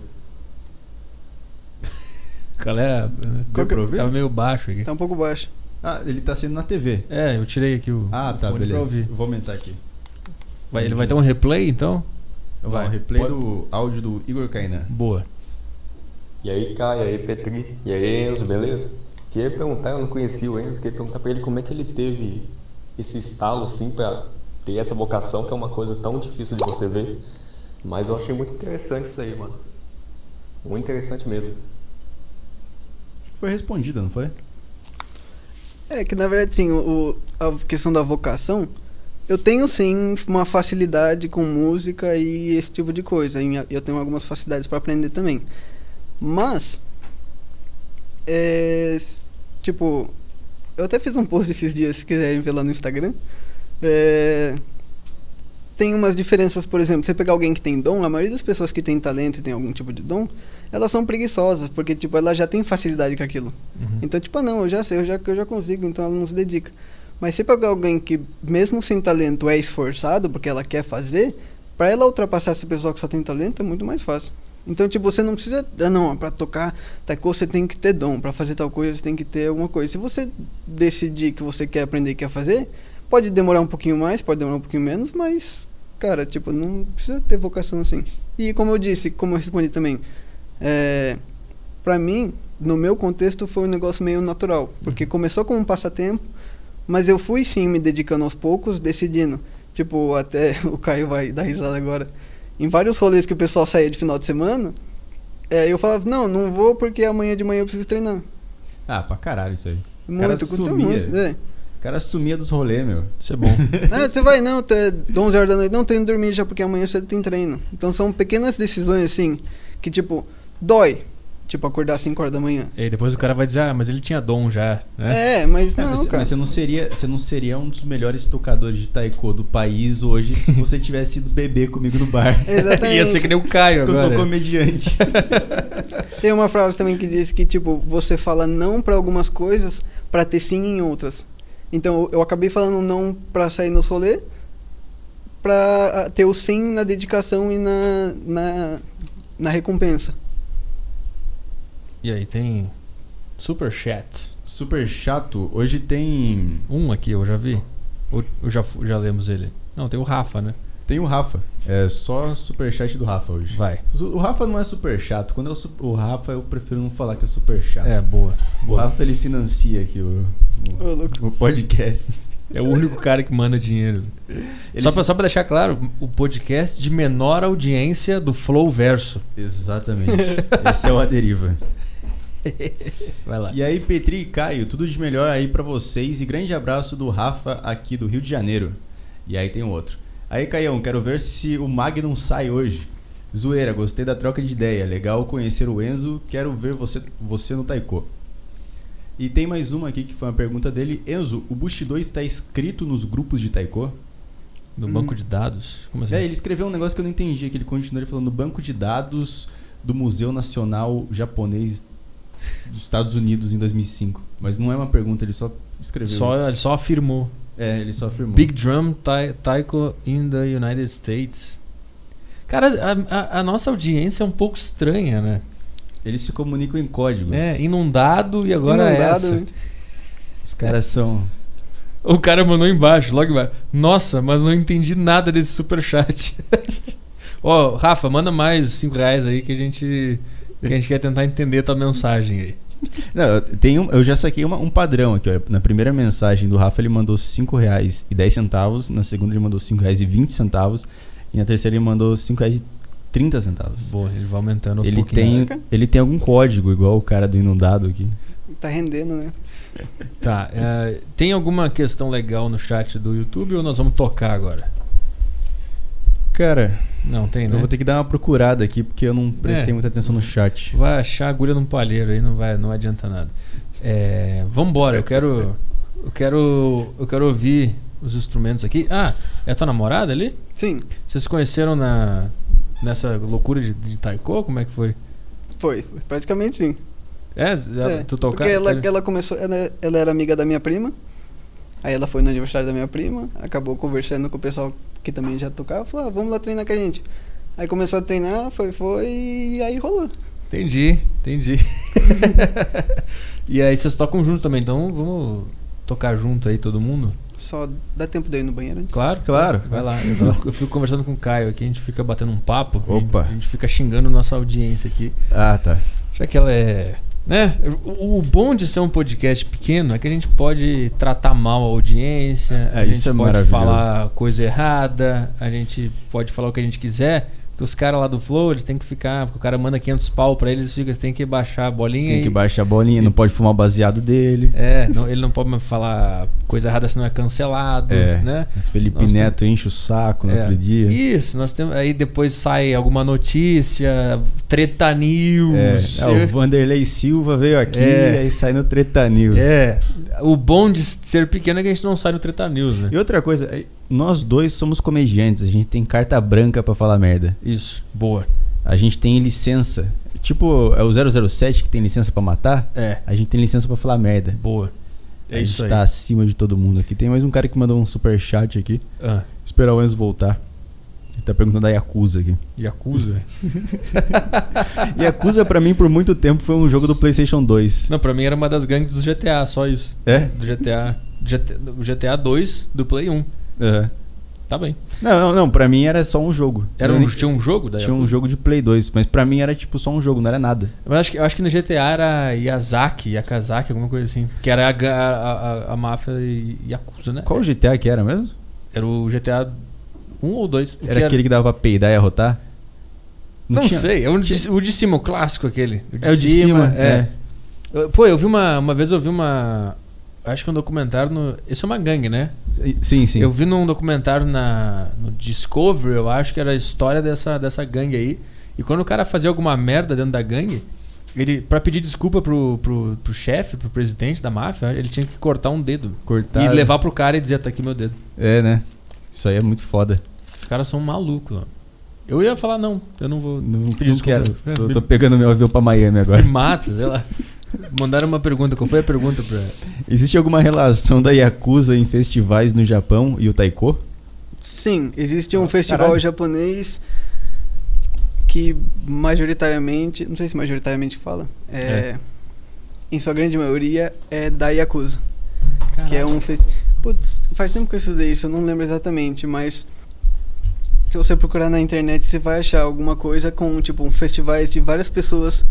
Galera, Deu pra ouvir? tava meio baixo aqui. Tá um pouco baixo. Ah, ele tá sendo na T V. É, eu tirei aqui o. Ah, o tá, fone pra beleza. ouvir. Eu vou aumentar aqui. Vai, ele vai ter um replay então? Vai, replay do áudio do Igor Kainan. Boa. E aí, Caio, e aí, Petri, e aí, Enzo, beleza? Queria perguntar, eu não conhecia o Enzo, queria perguntar pra ele como é que ele teve esse estalo, assim, pra ter essa vocação, que é uma coisa tão difícil de você ver. Mas eu achei muito interessante isso aí, mano. Muito interessante mesmo. Foi respondida, não foi? É que na verdade sim, o, a questão da vocação, eu tenho sim uma facilidade com música e esse tipo de coisa. e Eu tenho algumas facilidades para aprender também. Mas, é, tipo, eu até fiz um post esses dias, se quiserem ver lá no Instagram. É, tem umas diferenças, por exemplo, você pegar alguém que tem dom, a maioria das pessoas que tem talento e tem algum tipo de dom, elas são preguiçosas, porque tipo, ela já tem facilidade com aquilo. Uhum. Então, tipo, ah, não, eu já sei, eu já, eu já consigo, então ela não se dedica. Mas se pegar alguém que, mesmo sem talento, é esforçado, porque ela quer fazer, pra ela ultrapassar essa pessoa que só tem talento, é muito mais fácil. Então, tipo, você não precisa... Ah, não, pra tocar taiko você tem que ter dom, pra fazer tal coisa você tem que ter alguma coisa. Se você decidir que você quer aprender e quer fazer, pode demorar um pouquinho mais, pode demorar um pouquinho menos, mas, cara, tipo, não precisa ter vocação assim. E como eu disse, como eu respondi também, é, pra mim, no meu contexto, foi um negócio meio natural, porque começou como um passatempo, mas eu fui sim me dedicando aos poucos, decidindo. Tipo, até o Caio vai dar risada agora. Em vários rolês que o pessoal saía de final de semana, é, eu falava, não, não vou porque amanhã de manhã eu preciso treinar. Ah, pra caralho isso aí. Muito, o cara aconteceu sumia. muito, é. O cara sumia dos rolês, meu. Isso é bom. Ah, você vai, não, até onze horas da noite, não, tô indo dormir já porque amanhã você tem treino. Então são pequenas decisões assim, que tipo, dói. Tipo, acordar às cinco horas da manhã. E aí depois o cara vai dizer, ah, mas ele tinha dom já, né? É, mas É, não, mas, cara. mas você não seria, você não seria um dos melhores tocadores de taiko do país hoje se você tivesse ido beber comigo no bar. Exatamente. Ia ser que nem o Caio Porque eu agora. sou comediante. Tem uma frase também que diz que, tipo, você fala não pra algumas coisas pra ter sim em outras. Então, eu acabei falando não pra sair nos rolês, pra ter o sim na dedicação e na, na, na recompensa. E aí tem super chat. Super chato. Hoje tem... Um aqui, eu já vi. Ou, ou já, já lemos ele? Não, tem o Rafa, né? Tem o Rafa. É só superchat do Rafa hoje. Vai. O Rafa não é super chato. Quando é o, su- o Rafa, eu prefiro não falar que é super chato. É, boa. O boa. Rafa, ele financia aqui o, Ô, o, louco. o podcast. É o único cara que manda dinheiro. Ele Só se- pra, só pra deixar claro, o podcast de menor audiência do Flow Verso. Exatamente. Esse é o A Deriva. Vai lá. E aí, Petri e Caio, tudo de melhor aí pra vocês. E grande abraço do Rafa aqui do Rio de Janeiro. E aí tem um outro. Aí, Caião, quero ver se o Magnum sai hoje. Zoeira, gostei da troca de ideia. Legal conhecer o Enzo. Quero ver você, você no taiko. E tem mais uma aqui que foi uma pergunta dele. Enzo, o Bushido está inscrito nos grupos de taiko? No banco de dados? Como assim? É, ele escreveu um negócio que eu não entendi. Que ele continuou ele falando no banco de dados do Museu Nacional Japonês dos Estados Unidos em dois mil e cinco. Mas não é uma pergunta, ele só escreveu Só, isso. ele só afirmou. É, ele só afirmou. Big Drum tai, Taiko in the United States. Cara, a, a, a nossa audiência é um pouco estranha, né? Eles se comunicam em códigos. É, inundado e agora Inundado, essa. né? Os caras são... O cara mandou embaixo, logo embaixo. Nossa, mas não entendi nada desse superchat. Ó, oh, Rafa, manda mais cinco reais aí que a gente... Que a gente quer tentar entender a tua mensagem aí. Não, tem um, eu já saquei uma, um padrão aqui. Ó. Na primeira mensagem do Rafa ele mandou cinco reais e dez centavos. Na segunda ele mandou cinco reais e vinte centavos. E na terceira ele mandou cinco reais e trinta centavos. Boa, ele vai aumentando aos Ele pouquinhos. tem, ele tem algum código, igual o cara do inundado aqui. Tá rendendo, né? Tá, é, tem alguma questão legal no chat do YouTube ou nós vamos tocar agora? Cara, Não, tem, né? eu vou ter que dar uma procurada aqui porque eu não prestei É. muita atenção no chat. Vai achar agulha num palheiro aí, não vai, não adianta nada. É, vambora, eu quero, eu quero, eu quero ouvir os instrumentos aqui. Ah, é a tua namorada ali? Sim, Vocês se conheceram na nessa loucura de, de taiko? Como é que foi? foi. Praticamente sim. É, ela- É, tu tocar? porque ela, ela começou, ela, ela era amiga da minha prima. Aí ela foi no aniversário da minha prima, acabou conversando com o pessoal que também já tocava, falou, ah, vamos lá treinar com a gente. Aí começou a treinar, foi, foi, e aí rolou. Entendi, entendi. E aí vocês tocam junto também, então vamos tocar junto aí todo mundo? Só dá tempo de eu ir no banheiro antes? Claro, Claro. Vai lá. Eu fico, eu fico conversando com o Caio aqui, a gente fica batendo um papo. Opa. A gente fica xingando nossa audiência aqui. Ah, tá. Já que ela é Né? O, o bom de ser um podcast pequeno é que a gente pode tratar mal a audiência, É, a gente isso é pode maravilhoso. falar coisa errada, a gente pode falar o que a gente quiser. Porque os caras lá do Flow, eles têm que ficar... Porque o cara manda quinhentos pau pra eles, fica, eles têm que baixar a bolinha. Tem que e, baixar a bolinha, não pode fumar o baseado dele. É, não, ele não pode falar coisa errada, senão é cancelado, É. né? Felipe Nós Neto enche o saco no É. outro dia. Isso, nós temos. Aí depois sai alguma notícia, Treta É, News. é, o Vanderlei Silva veio aqui É. e aí sai no Treta News. É. O bom de ser pequeno é que a gente não sai no Treta News, né? E outra coisa, nós dois somos comediantes, a gente tem carta branca pra falar merda. Isso, boa. A gente tem licença. Tipo, é o zero zero sete que tem licença pra matar, É, a gente tem licença pra falar merda. boa. É a isso gente aí. tá acima de todo mundo aqui. Tem mais um cara que mandou um superchat aqui. Ah, Esperar o Enzo voltar. Ele tá perguntando da Yakuza aqui. Yakuza? Yakuza pra mim por muito tempo foi um jogo do PlayStation dois. Não, pra mim era uma das gangues do G T A, só isso. É? Do G T A. G T A o G T A dois do Play um. Aham. Tá bem. Não, não, não, pra mim era só um jogo. Era Eu um, nem- tinha um jogo da Tinha um Yakuza? jogo de Play dois, mas pra mim era tipo só um jogo, não era nada. Mas acho que, eu acho que no G T A era Yazaki, Yakazaki, alguma coisa assim. Que era a, ga- a, a, a máfia e Yakuza, né? Qual G T A que era mesmo? Era o G T A um ou dois? Era aquele que dava pra peidar e arrotar? Não, tinha- sei, é o de, o de cima, o clássico aquele. É o de cima, é. Eu- Pô, eu vi uma. Uma vez eu vi uma. Acho que um documentário no. Isso é uma gangue, né? E- Sim, sim. Eu vi num documentário na, no Discovery, eu acho que era a história dessa, dessa gangue aí. E quando o cara fazia alguma merda dentro da gangue, ele, pra pedir desculpa pro, pro, pro chefe, pro presidente da máfia, ele tinha que cortar um dedo. Cortar. E levar pro cara e dizer, tá aqui meu dedo. É, né? Isso aí é muito foda. Os caras são malucos, ó. Eu ia falar, não, eu não vou Não, pedir não desculpa. quero. É, Tô, me- tô pegando meu avião pra Miami agora. Me mata, sei lá. Mandaram uma pergunta. Qual foi a pergunta pra. Existe alguma relação da Yakuza em festivais no Japão e o Taiko? Sim, existe um festival caralho. japonês que majoritariamente, não sei se majoritariamente fala, é, É. em sua grande maioria é da Yakuza. Que é um fe... Putz, faz tempo que eu estudei isso, eu não lembro exatamente, mas se você procurar na internet, você vai achar alguma coisa com, tipo, festivais de várias pessoas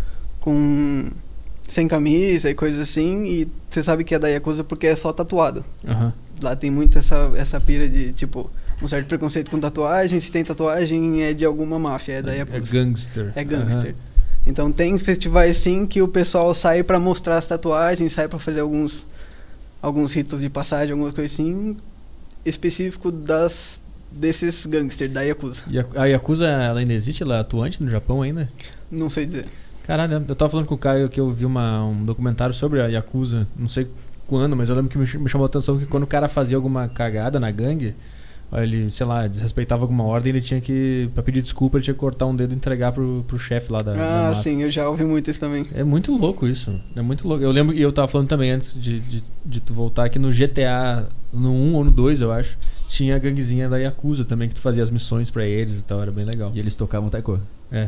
com sem camisa e coisas assim, e você sabe que é da Yakuza porque é só tatuado. Aham. Lá tem muito essa, essa pira de, tipo, um certo preconceito com tatuagem, se tem tatuagem é de alguma máfia, é da É Yakuza. gangster. É gangster. Então tem festivais sim que o pessoal sai pra mostrar as tatuagens, sai pra fazer alguns alguns ritos de passagem, alguma coisa assim, específico das desses gangsters da Yakuza. E a, a Yakuza, ela ainda existe? Ela é atuante no Japão ainda? Não sei dizer. Caralho, eu tava falando com o Caio que eu vi uma, um documentário sobre a Yakuza, não sei quando, mas eu lembro que me, ch- me chamou a atenção que quando o cara fazia alguma cagada na gangue, ou ele, sei lá, desrespeitava alguma ordem, ele tinha que, pra pedir desculpa, ele tinha que cortar um dedo e entregar pro, pro chefe lá da, da Ah, máfia. sim, eu já ouvi muito isso também. É muito louco isso. É muito louco. Eu lembro, e eu tava falando também antes de, de, de tu voltar, que no G T A, no um ou no dois, eu acho, tinha a ganguezinha da Yakuza também, que tu fazia as missões pra eles e tal, era bem legal. E eles tocavam Taiko. É.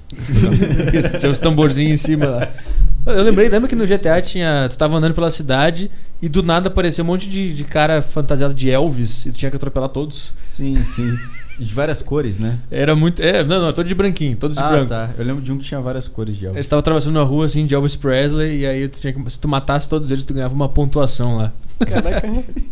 Isso, tinha os tamborzinhos em cima lá. Eu lembrei, lembra que no G T A tinha. Tu tava andando pela cidade e do nada aparecia um monte de, de cara fantasiado de Elvis e tu tinha que atropelar todos. Sim, sim. E de várias cores, né? Era muito. É, não, não, todo de branquinho, todos de Ah, branco. tá. Eu lembro de um que tinha várias cores de Eles Elvis. estavam atravessando a rua assim de Elvis Presley e aí tu tinha que, se tu matasse todos eles, tu ganhava uma pontuação lá. Caraca.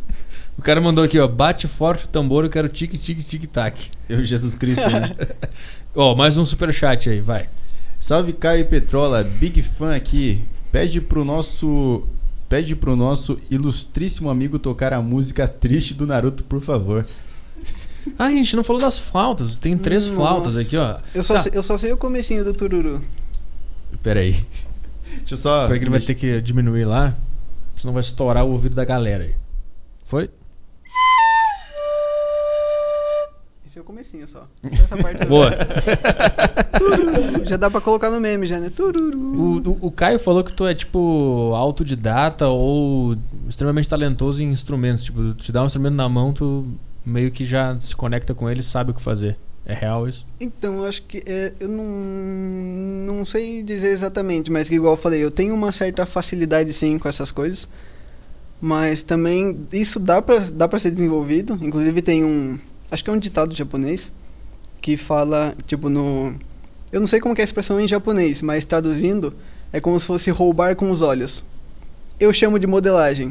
O cara mandou aqui, ó, bate forte o tambor, eu quero tique tique tic tac. Eu, Jesus Cristo. hein? Ó, mais um superchat aí, vai. Salve Caio e Petrola, big fã aqui. Pede pro nosso pede pro nosso ilustríssimo amigo tocar a música triste do Naruto, por favor. Ah, a gente não falou das flautas. Tem três Nossa. flautas aqui, ó. Eu só, Tá. sei, eu só sei o comecinho do tururu. Pera aí. Deixa eu só Porque ele vai ter que diminuir lá, senão vai estourar o ouvido da galera aí. Foi? Esse é o comecinho só. Só essa parte. Boa. Tururu. Já dá pra colocar no meme já, né? Tururu. O, o, o Caio falou que tu é tipo autodidata ou extremamente talentoso em instrumentos. Tipo, te dá um instrumento na mão, tu meio que já se conecta com ele e sabe o que fazer. É real isso? Então, eu acho que é, eu não, não sei dizer exatamente, mas que igual eu falei, eu tenho uma certa facilidade sim com essas coisas, mas também isso dá pra, dá pra ser desenvolvido. Inclusive tem um, acho que é um ditado japonês que fala, tipo no, eu não sei como que é a expressão em japonês, mas traduzindo é como se fosse roubar com os olhos. Eu chamo de modelagem.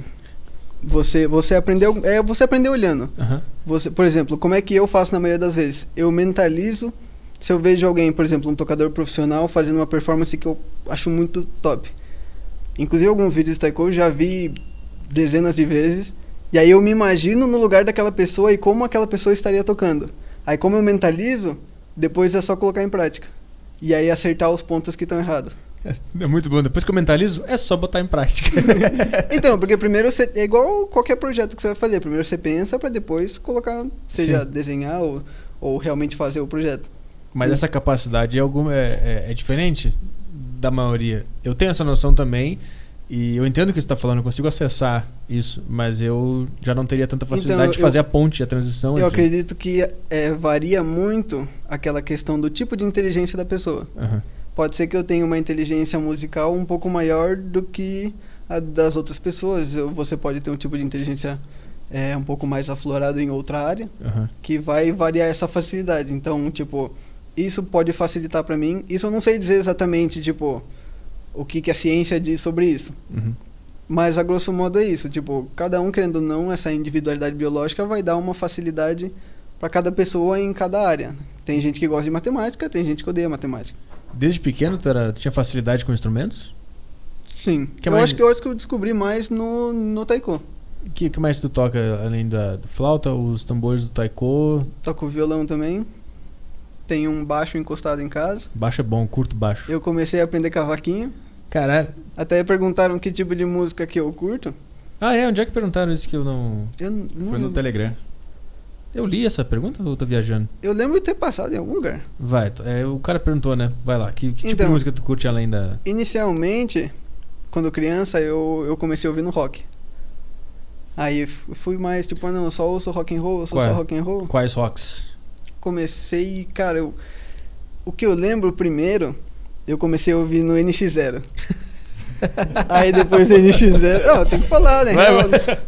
Você, você aprendeu, é você aprendeu olhando. Uhum. Você, por exemplo, como é que eu faço na maioria das vezes? Eu mentalizo, se eu vejo alguém, por exemplo, um tocador profissional fazendo uma performance que eu acho muito top. Inclusive alguns vídeos de taiko eu já vi dezenas de vezes. E aí eu me imagino no lugar daquela pessoa e como aquela pessoa estaria tocando. Aí como eu mentalizo, depois é só colocar em prática. E aí acertar os pontos que estão errados. É muito bom. Depois que eu mentalizo, é só botar em prática. Então, porque primeiro você, é igual qualquer projeto que você vai fazer. Primeiro você pensa para depois colocar, seja Sim. desenhar ou, ou realmente fazer o projeto. Mas essa capacidade é, algum, é, é, é diferente da maioria. Eu tenho essa noção também. E eu entendo o que você está falando, eu consigo acessar isso, mas eu já não teria tanta facilidade então, de fazer eu, a ponte, a transição. Eu entre... acredito que é, varia muito aquela questão do tipo de inteligência da pessoa. Uhum. Pode ser que eu tenha uma inteligência musical um pouco maior do que a das outras pessoas. Eu, você pode ter um tipo de inteligência é, um pouco mais aflorado em outra área, uhum. que vai variar essa facilidade. Então, tipo, isso pode facilitar para mim. Isso eu não sei dizer exatamente, tipo... o que, que a ciência diz sobre isso. Uhum. Mas a grosso modo é isso. Tipo, cada um, querendo ou não, essa individualidade biológica vai dar uma facilidade para cada pessoa em cada área. Tem gente que gosta de matemática, tem gente que odeia matemática. Desde pequeno tu, era, tu tinha facilidade com instrumentos? Sim. Que eu mais... acho que eu acho que eu descobri mais no, no taiko. O que, que mais tu toca além da, da flauta, os tambores do taiko? Toco violão também. Tenho um baixo encostado em casa. Baixo é bom, curto baixo. Eu comecei a aprender cavaquinho. Caralho. Até perguntaram que tipo de música que eu curto. Ah, é? Onde é que perguntaram isso que eu não... Eu não Foi lembro. no Telegram. Eu li essa pergunta ou eu tô viajando? Eu lembro de ter passado em algum lugar. Vai, é, o cara perguntou, né? Vai lá, que, que tipo Então, de música tu curte além da... Inicialmente, quando criança, eu, eu comecei ouvindo rock. Aí f- fui mais tipo, ah, não, eu só ouço rock and roll, eu sou Qual é? só rock and roll. Quais rocks? Comecei, cara, eu, o que eu lembro primeiro, eu comecei a ouvir no N X zero. Aí depois do N X zero, não, tem que falar, né? Vai, Eu- vai.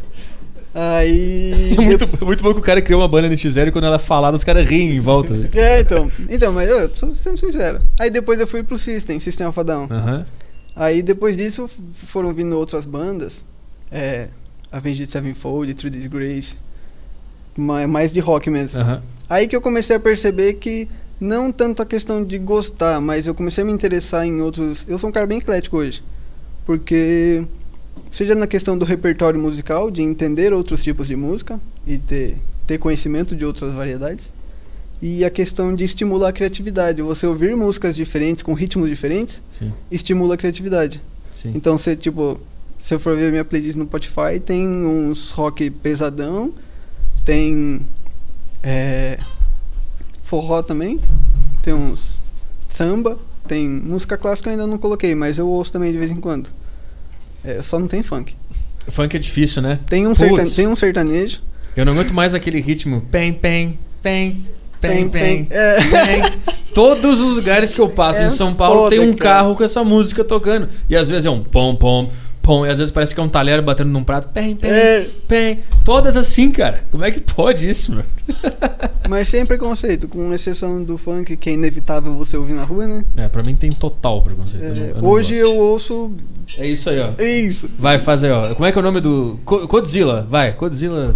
Aí... É muito, muito bom que o cara criou uma banda N X zero e quando ela é falada os caras riem em volta. É, então, então, mas eu tô sendo sincero. Aí depois eu fui pro System, System of a Down. Aham. Aí depois disso f- foram vindo outras bandas, é, Avenged Sevenfold, Three Days Grace, ma- mais de rock mesmo. Aham. Aí que eu comecei a perceber que não tanto a questão de gostar, mas eu comecei a me interessar em outros... Eu sou um cara bem eclético hoje, porque seja na questão do repertório musical, de entender outros tipos de música e ter, ter conhecimento de outras variedades, e a questão de estimular a criatividade. Você ouvir músicas diferentes, com ritmos diferentes, Sim, estimula a criatividade. sim. Então, você, tipo, se eu for ver minha playlist no Spotify, tem uns rock pesadão, tem é, forró também, tem uns samba, tem música clássica eu ainda não coloquei, mas eu ouço também de vez em quando. É, só não tem funk. Funk é difícil, né? Tem um, Putz. sertane- tem um sertanejo. Eu não aguento mais aquele ritmo. Pem, pem, pem, pem, pem, É. pem. Todos os lugares que eu passo É em São Paulo foda, tem um cara. carro com essa música tocando. E às vezes é um pom, pom, pom. E às vezes parece que é um talher batendo num prato. Pem, pem, É. pem. Todas assim, cara. Como é que pode isso, meu? Mas sem preconceito, com exceção do funk, que é inevitável você ouvir na rua, né? É, pra mim tem total preconceito. É, Eu não- eu não hoje gosto. eu ouço É isso aí, ó. isso. Vai, faz aí, ó. Como é que é o nome do... Co- Godzilla. Vai, Godzilla.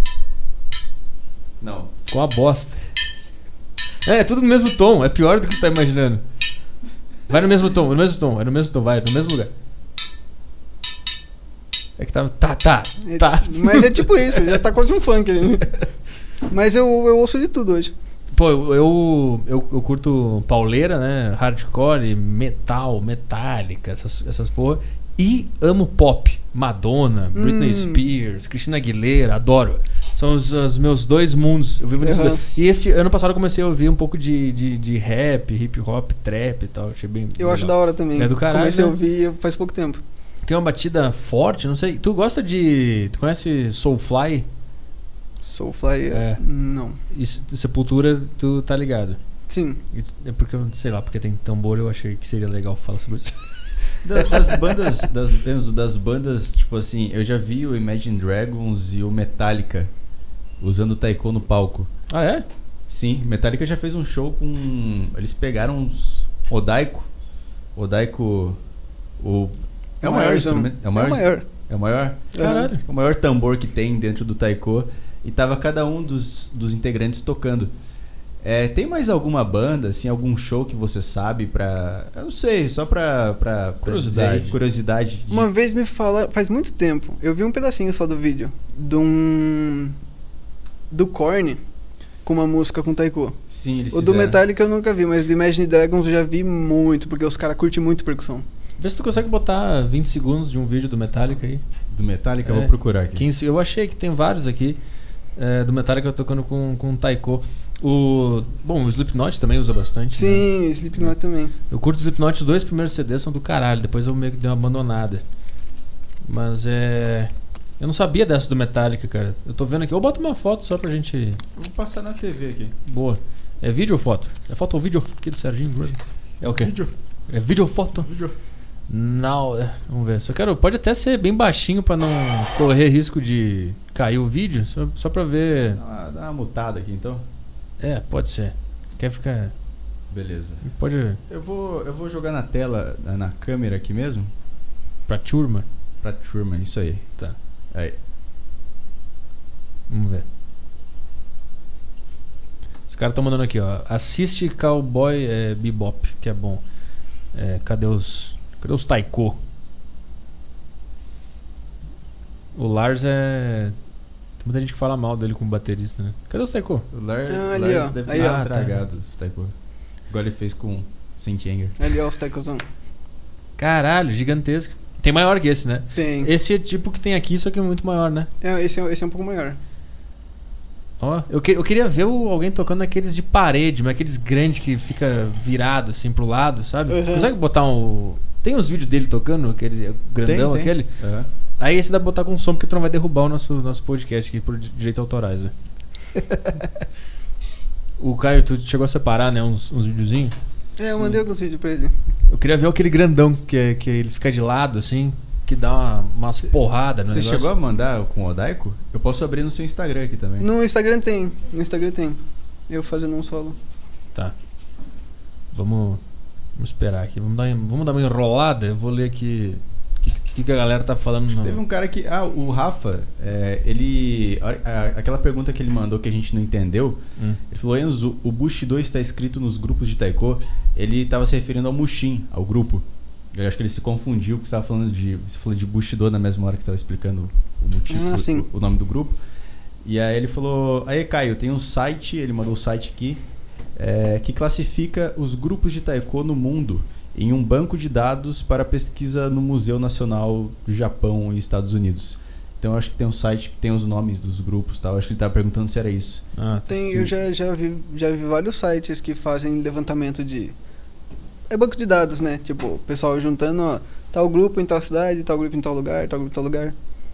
Não. Com a bosta. É, é tudo no mesmo tom. É pior do que tu tá imaginando. Vai no mesmo tom, no mesmo tom. É no mesmo tom, vai, no mesmo lugar. É que tá... Tá, tá, tá. Mas é tipo isso, já tá quase um funk ali, né? Mas eu, eu ouço de tudo hoje. Pô, eu, eu, eu, eu curto pauleira, né? Hardcore, metal, metálica, essas, essas porra. E amo pop. Madonna, Britney Hum. Spears, Christina Aguilera, adoro. São os, os meus dois mundos. Eu vivo nesses Uhum. dois. E esse ano passado eu comecei a ouvir um pouco de, de, de rap, hip hop, trap e tal. Achei bem. Eu legal. acho da hora também. É do caralho, Comecei né? a ouvir faz pouco tempo. Tem uma batida forte, não sei. Tu gosta de. Tu conhece Soulfly? Soulfly, É. não. E Se- Sepultura, tu tá ligado? Sim. E tu- É porque, eu sei lá, porque tem tambor, eu achei que seria legal falar sobre isso. Das, das bandas, das, Enzo, das bandas, tipo assim, eu já vi o Imagine Dragons e o Metallica usando o taiko no palco. Ah, é? Sim, Metallica já fez um show com... Eles pegaram uns Odaiko, Odaiko O, é o Maior, maior então. instrumento. É o maior. É o maior. É o maior? Caralho. O maior tambor que tem dentro do taiko. E tava cada um dos, dos integrantes tocando. É, tem mais alguma banda, assim, algum show que você sabe pra... Eu não sei, só pra... pra, pra Curiosidade. dizer aí, curiosidade. de- Uma vez me falaram, faz muito tempo, eu vi um pedacinho só do vídeo, de um... do Korn, com uma música com taiko. Sim, eles O do fizeram. Metallica eu nunca vi, mas do Imagine Dragons eu já vi muito, porque os caras curtem muito percussão. Vê se tu consegue botar vinte segundos de um vídeo do Metallica aí. Do Metallica, eu É. vou procurar aqui. quinze, eu achei que tem vários aqui é, do Metallica tocando com, com taiko. O, bom, o Slipknot também usa bastante. Né? Sim, Slipknot também. Eu curto o Slipknot, os dois primeiros C Ds são do caralho, depois eu meio que dei uma abandonada. Mas é... Eu não sabia dessa do Metallica, cara. Eu tô vendo aqui. Ou bota uma foto só pra gente... Vou passar na T V aqui. Boa. É vídeo ou foto? É foto ou vídeo? Aqui do Serginho. É o quê? Vídeo. É vídeo ou foto? Vídeo. Não, é, vamos ver. Só quero, pode até ser bem baixinho pra não correr risco de cair o vídeo, só, só pra ver. Dá uma, dá uma mutada aqui, então. É, pode ser. Quer ficar. Beleza. Pode. Eu vou, eu vou jogar na tela, na- na câmera aqui mesmo. Pra turma. Pra turma, isso aí. Tá. Aí. Vamos ver. Os caras estão mandando aqui, ó. Assiste Cowboy é, Bebop, que é bom. É, cadê os. Cadê os taiko? O Lars é. Tem muita gente que fala mal dele como baterista, né? Cadê os taiko? O Lar, Ah, ali, Lars ó. deve Aí, ter ó. estragado os taiko. Igual ele fez com Saint Anger. Ali, ó, os taikozão. Caralho, gigantesco. Tem maior que esse, né? Tem. Esse é tipo que tem aqui, só que é muito maior, né? É, esse, é, esse é um pouco maior. Ó, eu, que- eu queria ver o- alguém tocando aqueles de parede, mas aqueles grandes que fica virado assim pro lado, sabe? Uhum. Consegue botar um. Tem uns vídeos dele tocando, aquele grandão, Tem, tem. aquele? Aham. Aí esse dá pra botar com som, porque tu não vai derrubar o nosso, nosso podcast aqui por di- direitos autorais, né? O Caio, tu chegou a separar, né, uns, uns videozinhos? É, eu mandei alguns vídeos pra ele. Eu queria ver aquele grandão que, é- que ele fica de lado, assim, que dá uma, umas porradas no Você negócio. chegou a mandar com o Odaiko? Eu posso abrir no seu Instagram aqui também. No Instagram tem, no Instagram tem. Eu fazendo um solo. Tá. Vamos, vamos esperar aqui. Vamos dar, vamos dar uma enrolada. Eu vou ler aqui o que, que, que a galera tá falando. No... Teve um cara que... Ah, o Rafa, é, ele... a- a- Aquela pergunta que ele mandou que a gente não entendeu, Hum. ele falou, Enzo, o Bushido está escrito nos grupos de Taiko. Ele estava se referindo ao Mushin, ao grupo. Eu acho que ele se confundiu, porque você estava falando de... Você falou de Bushido na mesma hora que você estava explicando o, motivo, Ah, o- sim. o, o nome do grupo. E aí ele falou... Aí, Caio, tem um site, ele mandou o site aqui, é, que classifica os grupos de Taiko no mundo em um banco de dados para pesquisa no Museu Nacional do Japão e Estados Unidos. Então eu acho que tem um site que tem os nomes dos grupos e tal. Eu acho que ele estava perguntando se era isso. Ah, tá. Tem, eu já, já, vi, já vi vários sites que fazem levantamento de... É banco de dados, né? Tipo, o pessoal juntando, ó, tal grupo em tal cidade, tal grupo em tal lugar, tal grupo em tal lugar.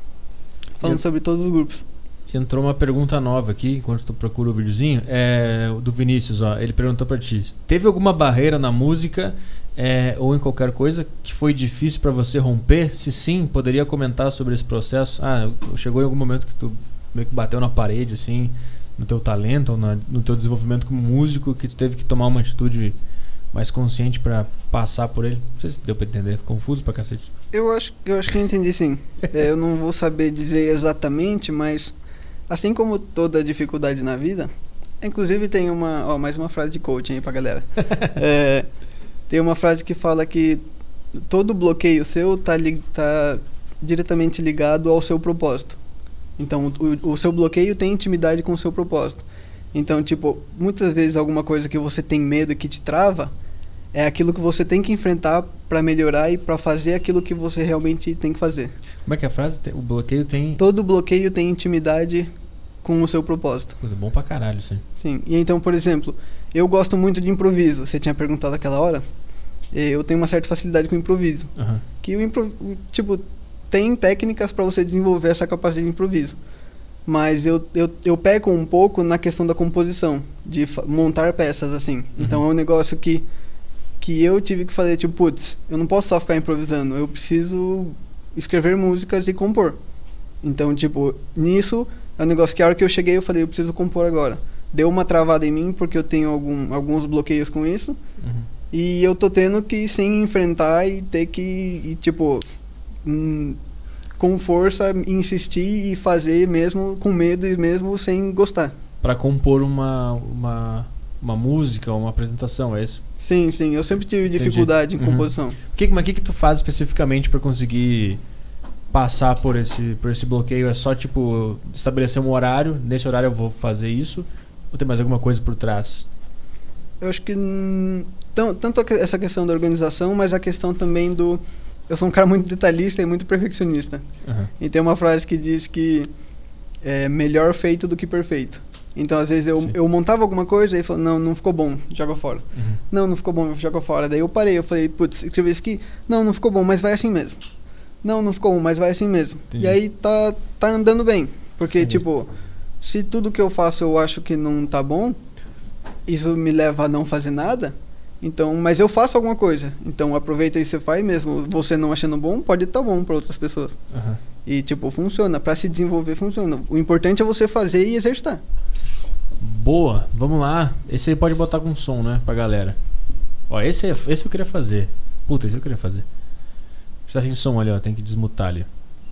Falando E- sobre todos os grupos. Entrou uma pergunta nova aqui, enquanto tu procura o videozinho. É o do Vinícius, ó. Ele perguntou pra ti: teve alguma barreira na música é, ou em qualquer coisa que foi difícil pra você romper? Se sim, poderia comentar sobre esse processo? Ah, chegou em algum momento que tu meio que bateu na parede, assim, no teu talento ou na- no teu desenvolvimento como músico, que tu teve que tomar uma atitude mais consciente pra passar por ele? Não sei se deu pra entender. Confuso pra cacete. Eu acho, eu acho que eu entendi sim. É, eu não vou saber dizer exatamente, mas assim como toda dificuldade na vida, inclusive tem uma, ó, mais uma frase de coaching aí pra galera. É, tem uma frase que fala que todo bloqueio seu tá, li, tá diretamente ligado ao seu propósito. Então o, o seu bloqueio tem intimidade com o seu propósito. Então, tipo, muitas vezes alguma coisa que você tem medo que te trava é aquilo que você tem que enfrentar pra melhorar e pra fazer aquilo que você realmente tem que fazer. Como é que é a frase? Tem- O bloqueio tem Todo bloqueio tem intimidade com o seu propósito. coisa bom pra caralho, sim. Sim. E então, por exemplo, eu gosto muito de improviso. Você tinha perguntado aquela hora. Eu tenho uma certa facilidade com improviso. Aham. Que o impro... tipo, tem técnicas pra você desenvolver essa capacidade de improviso. Mas eu, eu, eu peco um pouco na questão da composição, de fa- montar peças assim. Então é um negócio que, que eu tive que fazer, tipo, putz, eu não posso só ficar improvisando, eu preciso escrever músicas e compor. Então, tipo, nisso é um negócio que a hora que eu cheguei eu falei, eu preciso compor agora. Deu uma travada em mim porque eu tenho algum, alguns bloqueios com isso. Uhum. E eu tô tendo que sim enfrentar e ter que, e, tipo, hum, com força insistir e fazer mesmo com medo e mesmo sem gostar. Pra compor uma, uma, uma música, uma apresentação, é isso? Sim, sim, eu sempre tive dificuldade Entendi. em composição. Uhum. Que, mas o que, que tu faz especificamente pra conseguir passar por esse, por esse bloqueio? É só, tipo, estabelecer um horário, nesse horário eu vou fazer isso? Ou tem mais alguma coisa por trás? Eu acho que hum, tão, tanto a que- essa questão da organização, mas a questão também do... Eu sou um cara muito detalhista e muito perfeccionista. Uhum. E tem uma frase que diz que é melhor feito do que perfeito. Então, às vezes, eu, Sim. eu montava alguma coisa e falava, não, não ficou bom, joga fora. Uhum. Não, não ficou bom, joga fora. Daí eu parei, eu falei, putz, escrevi isso aqui. Não, não ficou bom, mas vai assim mesmo. Não, não ficou bom, mas vai assim mesmo. Entendi. E aí tá, tá andando bem. Porque, Sim. tipo, se tudo que eu faço eu acho que não tá bom, isso me leva a não fazer nada. Então, mas eu faço alguma coisa. Então aproveita e você faz mesmo. Você não achando bom, pode estar bom para outras pessoas. Uhum. E tipo, funciona. Para se desenvolver, funciona. O importante é você fazer e exercitar. Boa, vamos lá. Esse aí pode botar com som, né? Pra galera. Ó, esse, é- esse eu queria fazer. Puta, esse eu queria fazer. Está sem som ali, ó. Tem que desmutar ali.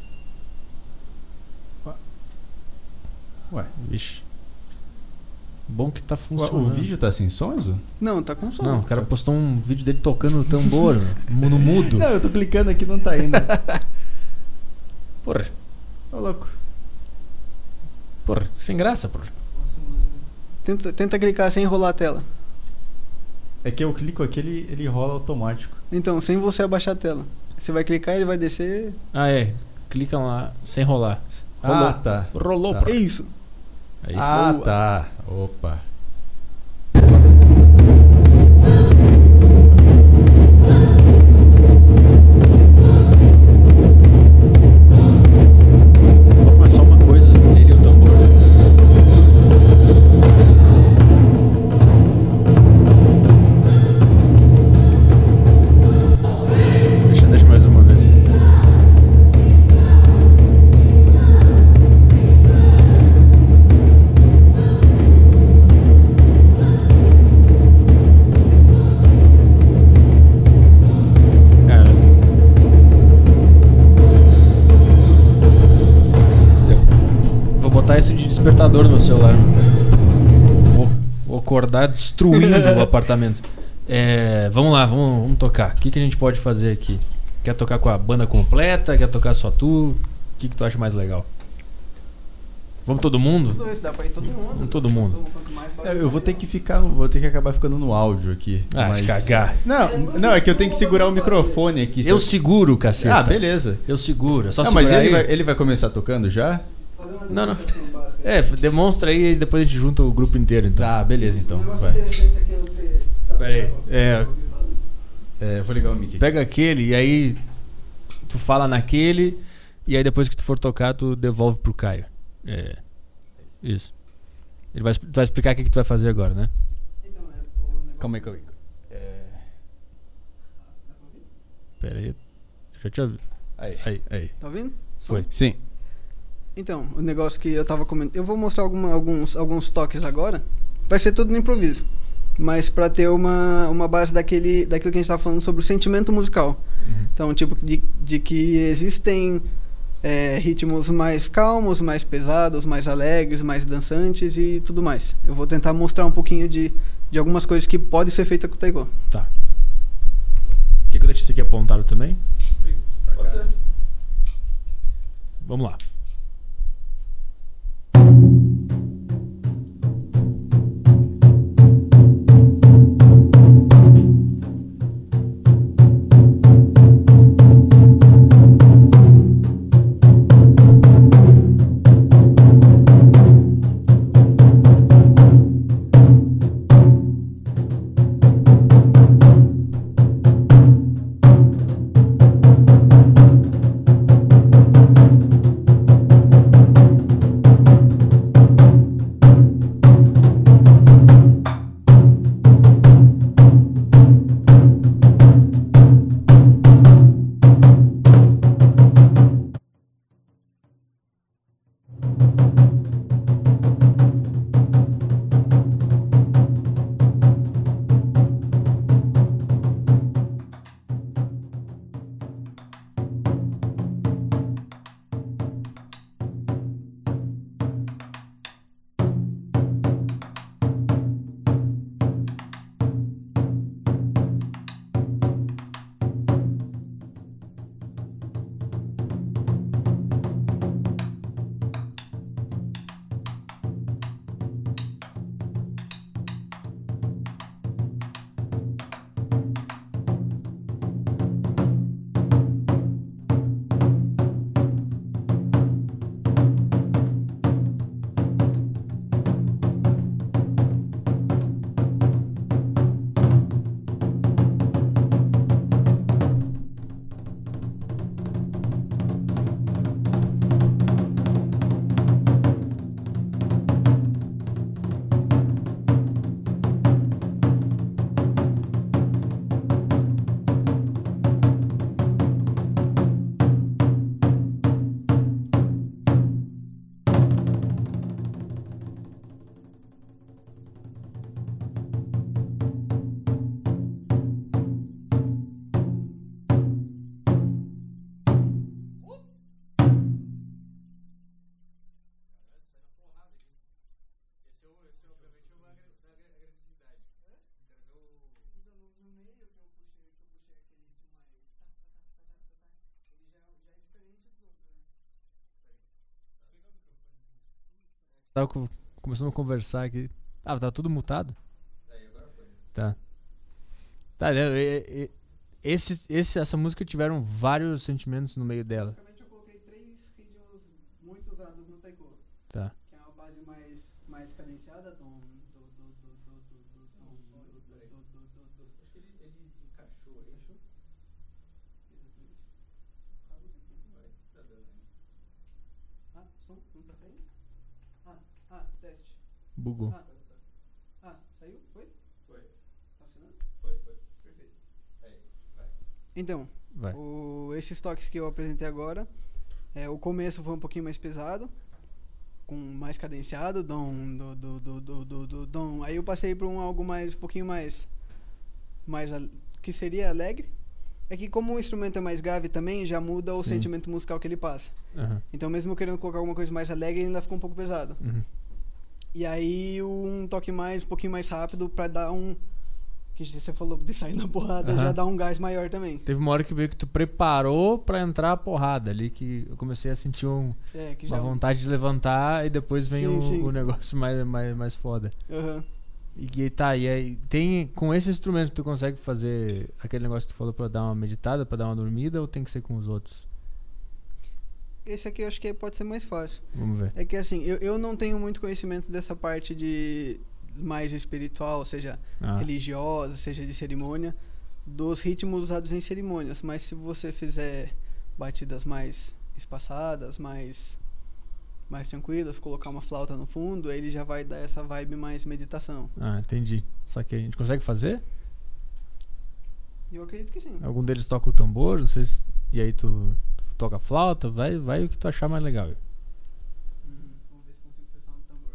Ué, Vixe. Bom que tá o, funcionando. o vídeo tá sem som, Enzo? Não, tá com som. Não, o cara postou um vídeo dele tocando o tambor no no mudo. Não, eu tô clicando aqui, não tá indo. Porra, Ô, louco. porra, sem graça, porra. Tenta, tenta clicar sem enrolar a tela. É que eu clico aqui, ele, ele rola automático. Então, sem você abaixar a tela. Você vai clicar, ele vai descer. Ah, é. Clica lá, sem rolar. Ah, tá. Rolou, Tá. porra. É isso. É isso. Ah, Boa. tá. Opa. Mas só uma coisa, ele e o tambor. Deixa, deixa mais uma vez. Cara. Eu vou botar esse de despertador no meu celular. Vou, vou acordar destruindo o apartamento. É, vamos lá, vamos, vamos tocar. O que, que a gente pode fazer aqui? Quer tocar com a banda completa? Quer tocar só tu? O que, que tu acha mais legal? Vamos todo mundo? dois, dá pra ir todo mundo. Vamos todo mundo. É, eu vou ter que ficar, vou ter que acabar ficando no áudio aqui. Ah, mas... cagar. Não, não, é que eu tenho que segurar o microfone aqui. se Eu seguro, caceta. Ah, beleza. Eu seguro. É só Não, mas segurar ele aí. vai, ele vai começar tocando já? Não, não. É, demonstra aí e depois a gente junta o grupo inteiro, então. Tá, beleza então. Vai. Pera aí. É, É, eu vou ligar o mic aqui. pega aquele e aí tu fala naquele e aí depois que tu for tocar tu devolve pro Caio. É. Isso. Ele vai, tu vai explicar o que, que tu vai fazer agora, né? Calma aí, calma aí. É... Pera aí. Já te ouvi. Aí, Aí. aí. Tá ouvindo? Foi. Sim. Então, o negócio que eu tava comentando. Eu vou mostrar alguma- alguns, alguns toques agora. Vai ser tudo no improviso. Mas pra ter uma, uma base daquele, daquilo que a gente tava falando sobre o sentimento musical. Uhum. Então, tipo, de, de que existem é, ritmos mais calmos, mais pesados, mais alegres, mais dançantes e tudo mais. Eu vou tentar mostrar um pouquinho de, de algumas coisas que podem ser feitas com o taiko. Tá. Quer que eu deixe isso aqui apontado também? Pode ser. Vamos lá. no meio que eu puxei, que eu puxei aquele ritmo mais tá, tá, tá, tá, tá, tá, tá, ele já, já é diferente dos outros, né? Tava co- começando a conversar aqui. Ah, tá tudo mutado? Aí, agora foi. Tá. Tá, é, é, é, esse, esse, essa música tiveram vários sentimentos no meio dela. Basicamente eu coloquei três ritmos muito usados no taiko, Tá. que é uma base mais, mais cadenciada, dom, do, do, do, do, do, do, dom, do, do, do, do, do, do. Acho que ele, ele desencaixou aí. Exatamente. Vai, tá dando aí. Ah, som, não tá saindo? Ah, ah, teste. Bugou. Ah, ah, saiu? Foi? Foi, Tá funcionando? foi, foi. Perfeito. Aí, vai. Então, Vai. o, esses toques que eu apresentei agora, é, o começo foi um pouquinho mais pesado, com mais cadenciado, dom, do, do, do, do, do, do, dom. Aí eu passei para um algo mais, um pouquinho mais, mais al- que seria alegre. É que como o instrumento é mais grave também, já muda o Sim. sentimento musical que ele passa. Aham. Então mesmo querendo colocar alguma coisa mais alegre, ele ainda ficou um pouco pesado. Uhum. E aí um toque mais, um pouquinho mais rápido pra dar um... Que você falou de sair na porrada, Aham. já dá um gás maior também. Teve uma hora que veio que tu preparou pra entrar a porrada ali, que eu comecei a sentir um, É, que uma já... vontade de levantar e depois vem Sim, o, sim. o negócio mais, mais, mais foda. Aham. E que tá, e aí tem, com esse instrumento tu consegue fazer aquele negócio que tu falou pra dar uma meditada, pra dar uma dormida, ou tem que ser com os outros? Esse aqui eu acho que pode ser mais fácil. Vamos ver. É que assim, eu, eu não tenho muito conhecimento dessa parte de mais espiritual, seja Ah, religiosa, seja de cerimônia, dos ritmos usados em cerimônias. Mas se você fizer batidas mais espaçadas, mais, mais tranquilas, colocar uma flauta no fundo, aí ele já vai dar essa vibe mais meditação. ah, entendi. Só que a gente consegue fazer? Eu acredito que sim. Algum deles toca o tambor, não sei se, e aí tu, tu toca a flauta, vai, vai o que tu achar mais legal. Uhum. Vamos ver se consigo pensar no tambor.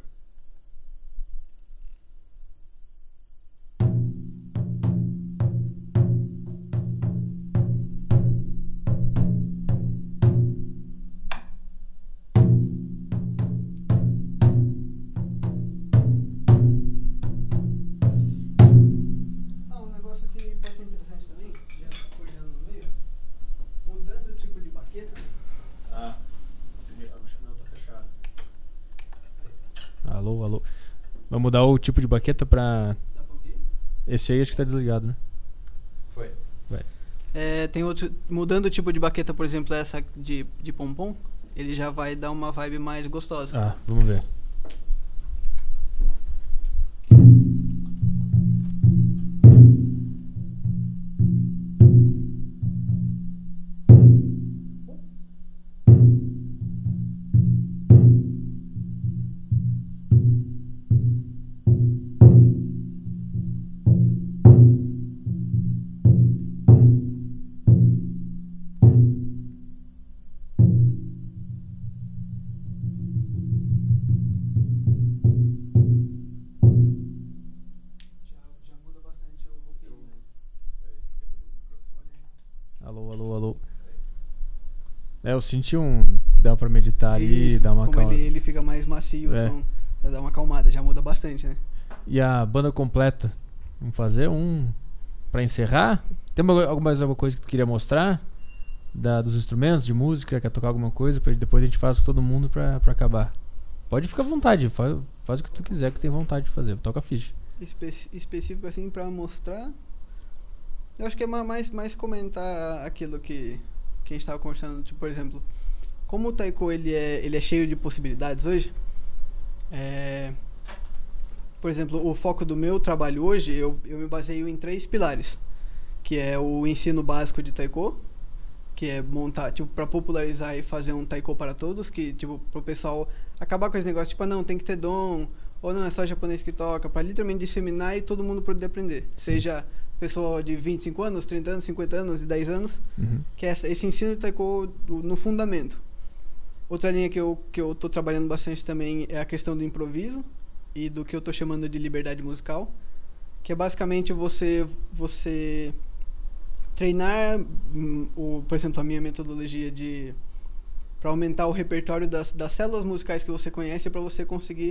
Ah, um negócio que pode ser interessante também, já acordando no meio, mudando o tipo de baqueta. Ah, o chapéu tá fechado. Alô, alô. Vai mudar o tipo de baqueta pra... Dá pra ouvir? Esse aí acho que tá desligado, né? Foi. É, tem outro, mudando o tipo de baqueta, por exemplo, essa de, de pompom, ele já vai dar uma vibe mais gostosa. Ah, vamos ver. Já, já muda bastante o volume. Alô, alô, alô. É, eu senti um que dava pra meditar ali, Isso, dar uma como calma. ele, ele fica mais macio É. o som, já dá uma acalmada, já muda bastante, né? E a banda completa? Vamos fazer um pra encerrar? Tem uma- alguma, mais alguma coisa que tu queria mostrar? Da, dos instrumentos, de música, quer tocar alguma coisa? Pra, depois a gente faz com todo mundo pra, pra acabar. Pode ficar à vontade, faz, faz o que tu quiser, que tem vontade de fazer. Toca a ficha. Espe específico assim pra mostrar, eu acho que é ma- mais, mais comentar aquilo que, que a gente tava conversando, tipo, por exemplo, como o taiko ele é, ele é cheio de possibilidades hoje, é, por exemplo, o foco do meu trabalho hoje, eu, eu me baseio em três pilares, que é o ensino básico de taiko, que é montar, tipo, pra popularizar e fazer um taiko para todos, que, tipo, pro pessoal acabar com esse negócio, tipo, ah, não, tem que ter dom, ou não, é só japonês que toca, pra literalmente disseminar e todo mundo poder aprender. Seja pessoa de vinte e cinco anos, trinta anos, cinquenta anos e dez anos, Uhum. que é essa, esse ensino de taiko do- no fundamento. Outra linha que eu, que eu tô trabalhando bastante também é a questão do improviso e do que eu tô chamando de liberdade musical, que é basicamente você, você treinar, hum, o, por exemplo, a minha metodologia de para aumentar o repertório das, das células musicais que você conhece para você conseguir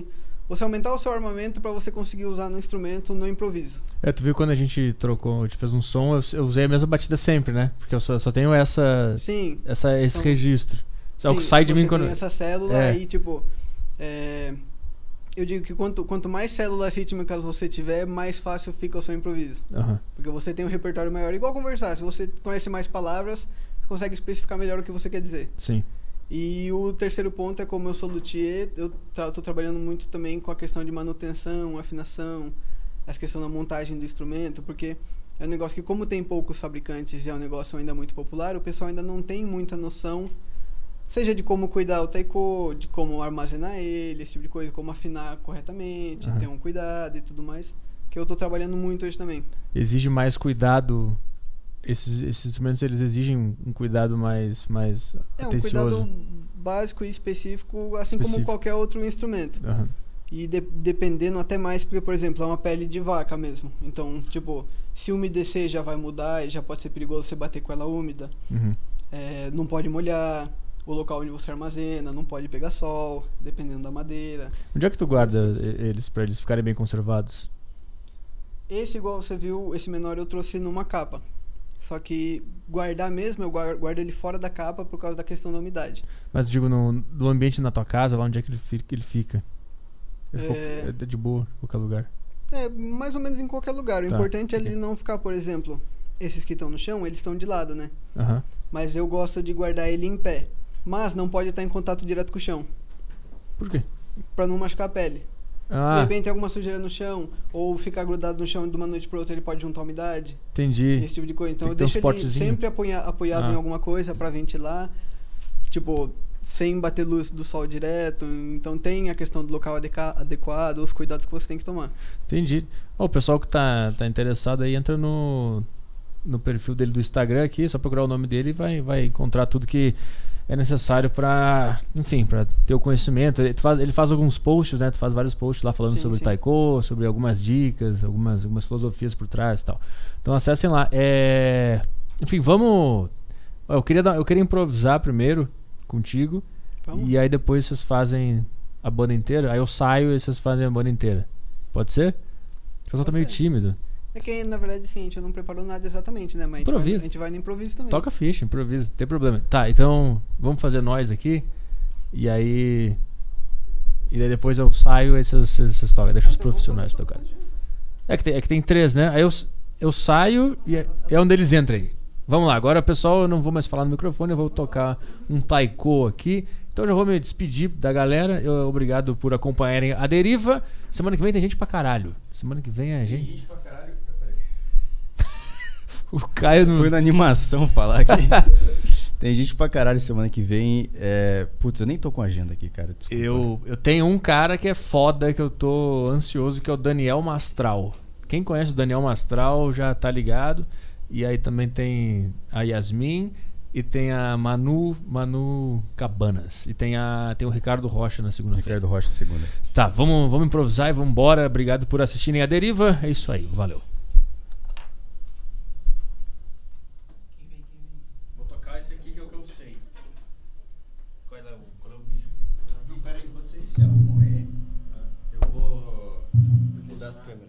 você aumentar o seu armamento para você conseguir usar no instrumento, no improviso. É, tu viu quando a gente trocou, a gente fez um som, eu, eu usei a mesma batida sempre, né? Porque eu só, só tenho essa, Sim. essa esse Então, registro. É o que sim, sai de você mim quando... tem essa célula É. aí, tipo... é, eu digo que quanto, quanto mais células rítmicas você tiver, mais fácil fica o seu improviso. Aham. Porque você tem um repertório maior. Igual conversar, se você conhece mais palavras, você consegue especificar melhor o que você quer dizer. Sim. E o terceiro ponto é, como eu sou luthier, eu tra- tô trabalhando muito também com a questão de manutenção, afinação, essa questão da montagem do instrumento, porque é um negócio que, como tem poucos fabricantes e é um negócio ainda muito popular, o pessoal ainda não tem muita noção, seja de como cuidar o taiko, de como armazenar ele, esse tipo de coisa, como afinar corretamente, Aham. ter um cuidado e tudo mais, que eu tô trabalhando muito hoje também. Exige mais cuidado. Esses, esses instrumentos, eles exigem um cuidado mais, mais É um atencioso. cuidado básico e específico, assim Específico. como qualquer outro instrumento. Aham. E de- dependendo até mais, porque, por exemplo, é uma pele de vaca mesmo. Então, tipo, se umedecer já vai mudar e já pode ser perigoso você bater com ela úmida. Uhum. É, não pode molhar o local onde você armazena, não pode pegar sol, dependendo da madeira. Onde é que tu guarda e- eles pra eles ficarem bem conservados? Esse, igual você viu, esse menor eu trouxe numa capa. Só que guardar mesmo, eu guar- guardo ele fora da capa por causa da questão da umidade. Mas digo, no, no ambiente na tua casa, lá onde é que ele fica? Ele fica? É, É. qual- é de boa, em qualquer lugar. É, mais ou menos em qualquer lugar. O Tá, importante é ok. ele não ficar, por exemplo, esses que estão no chão, eles estão de lado, né? Aham. Mas eu gosto de guardar ele em pé. Mas não pode estar em contato direto com o chão, Por quê? pra não machucar a pele. Se de Ah, repente tem alguma sujeira no chão, ou ficar grudado no chão de uma noite para outra, ele pode juntar umidade, entendi. esse tipo de coisa. Então Tem eu que ter uns deixo ele potezinho. sempre apoia- apoiado Ah. em alguma coisa para ventilar, tipo, sem bater luz do sol direto. Então tem a questão do local adeca- adequado, os cuidados que você tem que tomar. Entendi. Ó, o pessoal que tá, tá interessado aí, entra no, no perfil dele do Instagram aqui, só procurar o nome dele e vai, vai encontrar tudo que é necessário pra, enfim, pra ter o conhecimento. Ele faz, ele faz alguns posts, né? Tu faz vários posts lá falando Sim, sobre sim. taiko, sobre algumas dicas, algumas, algumas filosofias por trás e tal. Então acessem lá. É... Enfim, vamos... ó, Eu queria, dar- eu queria improvisar primeiro contigo. Vamos? E aí depois vocês fazem a banda inteira. Aí eu saio e vocês fazem a banda inteira. Pode ser? O pessoal tá Pode meio ser. tímido. É que, na verdade, assim, a gente não preparou nada exatamente, né? Mas a gente, vai, Improviso. a gente vai no improviso também. Toca ficha, improvisa, não tem problema. Tá, então vamos fazer nós aqui. E aí. E daí depois eu saio e vocês, vocês, vocês tocam. Deixa os profissionais tocar. É que, tem, é que tem três, né? Aí eu, eu saio e é, é onde eles entram aí. Vamos lá, agora pessoal, eu não vou mais falar no microfone, eu vou tocar um taiko aqui. Então eu já vou me despedir da galera. Eu, obrigado por acompanharem a Deriva. Semana que vem tem gente pra caralho. Semana que vem é gente. gente pra caralho. O Caio não. Fui na animação falar aqui. Tem gente pra caralho semana que vem. É... Putz, eu nem tô com agenda aqui, cara. Desculpa. Eu, eu tenho um cara que é foda, que eu tô ansioso, que é o Daniel Mastral. Quem conhece o Daniel Mastral já tá ligado. E aí também tem a Yasmin e tem a Manu, Manu Cabanas. E tem, a, tem o Ricardo Rocha na segunda-feira. Ricardo Rocha, segunda. Tá, vamos, vamos improvisar e vamos embora. Obrigado por assistirem a Deriva. É isso aí, valeu. Vou tocar esse aqui que é o que eu sei. Qual é o, qual é o bicho? Não, pera aí, enquanto vocês se arrumam aí, eu vou mudar as câmeras.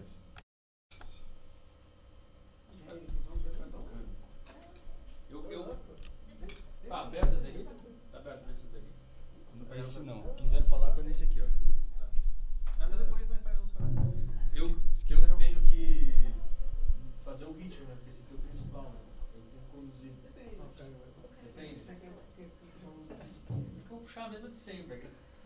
Eu, eu... Tá aberto esse aqui? Tá aberto nesses daqui? Esse não. Se quiser falar, tá nesse aqui, ó. Mas depois nós faz uns Eu, Se quiser, eu tenho que fazer o ritmo, né? Porque esse aqui é o principal, né? Eu tenho que conduzir. Depende. Eu vou puxar a mesma de sempre.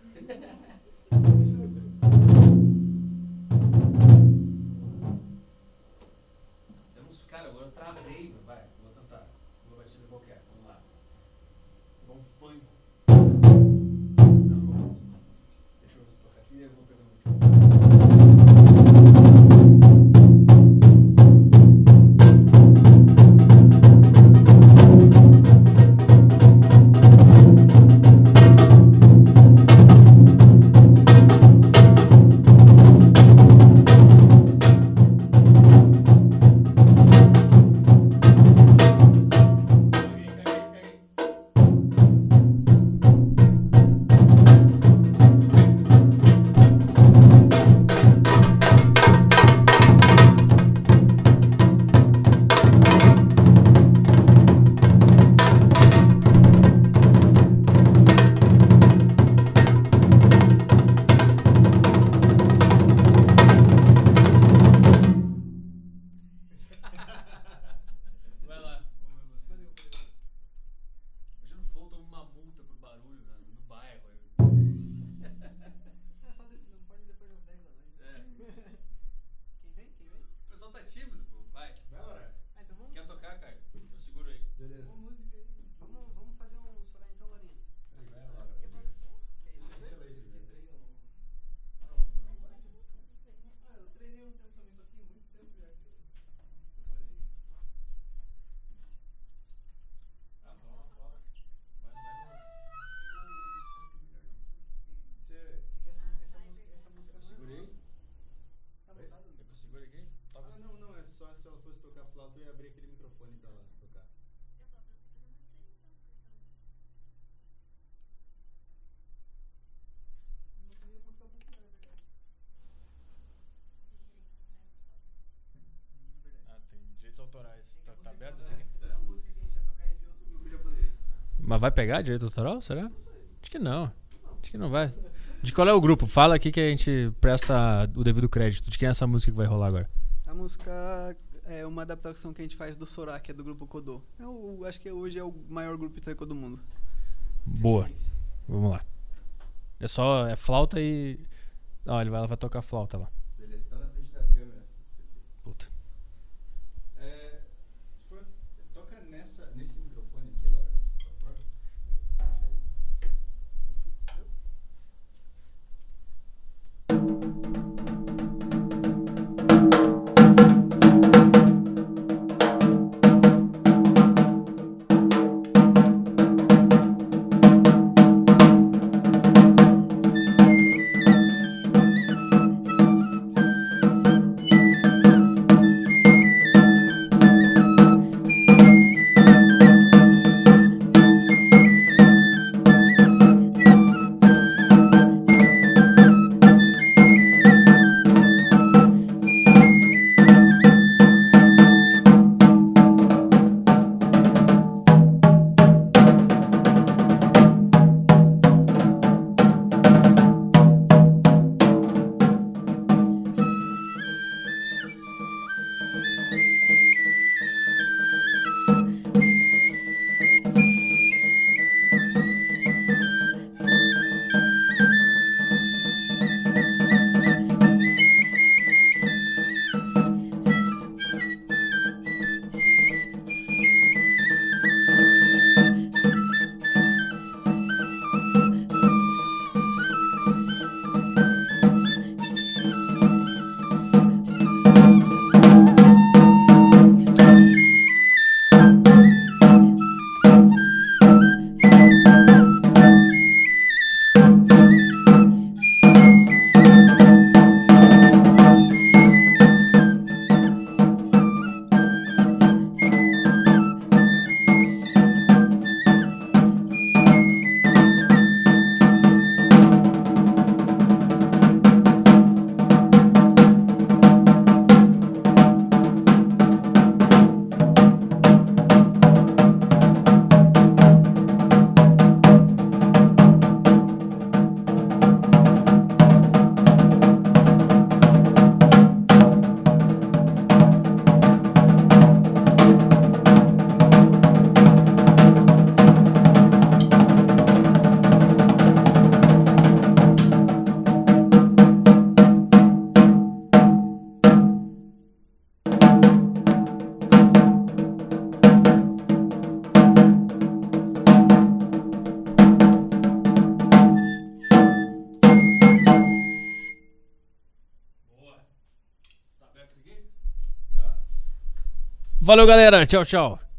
Temos, cara, agora eu travei, vai, vou tentar. Uma batida qualquer, vamos lá. Vamos funk. Não, vamos. Deixa eu tocar aqui e eu vou pegando o último. Caguei, caguei, caguei. tá tímido, pô. Vai. Vai, Laura. Ah, então vamos, Quer tocar, Caio? Eu seguro aí. Beleza. vamos, vamos, vamos fazer um sorar então, Laurinha. Vai, Laura. Que é isso? Deixa ela aí primeiro. Ah, eu treinei um tempo também, só tem muito tempo já que eu Ah, fala, fala. Vai, vai, vai. Você... essa, essa música, essa música Eu segurei. tá botado? Quer que eu segure aqui? Toca. Ah, não, não. É só se ela fosse tocar flauta, eu ia abrir aquele microfone pra ela tocar. Não queria música popular, na verdade. Ah, tem direitos autorais. Tá, tá aberto esse aqui? A música que a gente ia tocar é de outro grupo japonês. Mas vai pegar direito autoral, será? Acho que não. Acho que não vai. De qual é o grupo? Fala aqui que a gente presta o devido crédito. De quem é essa música que vai rolar agora? A música é uma adaptação que a gente faz do Sorá, que é do grupo Kodô. É o, acho que hoje é o maior grupo taiko do mundo. Boa. Vamos lá. É só. É flauta e. Ó, ele vai, ela vai tocar flauta lá. Beleza, tá na frente da câmera. Puta. É, se for, toca nessa, nesse microfone aqui, Laura, por favor. Valeu, galera. Tchau, tchau.